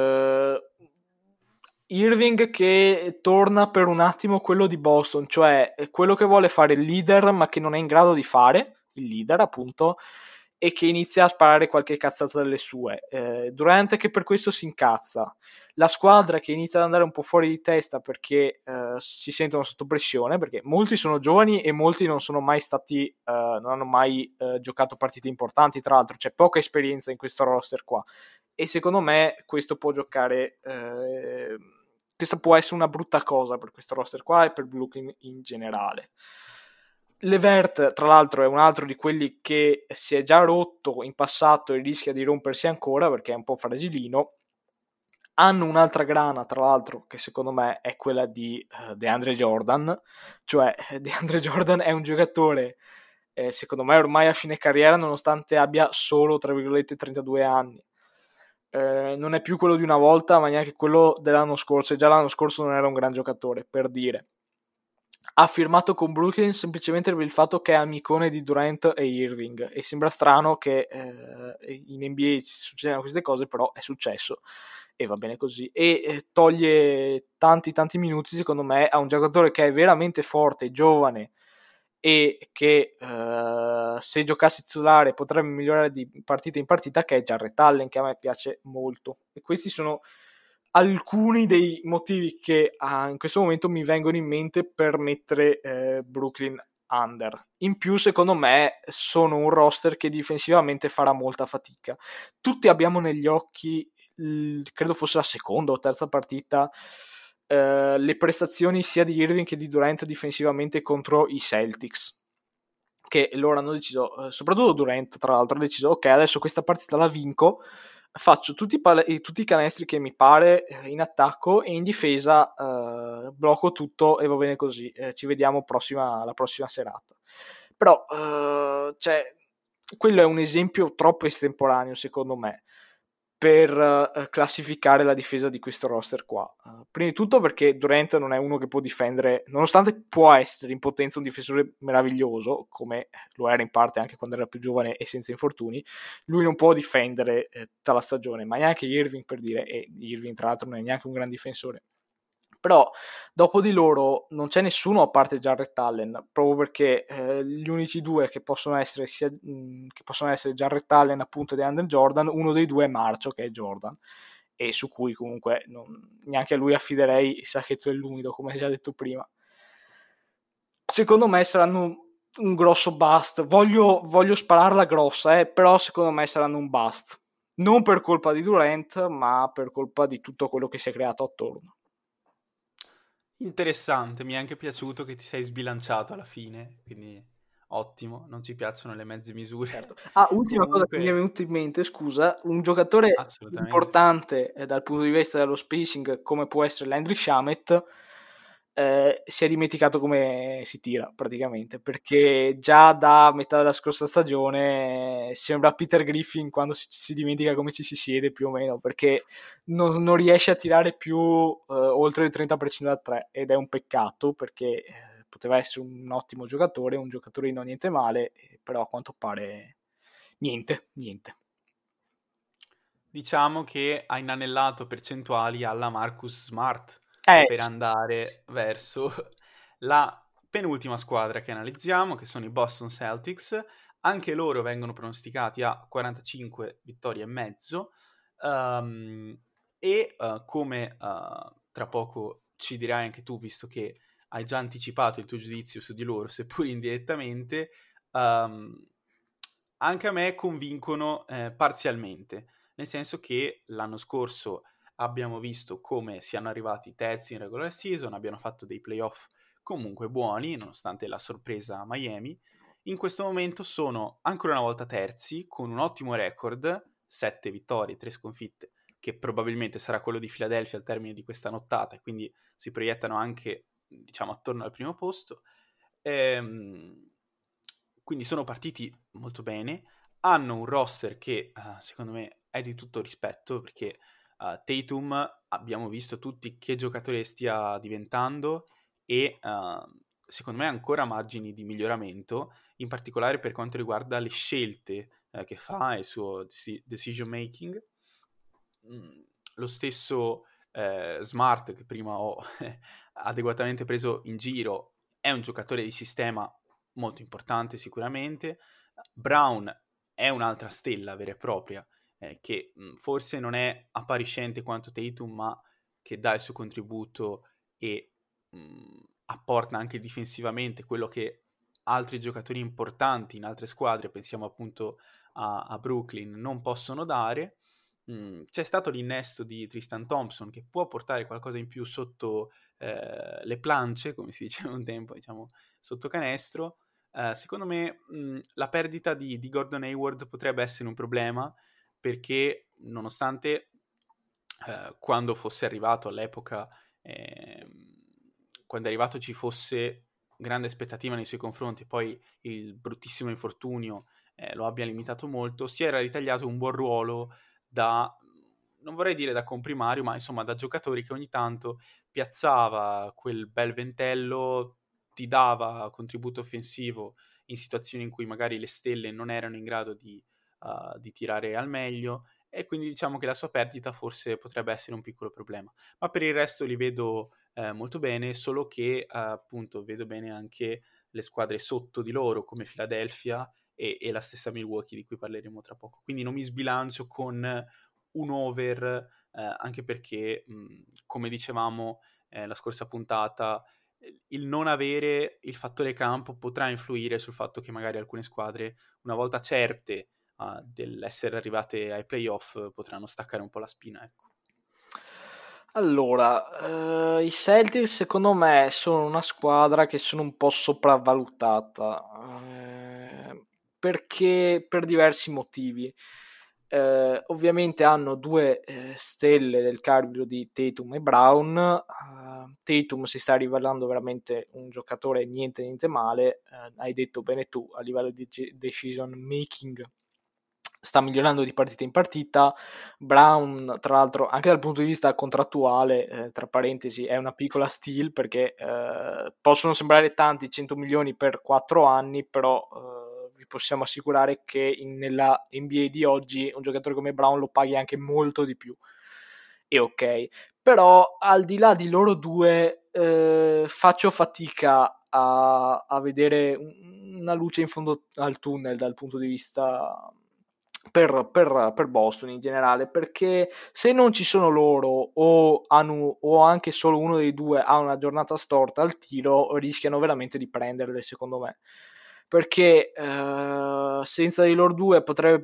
Irving che torna per un attimo quello di Boston, cioè quello che vuole fare il leader ma che non è in grado di fare il leader appunto, e che inizia a sparare qualche cazzata delle sue, Durant che per questo si incazza, la squadra che inizia ad andare un po' fuori di testa perché si sentono sotto pressione, perché molti sono giovani e molti non sono mai stati non hanno mai giocato partite importanti, tra l'altro c'è poca esperienza in questo roster qua, e secondo me questo può giocare questa può essere una brutta cosa per questo roster qua e per Brooklyn in generale. Levert tra l'altro è un altro di quelli che si è già rotto in passato e rischia di rompersi ancora perché è un po' fragilino. Hanno un'altra grana tra l'altro che secondo me è quella di DeAndre Jordan, cioè DeAndre Jordan è un giocatore secondo me ormai a fine carriera, nonostante abbia solo tra virgolette 32 anni. Non è più quello di una volta, ma neanche quello dell'anno scorso, e già l'anno scorso non era un gran giocatore, per dire. Ha firmato con Brooklyn semplicemente per il fatto che è amicone di Durant e Irving, e sembra strano che in NBA succedano queste cose, però è successo e va bene così, e toglie tanti minuti secondo me a un giocatore che è veramente forte, giovane, e che se giocasse titolare potrebbe migliorare di partita in partita, che è Jarrett Allen, che a me piace molto. E questi sono alcuni dei motivi che in questo momento mi vengono in mente per mettere Brooklyn under. In più secondo me sono un roster che difensivamente farà molta fatica. Tutti abbiamo negli occhi, credo fosse la seconda o terza partita, le prestazioni sia di Irving che di Durant difensivamente contro i Celtics, che loro hanno deciso, soprattutto Durant tra l'altro, ha deciso ok, adesso questa partita la vinco, faccio tutti i canestri che mi pare in attacco, e in difesa blocco tutto e va bene così, ci vediamo la prossima serata. Però cioè, quello è un esempio troppo estemporaneo secondo me per classificare la difesa di questo roster qua. Prima di tutto perché Durant non è uno che può difendere, nonostante può essere in potenza un difensore meraviglioso, come lo era in parte anche quando era più giovane e senza infortuni, lui non può difendere tutta la stagione, ma neanche Irving, per dire, e Irving tra l'altro non è neanche un gran difensore. Però dopo di loro non c'è nessuno a parte Jarrett Allen, proprio perché gli unici due che possono essere Jarrett Allen appunto e DeAndre Jordan, uno dei due è Marcio, che è Jordan, e su cui comunque neanche a lui affiderei il sacchetto dell'umido, come già detto prima. Secondo me saranno un grosso bust. Voglio spararla grossa, però secondo me saranno un bust. Non per colpa di Durant, ma per colpa di tutto quello che si è creato attorno. Interessante, mi è anche piaciuto che ti sei sbilanciato alla fine, quindi ottimo, non ci piacciono le mezze misure. Certo. Ultima cosa che mi è venuta in mente, scusa, un giocatore importante dal punto di vista dello spacing come può essere Landry Shamet, si è dimenticato come si tira praticamente, perché già da metà della scorsa stagione sembra Peter Griffin quando si dimentica come ci si siede più o meno, perché non riesce a tirare più oltre il 30% da 3 ed è un peccato, perché poteva essere un ottimo giocatore, un giocatore di non niente male, però a quanto pare niente. Diciamo che ha inanellato percentuali alla Marcus Smart per andare verso la penultima squadra che analizziamo, che sono i Boston Celtics. Anche loro vengono pronosticati a 45 vittorie e mezzo, come tra poco ci dirai anche tu, visto che hai già anticipato il tuo giudizio su di loro, seppur indirettamente, anche a me convincono parzialmente, nel senso che l'anno scorso abbiamo visto come siano arrivati terzi in regular season, abbiano fatto dei playoff comunque buoni, nonostante la sorpresa a Miami. In questo momento sono ancora una volta terzi, con un ottimo record, 7 vittorie, 3 sconfitte, che probabilmente sarà quello di Philadelphia al termine di questa nottata, e quindi si proiettano anche, diciamo, attorno al primo posto. Quindi sono partiti molto bene, hanno un roster che secondo me è di tutto rispetto, perché Tatum abbiamo visto tutti che giocatore stia diventando e secondo me ha ancora margini di miglioramento, in particolare per quanto riguarda le scelte che fa e il suo decision making. Lo stesso Smart, che prima ho adeguatamente preso in giro, è un giocatore di sistema molto importante sicuramente. Brown è un'altra stella vera e propria, che forse non è appariscente quanto Tatum, ma che dà il suo contributo e apporta anche difensivamente quello che altri giocatori importanti in altre squadre, pensiamo appunto a Brooklyn, non possono dare. C'è stato l'innesto di Tristan Thompson, che può portare qualcosa in più sotto le plance, come si diceva un tempo, diciamo, sotto canestro. Secondo me la perdita di Gordon Hayward potrebbe essere un problema, perché nonostante quando fosse arrivato all'epoca, quando è arrivato ci fosse grande aspettativa nei suoi confronti, poi il bruttissimo infortunio lo abbia limitato molto, si era ritagliato un buon ruolo da, non vorrei dire da comprimario, ma insomma da giocatori che ogni tanto piazzava quel bel ventello, ti dava contributo offensivo in situazioni in cui magari le stelle non erano in grado di tirare al meglio, e quindi diciamo che la sua perdita forse potrebbe essere un piccolo problema. Ma per il resto li vedo molto bene, solo che appunto vedo bene anche le squadre sotto di loro, come Philadelphia e la stessa Milwaukee, di cui parleremo tra poco. Quindi non mi sbilancio con un over, anche perché, come dicevamo la scorsa puntata, il non avere il fattore campo potrà influire sul fatto che magari alcune squadre, una volta certe dell'essere arrivate ai playoff, potranno staccare un po' la spina, ecco. Allora, i Celtics secondo me sono una squadra che sono un po' sopravvalutata, perché per diversi motivi. Ovviamente hanno due stelle del calibro di Tatum e Brown. Tatum si sta rivelando veramente un giocatore niente male, hai detto bene tu, a livello di decision making sta migliorando di partita in partita. Brown, tra l'altro, anche dal punto di vista contrattuale, tra parentesi, è una piccola steal, perché possono sembrare tanti 100 milioni per 4 anni, però vi possiamo assicurare che nella NBA di oggi un giocatore come Brown lo paghi anche molto di più. e ok. Però al di là di loro due faccio fatica a vedere una luce in fondo al tunnel dal punto di vista per Boston in generale, perché se non ci sono loro o anche solo uno dei due ha una giornata storta al tiro, rischiano veramente di prenderle, secondo me, perché senza di loro due potrebbe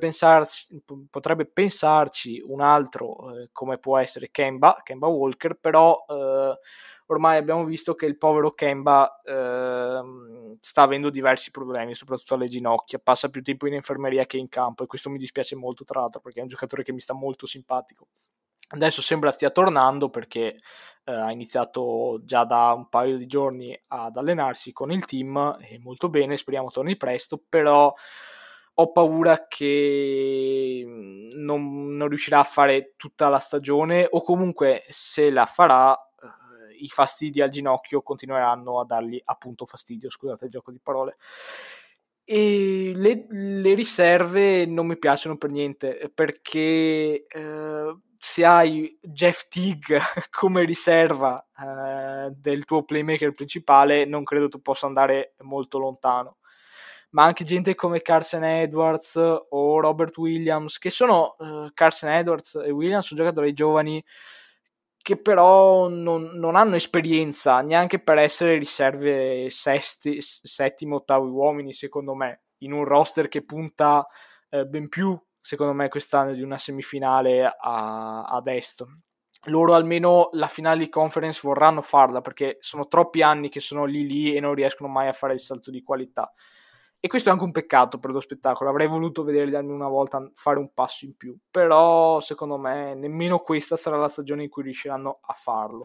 pensarci un altro come può essere Kemba Walker, però ormai abbiamo visto che il povero Kemba sta avendo diversi problemi, soprattutto alle ginocchia, passa più tempo in infermeria che in campo, e questo mi dispiace molto, tra l'altro, perché è un giocatore che mi sta molto simpatico. Adesso sembra stia tornando, perché ha iniziato già da un paio di giorni ad allenarsi con il team, e molto bene, speriamo torni presto, però ho paura che non riuscirà a fare tutta la stagione, o comunque se la farà i fastidi al ginocchio continueranno a dargli appunto fastidio, scusate il gioco di parole. E le riserve non mi piacciono per niente, perché se hai Jeff Teague come riserva del tuo playmaker principale, non credo tu possa andare molto lontano. Ma anche gente come Carson Edwards o Robert Williams, che sono Carson Edwards e Williams sono giocatori giovani che però non hanno esperienza neanche per essere riserve settimo, ottavo uomini, secondo me, in un roster che punta ben più, secondo me, quest'anno di una semifinale ad est. Loro almeno la finale di conference vorranno farla, perché sono troppi anni che sono lì e non riescono mai a fare il salto di qualità. E questo è anche un peccato per lo spettacolo, avrei voluto vederli almeno una volta fare un passo in più, però secondo me nemmeno questa sarà la stagione in cui riusciranno a farlo.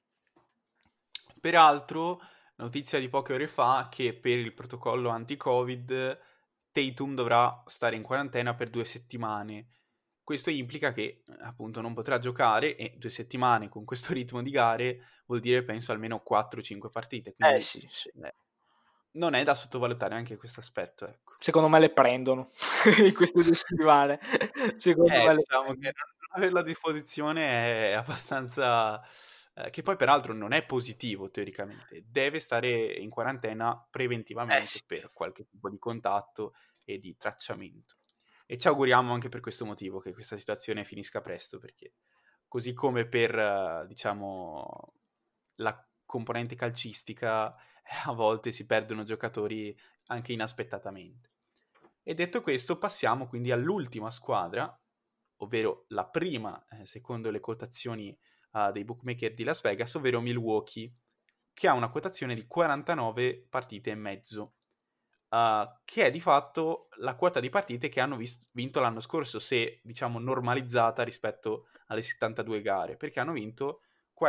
Peraltro, notizia di poche ore fa che per il protocollo anti-Covid Tatum dovrà stare in quarantena per 2 settimane. Questo implica che appunto non potrà giocare, e 2 settimane con questo ritmo di gare vuol dire penso almeno 4-5 partite, quindi Sì. non è da sottovalutare anche questo aspetto, ecco. Secondo me le prendono in queste 2 settimane. Secondo me le Diciamo che prendono. non averlo a disposizione è abbastanza che poi peraltro non è positivo teoricamente, deve stare in quarantena preventivamente Sì. per qualche tipo di contatto e di tracciamento. E ci auguriamo anche per questo motivo che questa situazione finisca presto, perché così come per, diciamo, la componente calcistica, a volte si perdono giocatori anche inaspettatamente. E detto questo, passiamo quindi all'ultima squadra, ovvero la prima, secondo le quotazioni dei bookmaker di Las Vegas, ovvero Milwaukee, che ha una quotazione di 49 partite e mezzo, che è di fatto la quota di partite che hanno vinto l'anno scorso, se diciamo normalizzata rispetto alle 72 gare, perché hanno vinto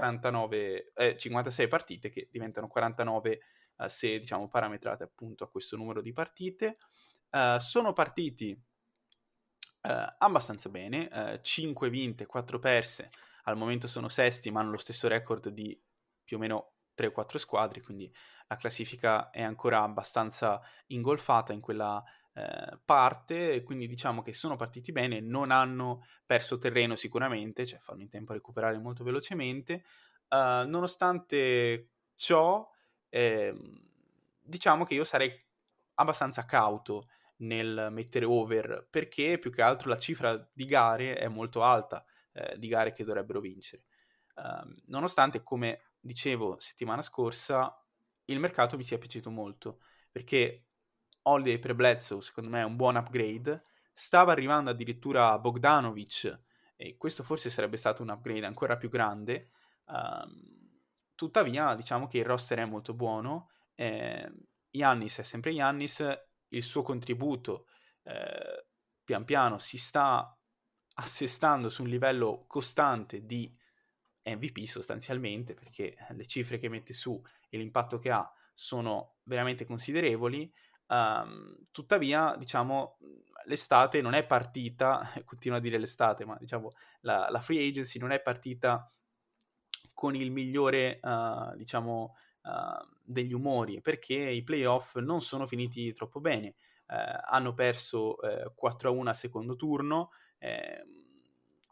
56 partite che diventano 49 se diciamo parametrate appunto a questo numero di partite. Sono partiti abbastanza bene, 5 vinte, 4 perse, al momento sono sesti ma hanno lo stesso record di più o meno 3 o 4 squadre, quindi la classifica è ancora abbastanza ingolfata in quella parte, quindi diciamo che sono partiti bene, non hanno perso terreno sicuramente, cioè fanno in tempo a recuperare molto velocemente, nonostante ciò diciamo che io sarei abbastanza cauto nel mettere over, perché più che altro la cifra di gare è molto alta, di gare che dovrebbero vincere. Nonostante, come dicevo settimana scorsa, il mercato mi sia piaciuto molto, perché Holiday per Bledsoe secondo me è un buon upgrade, stava arrivando addirittura Bogdanovic, e questo forse sarebbe stato un upgrade ancora più grande. Tuttavia diciamo che il roster è molto buono, Giannis è sempre Giannis, il suo contributo pian piano si sta assestando su un livello costante di MVP sostanzialmente, perché le cifre che mette su e l'impatto che ha sono veramente considerevoli. Tuttavia, diciamo, l'estate non è partita, continuo a dire l'estate, ma diciamo la free agency non è partita con il migliore, diciamo, degli umori, perché i playoff non sono finiti troppo bene. Hanno perso 4-1 al secondo turno,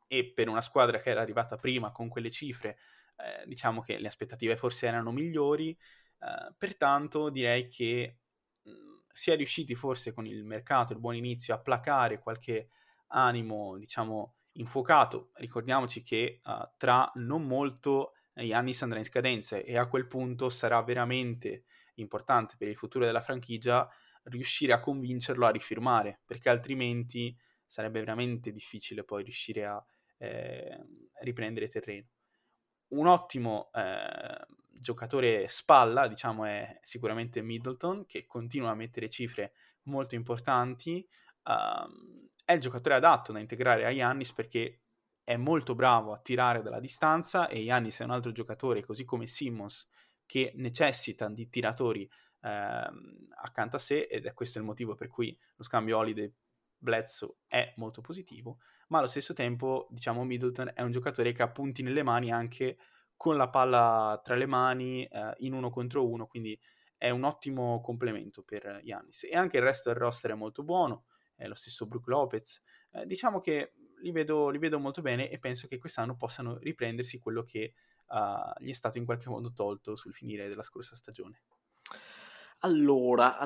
e per una squadra che era arrivata prima con quelle cifre, diciamo che le aspettative forse erano migliori, pertanto direi che si è riusciti forse con il mercato, il buon inizio, a placare qualche animo, diciamo, infuocato. Ricordiamoci che tra non molto Giannis andrà in scadenza e a quel punto sarà veramente importante per il futuro della franchigia riuscire a convincerlo a rifirmare, perché altrimenti sarebbe veramente difficile poi riuscire a riprendere terreno. Un ottimo giocatore spalla, diciamo, è sicuramente Middleton, che continua a mettere cifre molto importanti. È il giocatore adatto da integrare a Giannis perché è molto bravo a tirare dalla distanza e Giannis è un altro giocatore, così come Simmons, che necessita di tiratori accanto a sé, ed è questo il motivo per cui lo scambio Holiday-Bledsoe è molto positivo, ma allo stesso tempo, diciamo, Middleton è un giocatore che ha punti nelle mani anche con la palla tra le mani, in 1 contro 1, quindi è un ottimo complemento per Giannis. E anche il resto del roster è molto buono, lo stesso Brook Lopez. Diciamo che li vedo molto bene e penso che quest'anno possano riprendersi quello che gli è stato in qualche modo tolto sul finire della scorsa stagione. Allora,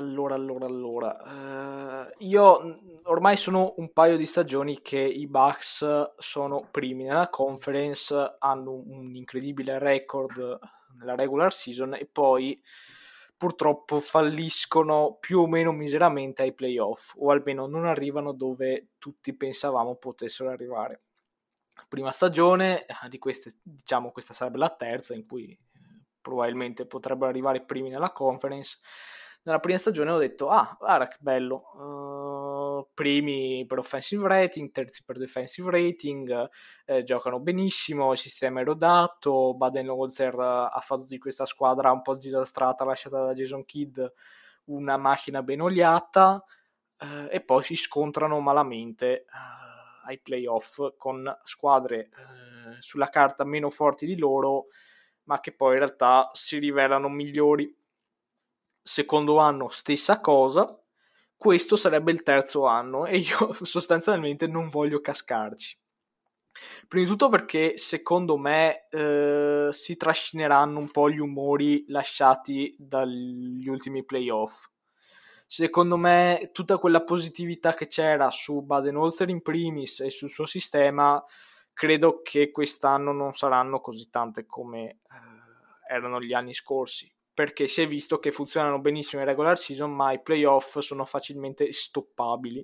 io ormai sono un paio di stagioni che i Bucks sono primi nella conference, hanno un incredibile record nella regular season e poi purtroppo falliscono più o meno miseramente ai playoff, o almeno non arrivano dove tutti pensavamo potessero arrivare. Prima stagione di queste, diciamo, questa sarebbe la terza in cui probabilmente potrebbero arrivare primi nella conference. Nella prima stagione ho detto, guarda che bello, primi per offensive rating, terzi per defensive rating, giocano benissimo, il sistema è rodato, Budenholzer ha fatto di questa squadra un po' disastrata lasciata da Jason Kidd una macchina ben oliata, e poi si scontrano malamente ai playoff con squadre sulla carta meno forti di loro, ma che poi in realtà si rivelano migliori. Secondo anno stessa cosa, questo sarebbe il terzo anno e io sostanzialmente non voglio cascarci. Prima di tutto perché secondo me si trascineranno un po' gli umori lasciati dagli ultimi playoff. Secondo me tutta quella positività che c'era su Budenholzer in primis e sul suo sistema, credo che quest'anno non saranno così tante come erano gli anni scorsi, perché si è visto che funzionano benissimo in regular season, ma i playoff sono facilmente stoppabili.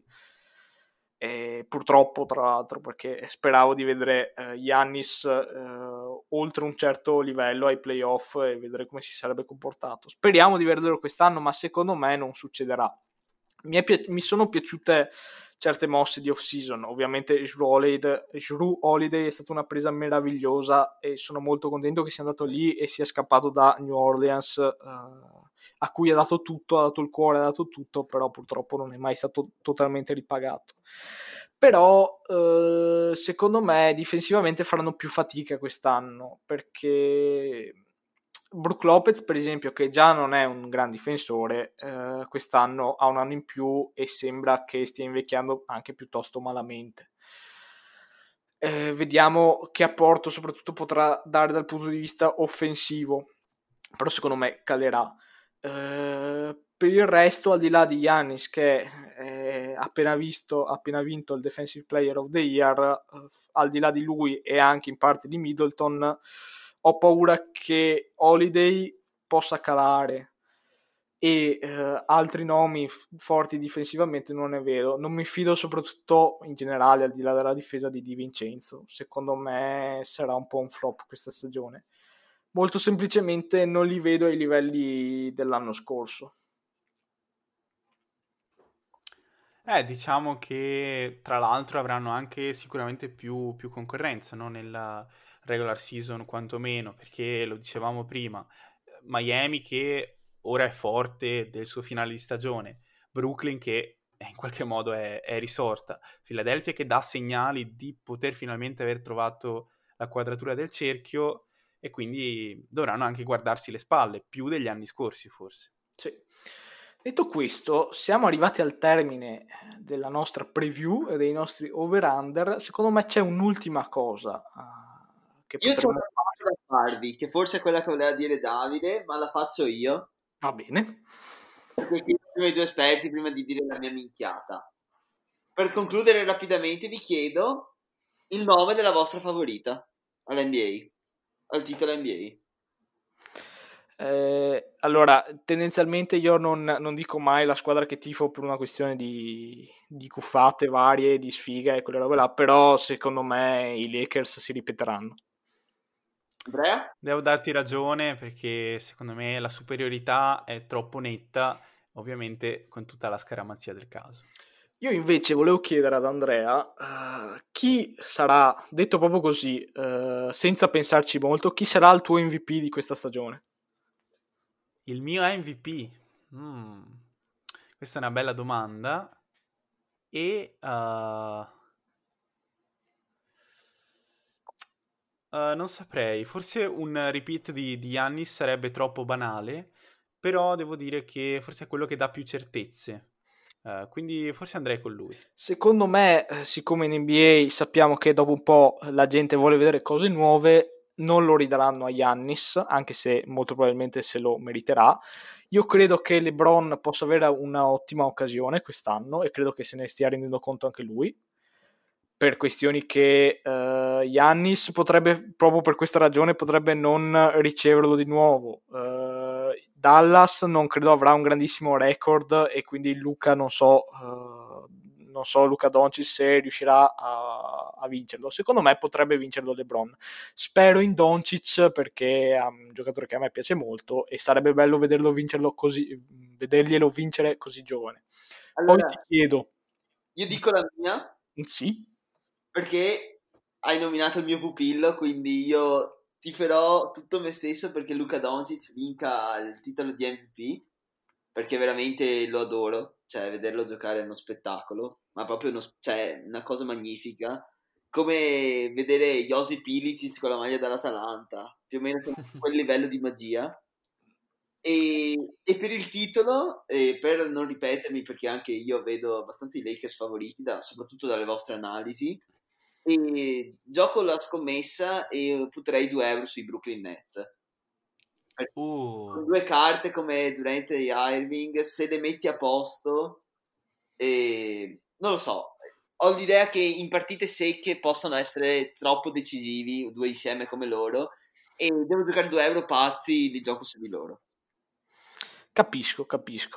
E purtroppo, tra l'altro, perché speravo di vedere Giannis oltre un certo livello ai playoff e vedere come si sarebbe comportato. Speriamo di vederlo quest'anno, ma secondo me non succederà. Mi sono piaciute certe mosse di off-season. Ovviamente Jrue Holiday è stata una presa meravigliosa e sono molto contento che sia andato lì e sia scappato da New Orleans, a cui ha dato tutto, ha dato il cuore, ha dato tutto, però purtroppo non è mai stato totalmente ripagato. Però secondo me difensivamente faranno più fatica quest'anno, perché Brook Lopez, per esempio, che già non è un gran difensore, quest'anno ha un anno in più e sembra che stia invecchiando anche piuttosto malamente. Vediamo che apporto soprattutto potrà dare dal punto di vista offensivo, però secondo me calerà. Per il resto, al di là di Giannis che ha appena vinto il Defensive Player of the Year, al di là di lui e anche in parte di Middleton, ho paura che Holiday possa calare e altri nomi forti difensivamente non è vero. Non mi fido soprattutto in generale, al di là della difesa di Di Vincenzo. Secondo me sarà un po' un flop questa stagione. Molto semplicemente non li vedo ai livelli dell'anno scorso. Diciamo che tra l'altro avranno anche sicuramente più concorrenza, no? Nella regular season quantomeno, perché lo dicevamo prima, Miami che ora è forte del suo finale di stagione, Brooklyn che in qualche modo è risorta, Philadelphia che dà segnali di poter finalmente aver trovato la quadratura del cerchio e quindi dovranno anche guardarsi le spalle, più degli anni scorsi forse. Sì. Detto questo, siamo arrivati al termine della nostra preview e dei nostri over-under. Secondo me c'è un'ultima cosa che io potremmo fare da farvi, che forse è quella che voleva dire Davide, ma la faccio io. Va bene. Perché prima i due esperti, prima di dire la mia minchiata. Per concludere rapidamente vi chiedo il nome della vostra favorita all'NBA, al titolo NBA. Allora, tendenzialmente io non dico mai la squadra che tifo per una questione di cuffate varie, di sfiga e quelle robe là, però secondo me i Lakers si ripeteranno. Andrea? Devo darti ragione perché secondo me la superiorità è troppo netta, ovviamente con tutta la scaramanzia del caso. Io invece volevo chiedere ad Andrea chi sarà, detto proprio così, senza pensarci molto, chi sarà il tuo MVP di questa stagione? Il mio MVP? Questa è una bella domanda e non saprei, forse un repeat di Giannis sarebbe troppo banale, però devo dire che forse è quello che dà più certezze. Quindi forse andrei con lui. Secondo me, siccome in NBA sappiamo che dopo un po' la gente vuole vedere cose nuove, non lo ridaranno a Giannis, anche se molto probabilmente se lo meriterà. Io credo che LeBron possa avere un'ottima occasione quest'anno e credo che se ne stia rendendo conto anche lui, per questioni che Giannis potrebbe, proprio per questa ragione, potrebbe non riceverlo di nuovo. Dallas non credo avrà un grandissimo record e quindi Luka non so Luka Doncic se riuscirà a vincerlo. Secondo me potrebbe vincerlo LeBron. Spero in Doncic perché è un giocatore che a me piace molto e sarebbe bello vederglielo vincere così giovane. Allora, Poi ti chiedo. io dico la mia. Sì. Perché hai nominato il mio pupillo, quindi io tiferò tutto me stesso perché Luka Doncic vinca il titolo di MVP, perché veramente lo adoro, cioè vederlo giocare è uno spettacolo, ma proprio una cosa magnifica, come vedere Josip Ilicic con la maglia dell'Atalanta, più o meno con quel livello di magia. E per il titolo, per non ripetermi, perché anche io vedo abbastanza i Lakers favoriti, soprattutto dalle vostre analisi, e gioco la scommessa e butterei 2 euro sui Brooklyn Nets. Con due carte come Durant e Irving, se le metti a posto, non lo so, ho l'idea che in partite secche possano essere troppo decisivi, due insieme come loro, e devo giocare 2 euro pazzi, li gioco su di loro. Capisco.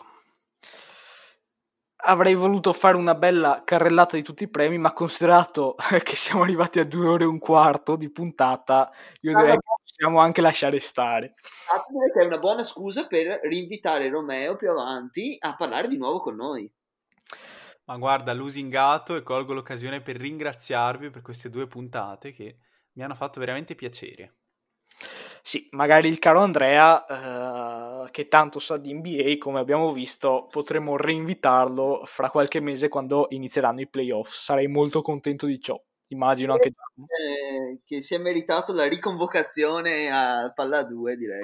Avrei voluto fare una bella carrellata di tutti i premi, ma considerato che siamo arrivati a 2 ore e un quarto di puntata, io direi che possiamo anche lasciare stare. Che è una buona scusa per rinvitare Romeo più avanti a parlare di nuovo con noi. Ma guarda, lusingato e colgo l'occasione per ringraziarvi per queste 2 puntate che mi hanno fatto veramente piacere. Sì, magari il caro Andrea, che tanto sa di NBA, come abbiamo visto, potremo reinvitarlo fra qualche mese quando inizieranno i playoff. Sarei molto contento di ciò. Immagino anche che si è meritato la riconvocazione a Palla 2, direi.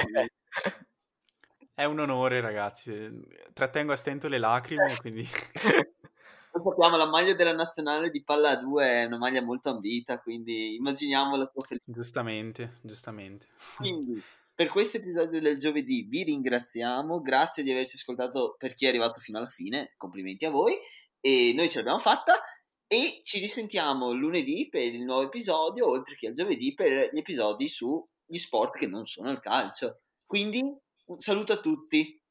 È un onore, ragazzi. Trattengo a stento le lacrime, quindi... Noi sappiamo, la maglia della nazionale di Palla 2 è una maglia molto ambita, quindi immaginiamo la tua felicità. Giustamente. Quindi, per questo episodio del giovedì vi ringraziamo, grazie di averci ascoltato per chi è arrivato fino alla fine, complimenti a voi, e noi ce l'abbiamo fatta, e ci risentiamo lunedì per il nuovo episodio, oltre che al giovedì per gli episodi sugli sport che non sono il calcio. Quindi, un saluto a tutti.